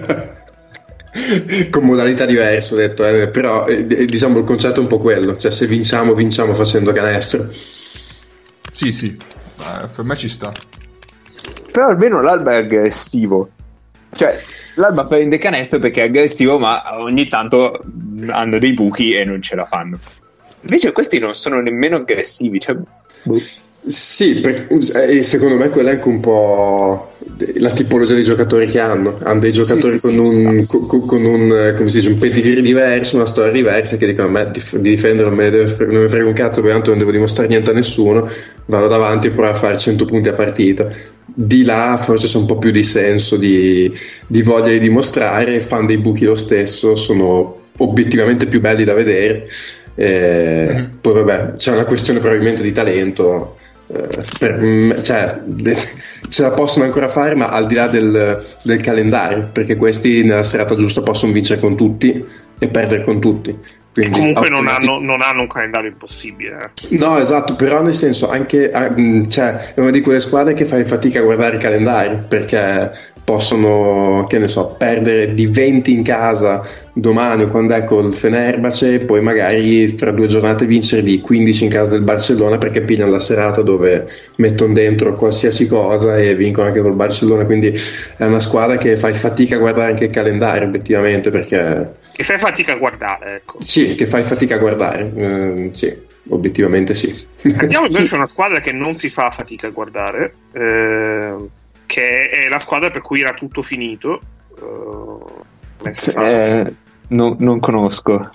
Con modalità diverse, ho detto, eh, però eh, d- diciamo il concetto è un po' quello, cioè se vinciamo vinciamo facendo canestro. sì, sì, eh, per me ci sta. Però almeno l'Alba è aggressivo, cioè l'Alba prende canestro perché è aggressivo, ma ogni tanto mh, hanno dei buchi e non ce la fanno. Invece questi non sono nemmeno aggressivi, cioè, boh. Sì, per- e secondo me quella è anche un po' la tipologia di giocatori che hanno. Hanno dei giocatori Sì, sì, con, sì, un, ci co- co- con un, eh, come si dice, un pedigree diverso, una storia diversa, che dicono a me di, di difendere non me, ne deve fre- non me frega un cazzo, perché tanto non devo dimostrare niente a nessuno, vado davanti e provo a fare cento punti a partita. Di là forse c'è un po' più di senso, di, di voglia di dimostrare, fanno dei buchi lo stesso, sono obiettivamente più belli da vedere. Eh, Mm-hmm. Poi vabbè, c'è una questione probabilmente di talento. Eh, per me- cioè, de- ce la possono ancora fare, ma al di là del, del calendario, perché questi nella serata giusta possono vincere con tutti e perdere con tutti. Quindi Comunque non automati- hanno, non hanno un calendario impossibile. eh. No, esatto, però nel senso anche ah, mh, cioè, è una di quelle squadre che fai fatica a guardare i calendari, perché possono, che ne so, perdere di venti in casa domani o quando è col Fenerbahce, e poi magari fra due giornate vincere di quindici in casa del Barcellona, perché pigliano la serata dove mettono dentro qualsiasi cosa e vincono anche col Barcellona. Quindi è una squadra che fai fatica a guardare anche il calendario obiettivamente, perché Che fai fatica a guardare, ecco. sì, che fai fatica a guardare, eh, sì, obiettivamente sì. Andiamo invece a una squadra che non si fa fatica a guardare, eh, che è la squadra per cui era tutto finito. eh, mesi fa. Eh, no- non conosco.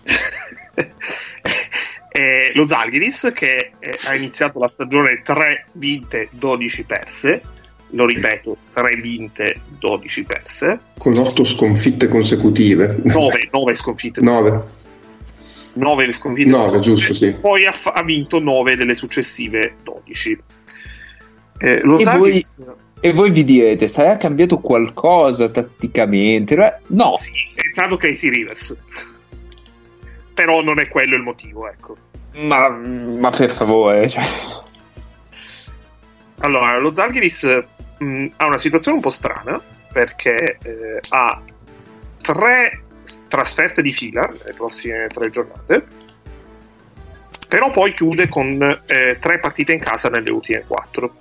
Eh, lo Zalgiris, che eh, ha iniziato la stagione tre vinte, dodici perse. Lo ripeto, tre vinte, dodici perse. Con otto sconfitte consecutive. nove sconfitte. nove. nove sconfitte. nove, consecutive. giusto, sì. Poi ha, fa- ha vinto nove delle successive dodici. Eh, lo E voi, Zalgiris... e voi vi direte, sarà cambiato qualcosa tatticamente? No, Sì, è entrato Casey Rivers. Però non è quello il motivo, ecco. ma, ma per favore, cioè. Allora, lo Zalgiris mh, ha una situazione un po' strana, perché eh, ha tre s- trasferte di fila nelle prossime tre giornate, però poi chiude con eh, tre partite in casa nelle ultime quattro.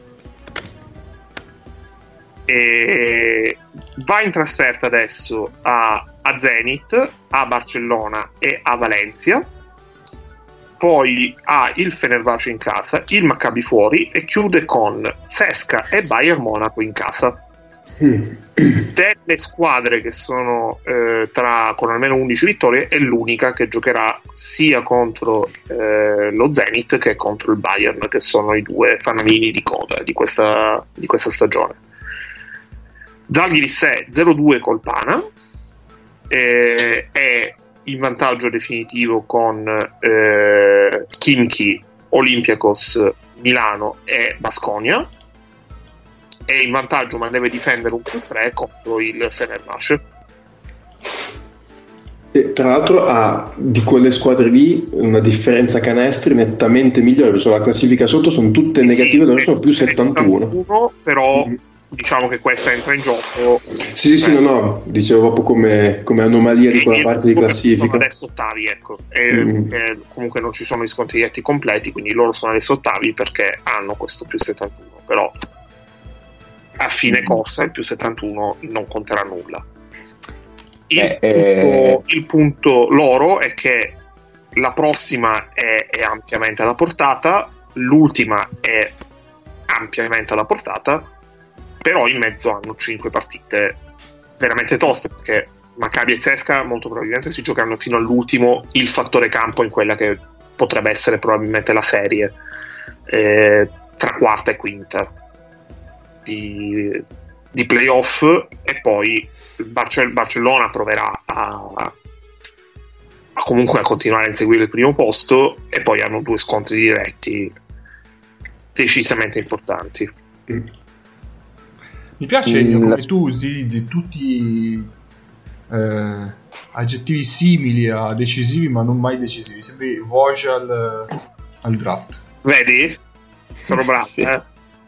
E va in trasferta adesso a, a Zenit, a Barcellona e a Valencia. Poi ha il Fenerbahce in casa, il Maccabi fuori e chiude con Cesca e Bayern Monaco in casa. Delle squadre che sono eh, tra con almeno undici vittorie è l'unica che giocherà sia contro eh, lo Zenit che contro il Bayern, che sono i due fanalini di coda di questa, di questa stagione. Zalgiris è zero due col Pana, eh, è in vantaggio definitivo con eh, Khimki, Olympiakos, Milano e Baskonia. è in vantaggio ma deve difendere un più tre contro il Fenerbahce. E tra l'altro ha di quelle squadre lì una differenza canestri nettamente migliore, cioè la classifica sotto sono tutte negative, sì, loro sono più settantuno, settantuno però mm-hmm. diciamo che questa entra in gioco. Sì, sì, sì, no, no, dicevo proprio come, come anomalia di quella parte di classifica. Sono adesso ottavi, ecco, e, mm. e comunque non ci sono i scontri diretti completi, quindi loro sono adesso ottavi perché hanno questo più settantuno, però a fine corsa il più settantuno non conterà nulla. Il, Beh, punto, eh... il punto loro è che la prossima è, è ampiamente alla portata, l'ultima è ampiamente alla portata, però in mezzo hanno cinque partite veramente toste, perché Maccabi e Cesca molto probabilmente si giocheranno fino all'ultimo il fattore campo in quella che potrebbe essere probabilmente la serie eh, tra quarta e quinta di, di playoff, e poi il Barcell- Barcellona proverà a, a comunque a continuare a inseguire il primo posto, e poi hanno due scontri diretti decisamente importanti. Mm. Mi piace Mm, come la... tu utilizzi tutti eh, aggettivi simili a decisivi ma non mai decisivi, sembri Voce al, al draft. Vedi? Sono bravo. Sì. eh?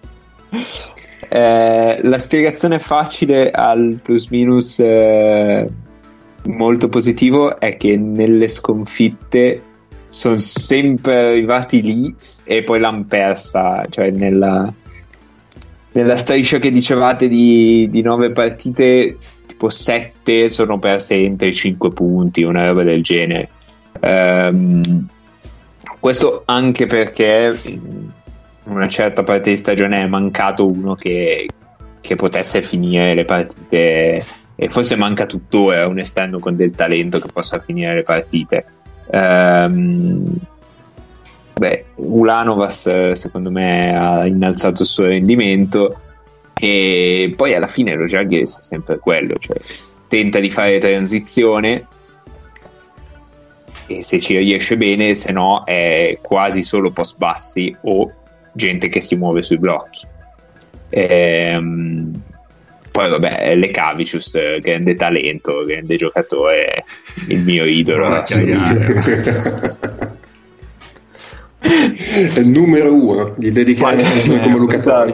Eh, la spiegazione facile al plus minus eh, molto positivo è che nelle sconfitte sono sempre arrivati lì e poi l'hanno persa, cioè nella, nella striscia che dicevate di, di nove partite, tipo sette sono perse entro i cinque punti, una roba del genere. Um, questo anche perché una certa parte di stagione è mancato uno che, che potesse finire le partite, e forse manca tuttora un esterno con del talento che possa finire le partite. Um, beh, Ulanovas secondo me ha innalzato il suo rendimento, e poi alla fine lo Žalgiris è sempre quello, cioè tenta di fare transizione e se ci riesce bene, se no è quasi solo post bassi o gente che si muove sui blocchi. Ehm, poi vabbè, Lekavicius, grande talento, grande giocatore, il mio idolo. Oh, è il numero uno, gli dedichiamo canzoni come Luca Toni.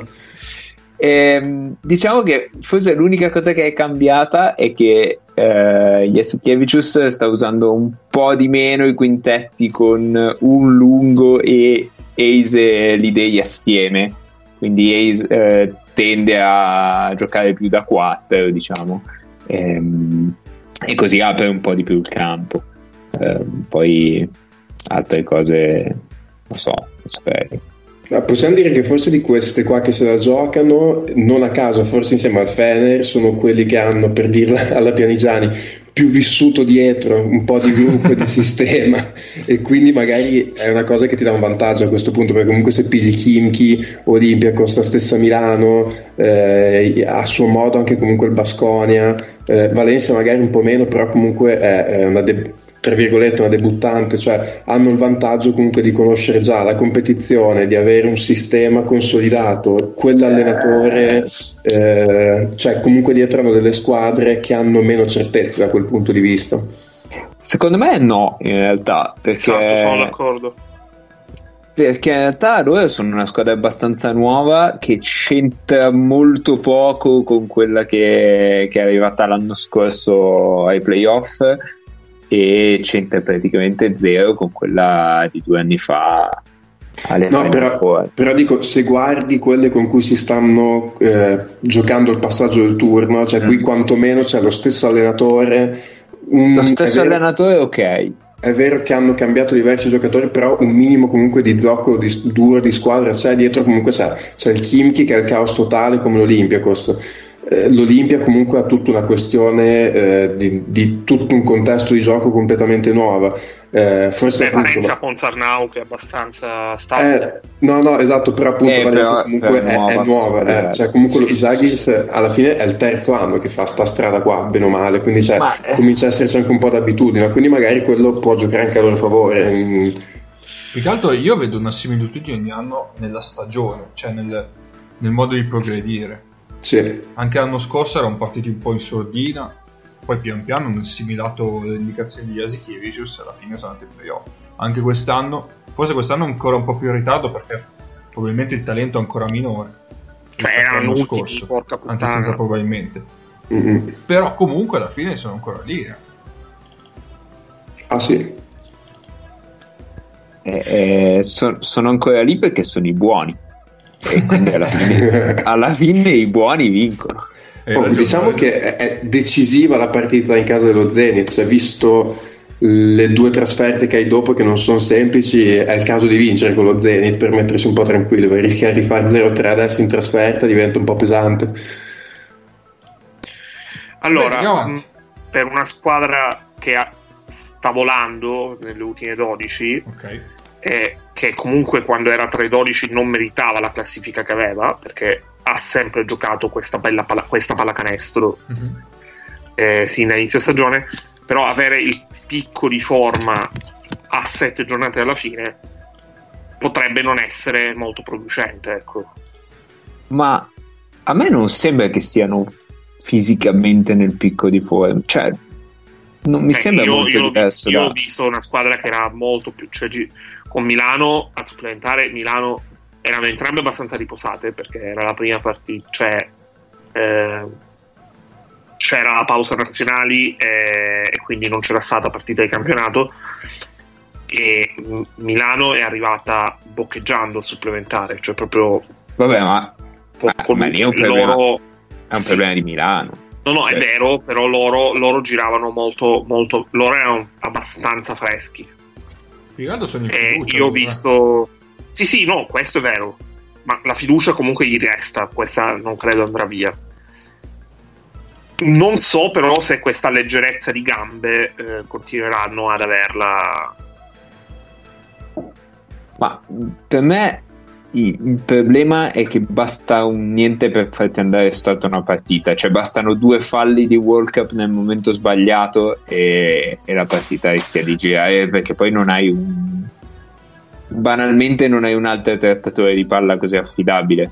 Ehm, diciamo che forse l'unica cosa che è cambiata è che eh, Jasikevičius sta usando un po' di meno i quintetti con un lungo e Eise Lidei assieme, quindi Eise eh, tende a giocare più da quattro, diciamo, ehm, e così apre un po' di più il campo. Ehm, poi altre cose non so, non saprei. Ma possiamo dire che forse di queste qua che se la giocano, non a caso, forse insieme al Fener, sono quelli che hanno, per dirla alla Pianigiani, più vissuto dietro, un po' di gruppo e di sistema, e quindi magari è una cosa che ti dà un vantaggio a questo punto, perché comunque se pigli Chimki, Olympiacos, la stessa Milano, eh, a suo modo anche comunque il Baskonia, eh, Valencia magari un po' meno, però comunque è, è una de- tra virgolette una debuttante, cioè hanno il vantaggio comunque di conoscere già la competizione, di avere un sistema consolidato, quell'allenatore, eh, cioè comunque dietro hanno delle squadre che hanno meno certezze da quel punto di vista. Secondo me no, in realtà, perché esatto, sono d'accordo. Perché in realtà loro sono una squadra abbastanza nuova che c'entra molto poco con quella che, che è arrivata l'anno scorso ai playoff, e c'entra praticamente zero con quella di due anni fa alle no, però, però dico, se guardi quelle con cui si stanno eh, giocando il passaggio del turno, cioè mm. qui quantomeno c'è lo stesso allenatore, un, lo stesso vero, allenatore ok, è vero che hanno cambiato diversi giocatori, però un minimo comunque di zoccolo di, duro di squadra c'è dietro, comunque c'è, c'è il Chimki che è il caos totale come l'Olympiacos. Eh, L'Olimpia comunque ha tutta una questione eh, di, di tutto un contesto di gioco completamente nuova. Eh, forse Beh, Valencia con Sarnau che è abbastanza stabile. Eh, no, no, esatto, però appunto eh, Valencia però, comunque però è, nuova, è nuova, eh, cioè comunque lo Žalgiris alla fine è il terzo anno che fa sta strada qua, bene o male, quindi cioè, Ma, eh. comincia a esserci anche un po' d'abitudine, quindi magari quello può giocare anche a loro favore. Mm. Più che altro io vedo una similitudine ogni anno nella stagione, cioè nel, nel modo di progredire. Sì. Anche l'anno scorso erano partiti un po' in sordina, poi pian piano hanno assimilato le indicazioni di Jasikevicius e alla fine sono andati ai playoff. Anche quest'anno, forse quest'anno è ancora un po' più in ritardo perché probabilmente il talento è ancora minore. Cioè erano l'anno ultimi, scorso, porca puttana. anzi senza probabilmente. Mm-hmm. Però comunque alla fine sono ancora lì. Eh. Ah sì? Eh, eh, so, sono ancora lì perché sono i buoni. E quindi alla fine, alla fine i buoni vincono. Oh, diciamo che è, è decisiva la partita in casa dello Zenit, cioè, visto le due trasferte che hai dopo che non sono semplici, è il caso di vincere con lo Zenit per mettersi un po' tranquillo, perché rischiare di fare zero tre adesso in trasferta diventa un po' pesante. Allora, Beh, mh, per una squadra che ha, sta volando nelle ultime dodici, ok, e che comunque quando era tra i dodici non meritava la classifica che aveva, perché ha sempre giocato questa bella palla, questa pallacanestro mm-hmm. eh, sin da inizio stagione, però avere il picco di forma a sette giornate alla fine potrebbe non essere molto producente, ecco. Ma a me non sembra che siano fisicamente nel picco di forma, cioè non mi Eh, sembra io, molto io, diverso io da... ho visto una squadra che era molto più, cioè, con Milano a supplementare, Milano erano entrambe abbastanza riposate perché era la prima partita, cioè eh, c'era la pausa nazionali e, e quindi non c'era stata partita di campionato, e Milano è arrivata boccheggiando a supplementare, cioè proprio Vabbè, ma, con, ma, con ma lì è un problema, loro è un sì. problema di Milano. No, no, Cioè, è vero, però loro, loro giravano molto, molto, loro erano abbastanza freschi. Piegato sono in E fiducia, io ho allora. visto, sì, sì, no, questo è vero, ma la fiducia comunque gli resta, questa non credo andrà via. Non so però se questa leggerezza di gambe eh, continueranno ad averla. Ma per me il, il problema è che basta un niente per farti andare storta una partita, cioè bastano due falli di World Cup nel momento sbagliato e, e la partita rischia di girare, perché poi non hai un banalmente non hai un altro trattatore di palla così affidabile.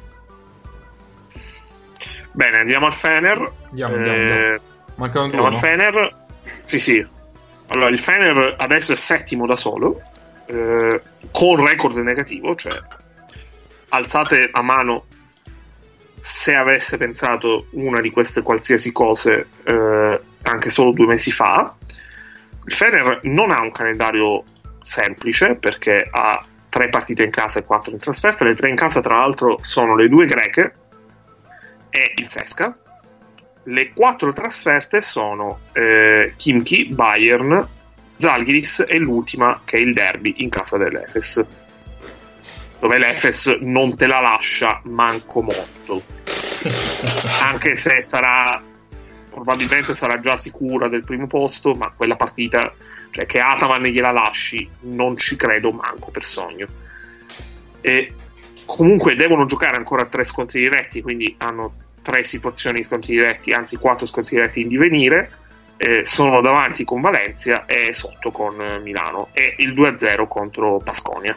Bene, andiamo al Fener. Andiamo, andiamo, Eh, andiamo. Mancano due, andiamo al no? Fener. Sì, sì. Allora, il Fener adesso è settimo da solo, eh, con record negativo, cioè alzate a mano se avesse pensato una di queste qualsiasi cose eh, anche solo due mesi fa. Il Fener non ha un calendario semplice perché ha tre partite in casa e quattro in trasferta. Le tre in casa, tra l'altro, sono le due greche e il Sesca. Le quattro trasferte sono eh, Khimki, Bayern, Zalgiris e l'ultima che è il derby in casa dell'Efes, dove l'Efes non te la lascia manco morto, anche se sarà probabilmente sarà già sicura del primo posto, ma quella partita, cioè che Ataman gliela lasci, non ci credo manco per sogno. E comunque devono giocare ancora tre scontri diretti, quindi hanno tre situazioni di scontri diretti, anzi quattro scontri diretti in divenire. Eh, sono davanti con Valencia e sotto con eh, Milano, e il due a zero contro Baskonia.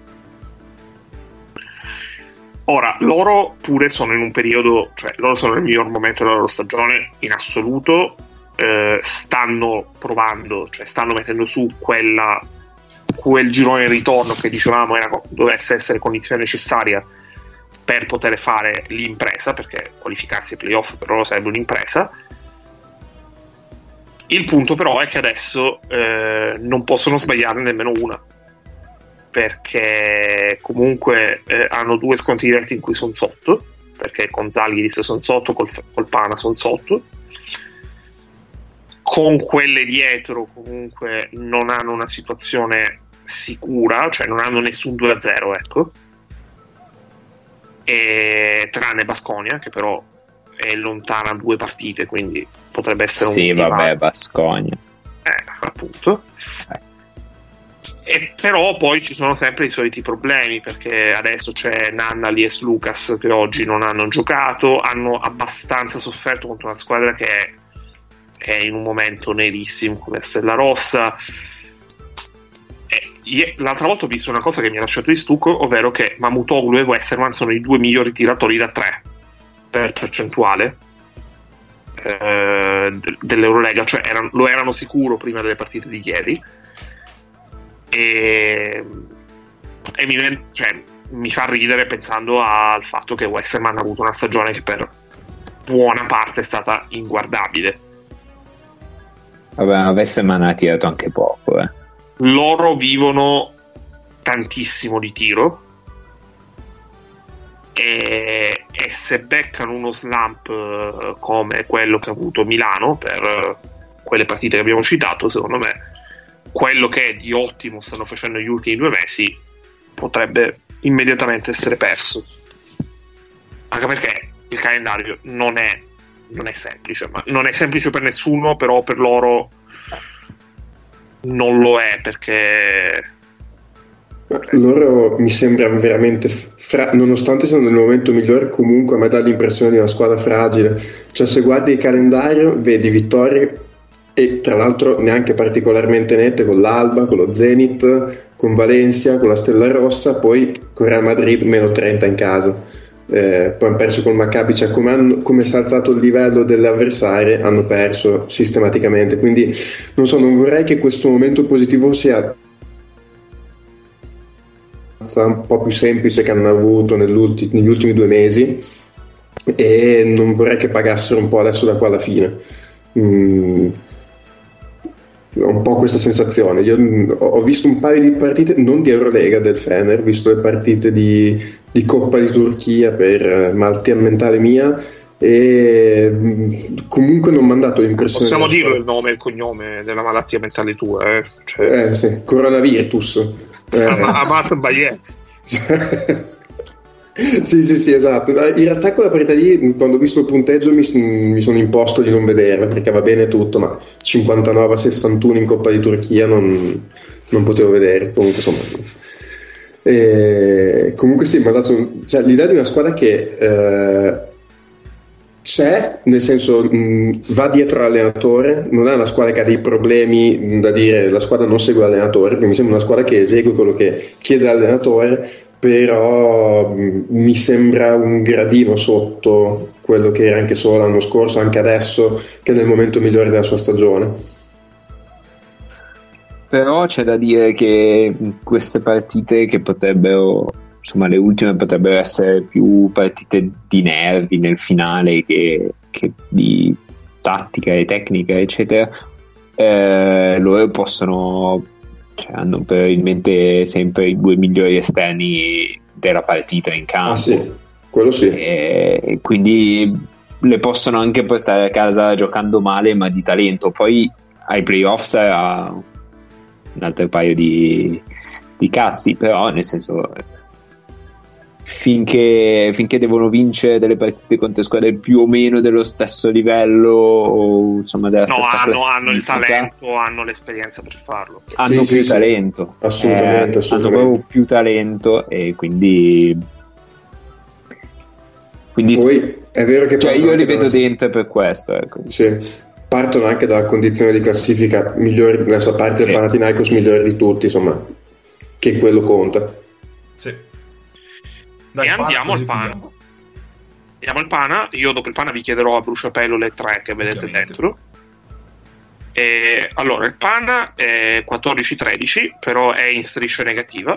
Ora, loro pure sono in un periodo, cioè loro sono nel miglior momento della loro stagione in assoluto, eh, stanno provando, cioè stanno mettendo su quella, quel girone di ritorno che dicevamo era, dovesse essere condizione necessaria per poter fare l'impresa, perché qualificarsi ai playoff per loro sarebbe un'impresa. Il punto però è che adesso eh, non possono sbagliare nemmeno una, perché comunque eh, hanno due scontri diretti in cui sono sotto, perché con Zalgiris sono sotto, col, col Pana sono sotto, con quelle dietro comunque non hanno una situazione sicura, cioè non hanno nessun due a zero, ecco, e tranne Baskonia che però è lontana due partite, quindi potrebbe essere sì, un vabbè, Baskonia eh, appunto eh. E però poi ci sono sempre i soliti problemi, perché adesso c'è Nanna, Lies Lucas che oggi non hanno giocato, hanno abbastanza sofferto contro una squadra che è, è in un momento nerissimo come Stella Rossa. E l'altra volta ho visto una cosa che mi ha lasciato di stucco, ovvero che Mamutoglu e Westerman sono i due migliori tiratori da tre per percentuale eh, dell'Eurolega, cioè erano, lo erano sicuro prima delle partite di ieri, e, e mi, cioè, mi fa ridere pensando al fatto che Westerman ha avuto una stagione che per buona parte è stata inguardabile. Vabbè, ma Westerman ha tirato anche poco, eh. Loro vivono tantissimo di tiro e, e se beccano uno slump uh, come quello che ha avuto Milano per uh, quelle partite che abbiamo citato, secondo me quello che di ottimo stanno facendo negli ultimi due mesi potrebbe immediatamente essere perso, anche perché il calendario non è non è semplice, ma non è semplice per nessuno, però per loro non lo è, perché loro mi sembra veramente fra... nonostante siano nel momento migliore, comunque a me dà l'impressione di una squadra fragile. Cioè, se guardi il calendario vedi vittorie, e tra l'altro neanche particolarmente nette, con l'Alba, con lo Zenit, con Valencia, con la Stella Rossa, poi con Real Madrid meno trenta in casa. Eh, poi hanno perso col Maccabi, cioè come, hanno, come si è alzato il livello delle avversarie, hanno perso sistematicamente. Quindi non so, non vorrei che questo momento positivo sia un po' più semplice che hanno avuto negli ultimi due mesi, e non vorrei che pagassero un po' adesso da qua alla fine. mm. Ho un po' questa sensazione. Io ho visto un paio di partite, non di Eurolega del Fener, ho visto le partite di, di Coppa di Turchia per malattia mentale mia, e comunque non mi ha dato l'impressione. Possiamo dirlo il nome e il cognome della malattia mentale tua, eh? Cioè... eh sì, coronavirus. Eh. Amat Bayet. Sì, sì, sì, esatto. In realtà quella partita lì, quando ho visto il punteggio, mi, mi sono imposto di non vederla, perché va bene tutto, ma cinquantanove a sessantuno in Coppa di Turchia non, non potevo vedere. Comunque, insomma, e, comunque sì, mi ha dato, cioè, l'idea di una squadra che eh, c'è, nel senso, mh, va dietro l'allenatore, non è una squadra che ha dei problemi mh, da dire la squadra non segue l'allenatore, perché mi sembra una squadra che esegue quello che chiede l'allenatore, però mh, mi sembra un gradino sotto quello che era anche solo l'anno scorso, anche adesso che è nel momento migliore della sua stagione. Però c'è da dire che queste partite, che potrebbero, insomma, le ultime potrebbero essere più partite di nervi nel finale che, che di tattica e tecnica, eccetera, eh, loro possono, cioè, hanno probabilmente sempre i due migliori esterni della partita in campo. Ah sì, quello sì. E, e quindi le possono anche portare a casa giocando male, ma di talento. Poi ai playoff sarà un altro paio di, di cazzi, però nel senso, finché, finché devono vincere delle partite contro squadre più o meno dello stesso livello, o insomma della no, stessa hanno, hanno il classifica, talento, hanno l'esperienza per farlo. hanno Sì, più sì, talento, sì. Assolutamente, eh, assolutamente. hanno proprio più talento, e quindi quindi Poi sì. è vero che Cioè, partono io anche li vedo dalla- dentro per questo, ecco. sì, partono anche dalla condizione di classifica migliore, adesso a parte Sì. il Panathinaikos migliore di tutti, insomma, che quello conta. Sì. Dai, E Pana, andiamo così al Pana. chiudiamo. Andiamo al Pana. Io dopo il Pana vi chiederò a bruciapelo le tre che vedete Ovviamente. dentro. E, allora, il Pana è quattordici tredici, però è in striscia negativa.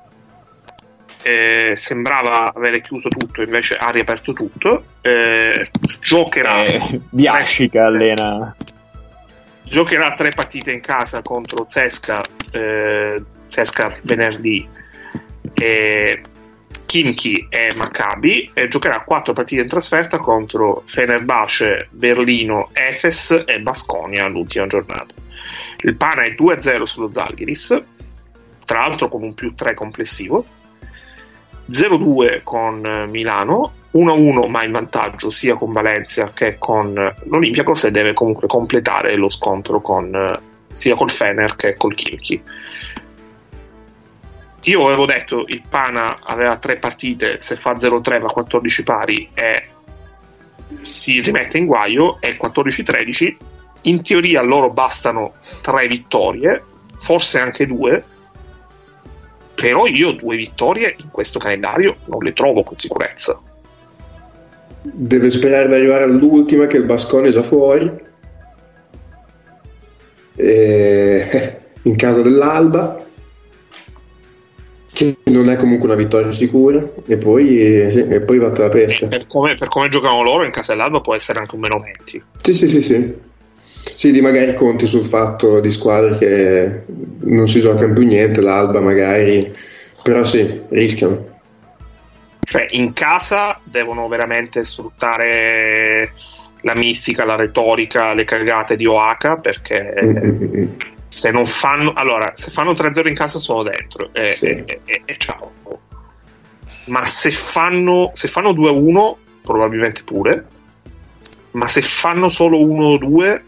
Eh, sembrava avere chiuso tutto, invece ha riaperto tutto. Eh, giocherà Eh, Biascica allena. giocherà tre partite in casa contro Cesca, eh, Cesca venerdì, e Khimki e Maccabi, e giocherà quattro partite in trasferta contro Fenerbahce, Berlino, Efes e Baskonia l'ultima giornata. Il Pana è due a zero sullo Zalgiris, tra l'altro con un più tre complessivo, zero a due con Milano, uno a uno ma in vantaggio sia con Valencia che con l'Olympiacos, e deve comunque completare lo scontro con sia col Fener che col Khimki. Io avevo detto il Pana aveva tre partite, se fa zero a tre va quattordici pari e si rimette in guaio, è quattordici tredici. In teoria loro bastano tre vittorie, forse anche due, però io due vittorie in questo calendario non le trovo con sicurezza. deve sperare di arrivare all'ultima, che il Baskonia è già fuori, e, in casa dell'Alba, che non è comunque una vittoria sicura, e poi, sì, e poi va la pesca. Per come, per come giocano loro, in casa dell'Alba può essere anche un meno venti. Sì, sì, sì, sì. Sì, di magari conti sul fatto di squadre che non si giocano più niente, l'Alba magari, però sì, rischiano. Cioè, in casa devono veramente sfruttare la mistica, la retorica, le cagate di Oaka, perché mm-hmm. se non fanno, allora, se fanno tre zero in casa sono dentro e, sì. e, e, e ciao. Ma se fanno se fanno due a uno probabilmente pure, ma se fanno solo uno o due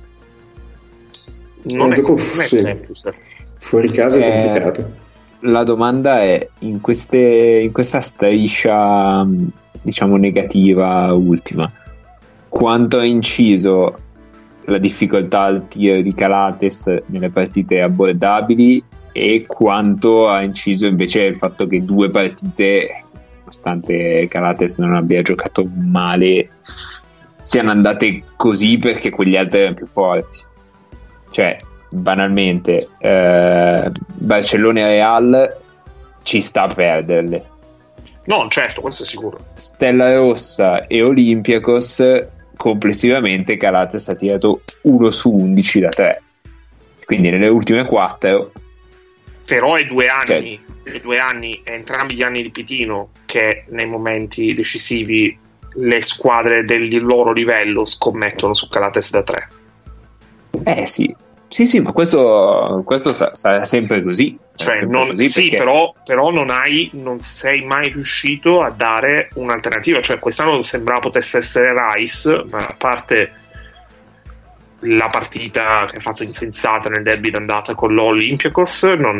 non, eh, è, dopo, non è sì. semplice. Fuori casa è eh, complicato. La domanda è, in queste in questa striscia, diciamo, negativa ultima, quanto ha inciso la difficoltà al tir di Calates nelle partite abbordabili e quanto ha inciso invece il fatto che due partite, nonostante Calates non abbia giocato male, siano andate così perché quegli altri erano più forti. Cioè, banalmente, eh, Barcellona e Real ci sta a perderle. No, certo, questo è sicuro. Stella Rossa e Olympiacos, complessivamente Calates ha tirato uno su undici da tre, quindi nelle ultime quattro. Però è due anni, cioè, due anni, entrambi gli anni di Pitino, che nei momenti decisivi le squadre del loro livello scommettono su Calates da tre. Eh sì, sì, sì, ma questo, questo sa- sarà sempre così. Sarà Cioè, sempre non, così sì, perché... però, però non hai, non sei mai riuscito a dare un'alternativa. Cioè, quest'anno sembrava potesse essere Rice, ma a parte la partita che ha fatto insensata nel derby d'andata con l'Olympiacos, non,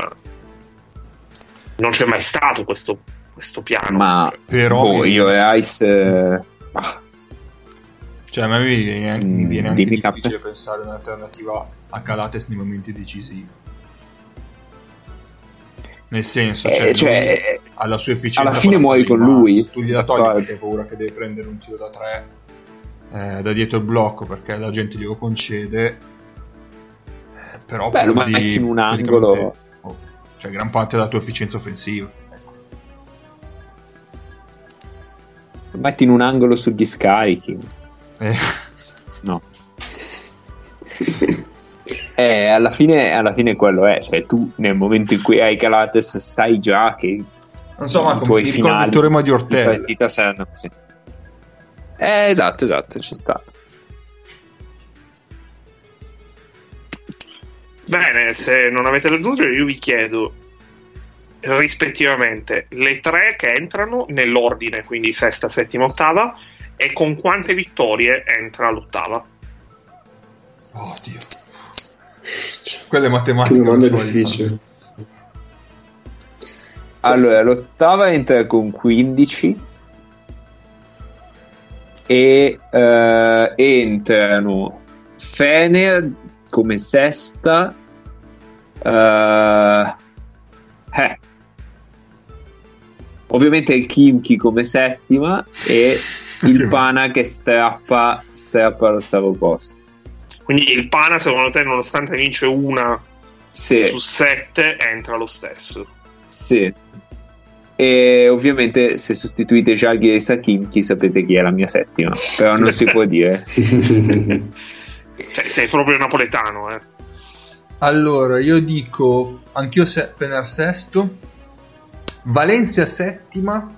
non c'è mai stato questo, questo piano. Ma cioè, però boh, io e Rice... Eh... Ah. Cioè, a me mi viene anche, mi viene anche Dimmi, difficile Cap. pensare un'alternativa a Calates nei momenti decisivi. Nel senso, Eh, cioè, cioè, lui ha la sua efficienza. alla fine con la muori palla con in mano. lui. Se tu gliela togli perché hai paura che deve prendere un tiro da tre eh, da dietro il blocco perché la gente glielo concede. Eh, però Beh, lo perdi metti in un praticamente- angolo. oh, cioè gran parte della tua efficienza offensiva. Ecco. Lo metti in un angolo sugli scarichi. Eh. No. Eh, alla fine, alla fine quello è, cioè tu nel momento in cui hai Calates sai già che Non so, ma i tuoi mi ricordo finali il teorema di di Ortelli. partita saranno così. Eh, esatto, esatto, ci sta. Bene, se non avete da aggiungere, io vi chiedo rispettivamente le tre che entrano nell'ordine, quindi sesta, settima, ottava, e con quante vittorie entra l'ottava. Oh Dio. Quella è Che matematica. domanda non so di difficile. Allora, l'ottava entra con quindici e eh, entrano Fener come sesta, eh, eh, ovviamente il Khimki come settima e il Pana che strappa, strappa all'ottavo posto. Quindi il Pana, secondo te, nonostante vince una Sì, su sette, entra lo stesso. sì. E ovviamente se sostituite Žalgiris a Khimki sapete chi è la mia settima, però non si può dire. Cioè, sei proprio napoletano, eh. Allora, io dico anch'io se- Fener sesto, Valencia settima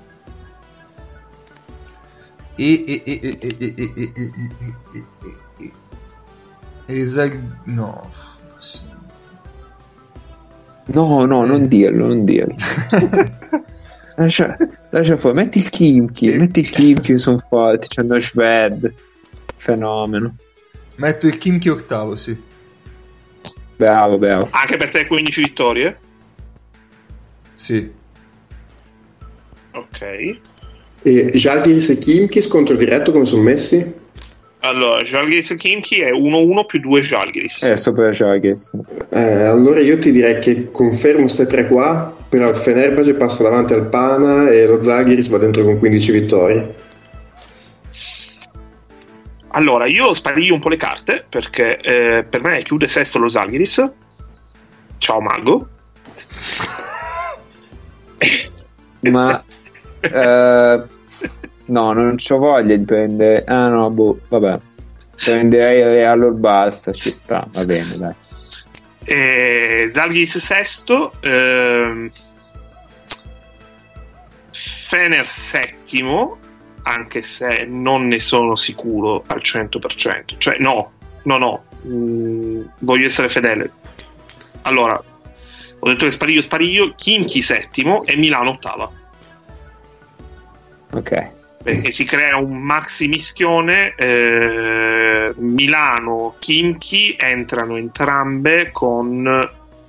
e e e e e e e e e e e Esag no. No, no, non dirlo, non dirlo. Lascia, lascia fuori, metti il Khimki, metti il Khimki, sono forti, c'hanno Shved, fenomeno. Metto il Khimki ottavo, sì. Bravo, bravo. Anche per te quindici vittorie? Sì. Ok. E Žalgiris e Khimki scontro diretto come sono messi? Allora, Žalgiris e Khimki è uno uno più due Žalgiris. Eh, sopra Žalgiris. Eh, allora io ti direi che confermo queste tre qua, però il Fenerbahce passa davanti al Pana e lo Žalgiris va dentro con quindici vittorie. Allora, io spariglio un po' le carte perché eh, per me chiude sesto lo Zalgiris. Ciao Mago. Ma eh, no, non c'ho voglia di prendere. Ah no, boh, vabbè. Prenderei Real o basta, ci sta, va bene, dai. Eh, Zalgiris sesto, ehm, Fener settimo, anche se non ne sono sicuro al cento per cento. Cioè no, no, no, mm, voglio essere fedele. Allora, ho detto che spariglio, spariglio, Chimki settimo e Milano ottava. Ok. Perché si crea un maxi mischione. eh, Milano, Chimki entrano entrambe con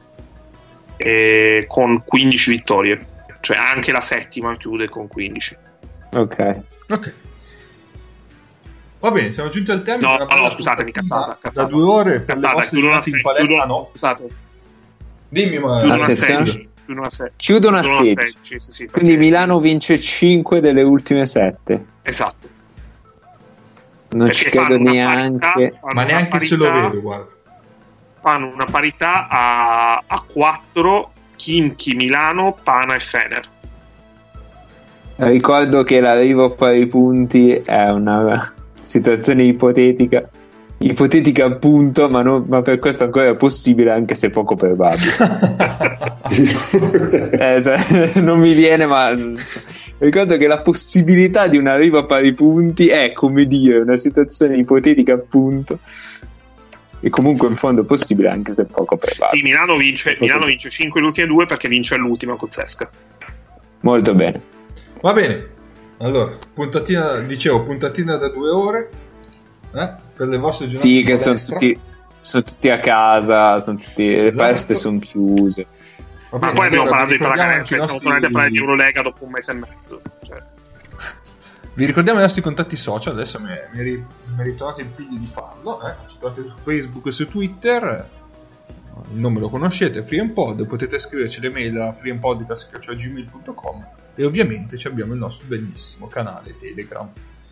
eh, con quindici vittorie, cioè anche la settima chiude con quindici. Ok. Ok. Va bene, siamo giunti al termine. No, della no, bella scusatemi, puntatina cazzata, cazzata. Da due ore per Cazzata, le vostre chiudono a giornate in sei, palestra, chiudono- no? Scusate, Dimmi, ma... chiudono a Attenzione. sedici. Chiudono a sei. Chiudono a Chiudono sedici. sì, sì, sì, Quindi perché- Milano vince cinque delle ultime sette. Esatto. Non Perché ci credo fanno una neanche. parità- fanno Ma una neanche se lo parità- vedo, guarda. fanno una parità a, a quattro Chimki, Milano, Pana e Fener. Ricordo che l'arrivo a pari punti è una situazione ipotetica. Ipotetica appunto, ma, non- ma per questo ancora è possibile, anche se poco probabile. Eh, cioè, non mi viene, ma ricordo che la possibilità di un arrivo a pari punti è, come dire, una situazione ipotetica appunto, e comunque in fondo è possibile, anche se poco probabile. Sì, Milano vince, Milano vince cinque le ultime due perché vince l'ultima con Zesca. Molto bene. Va bene. Allora, puntatina, dicevo, puntatina da due ore. Eh? Per le vostre giornate Sì, in che sono palestra. tutti, sono tutti a casa, sono tutti, le Esatto. palestre sono chiuse. Va Ma bene, poi abbiamo allora, parlato vi di ricordiamo pallacanestro, anche i siamo nostri- tornati a parlare di Eurolega dopo un mese e mezzo. Cioè, Vi ricordiamo i nostri contatti social, adesso mi, mi, ri- mi ritrovate il piglio di farlo, eh? Ci trovate su Facebook e su Twitter, il nome lo conoscete, FreeandPod, potete scriverci le mail a freeandpodcast chiocciola gmail punto com e ovviamente ci abbiamo il nostro bellissimo canale Telegram.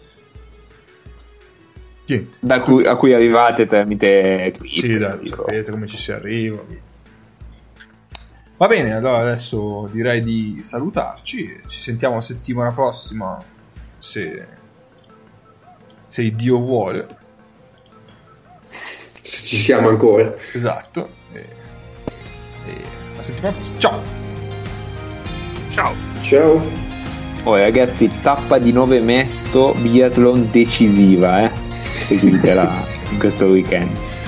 Niente. Da cui, a cui arrivate tramite Twitter. Sì, dai, dico. sapete come ci si arriva. Va bene, allora adesso direi di salutarci. Ci sentiamo la settimana prossima, se, se Dio vuole. Se ci siamo ancora. Esatto. E, e la settimana prossima. Ciao! ciao. Ciao. Oh, ragazzi, tappa di nove mesto biathlon decisiva, eh. Seguitela in questo weekend.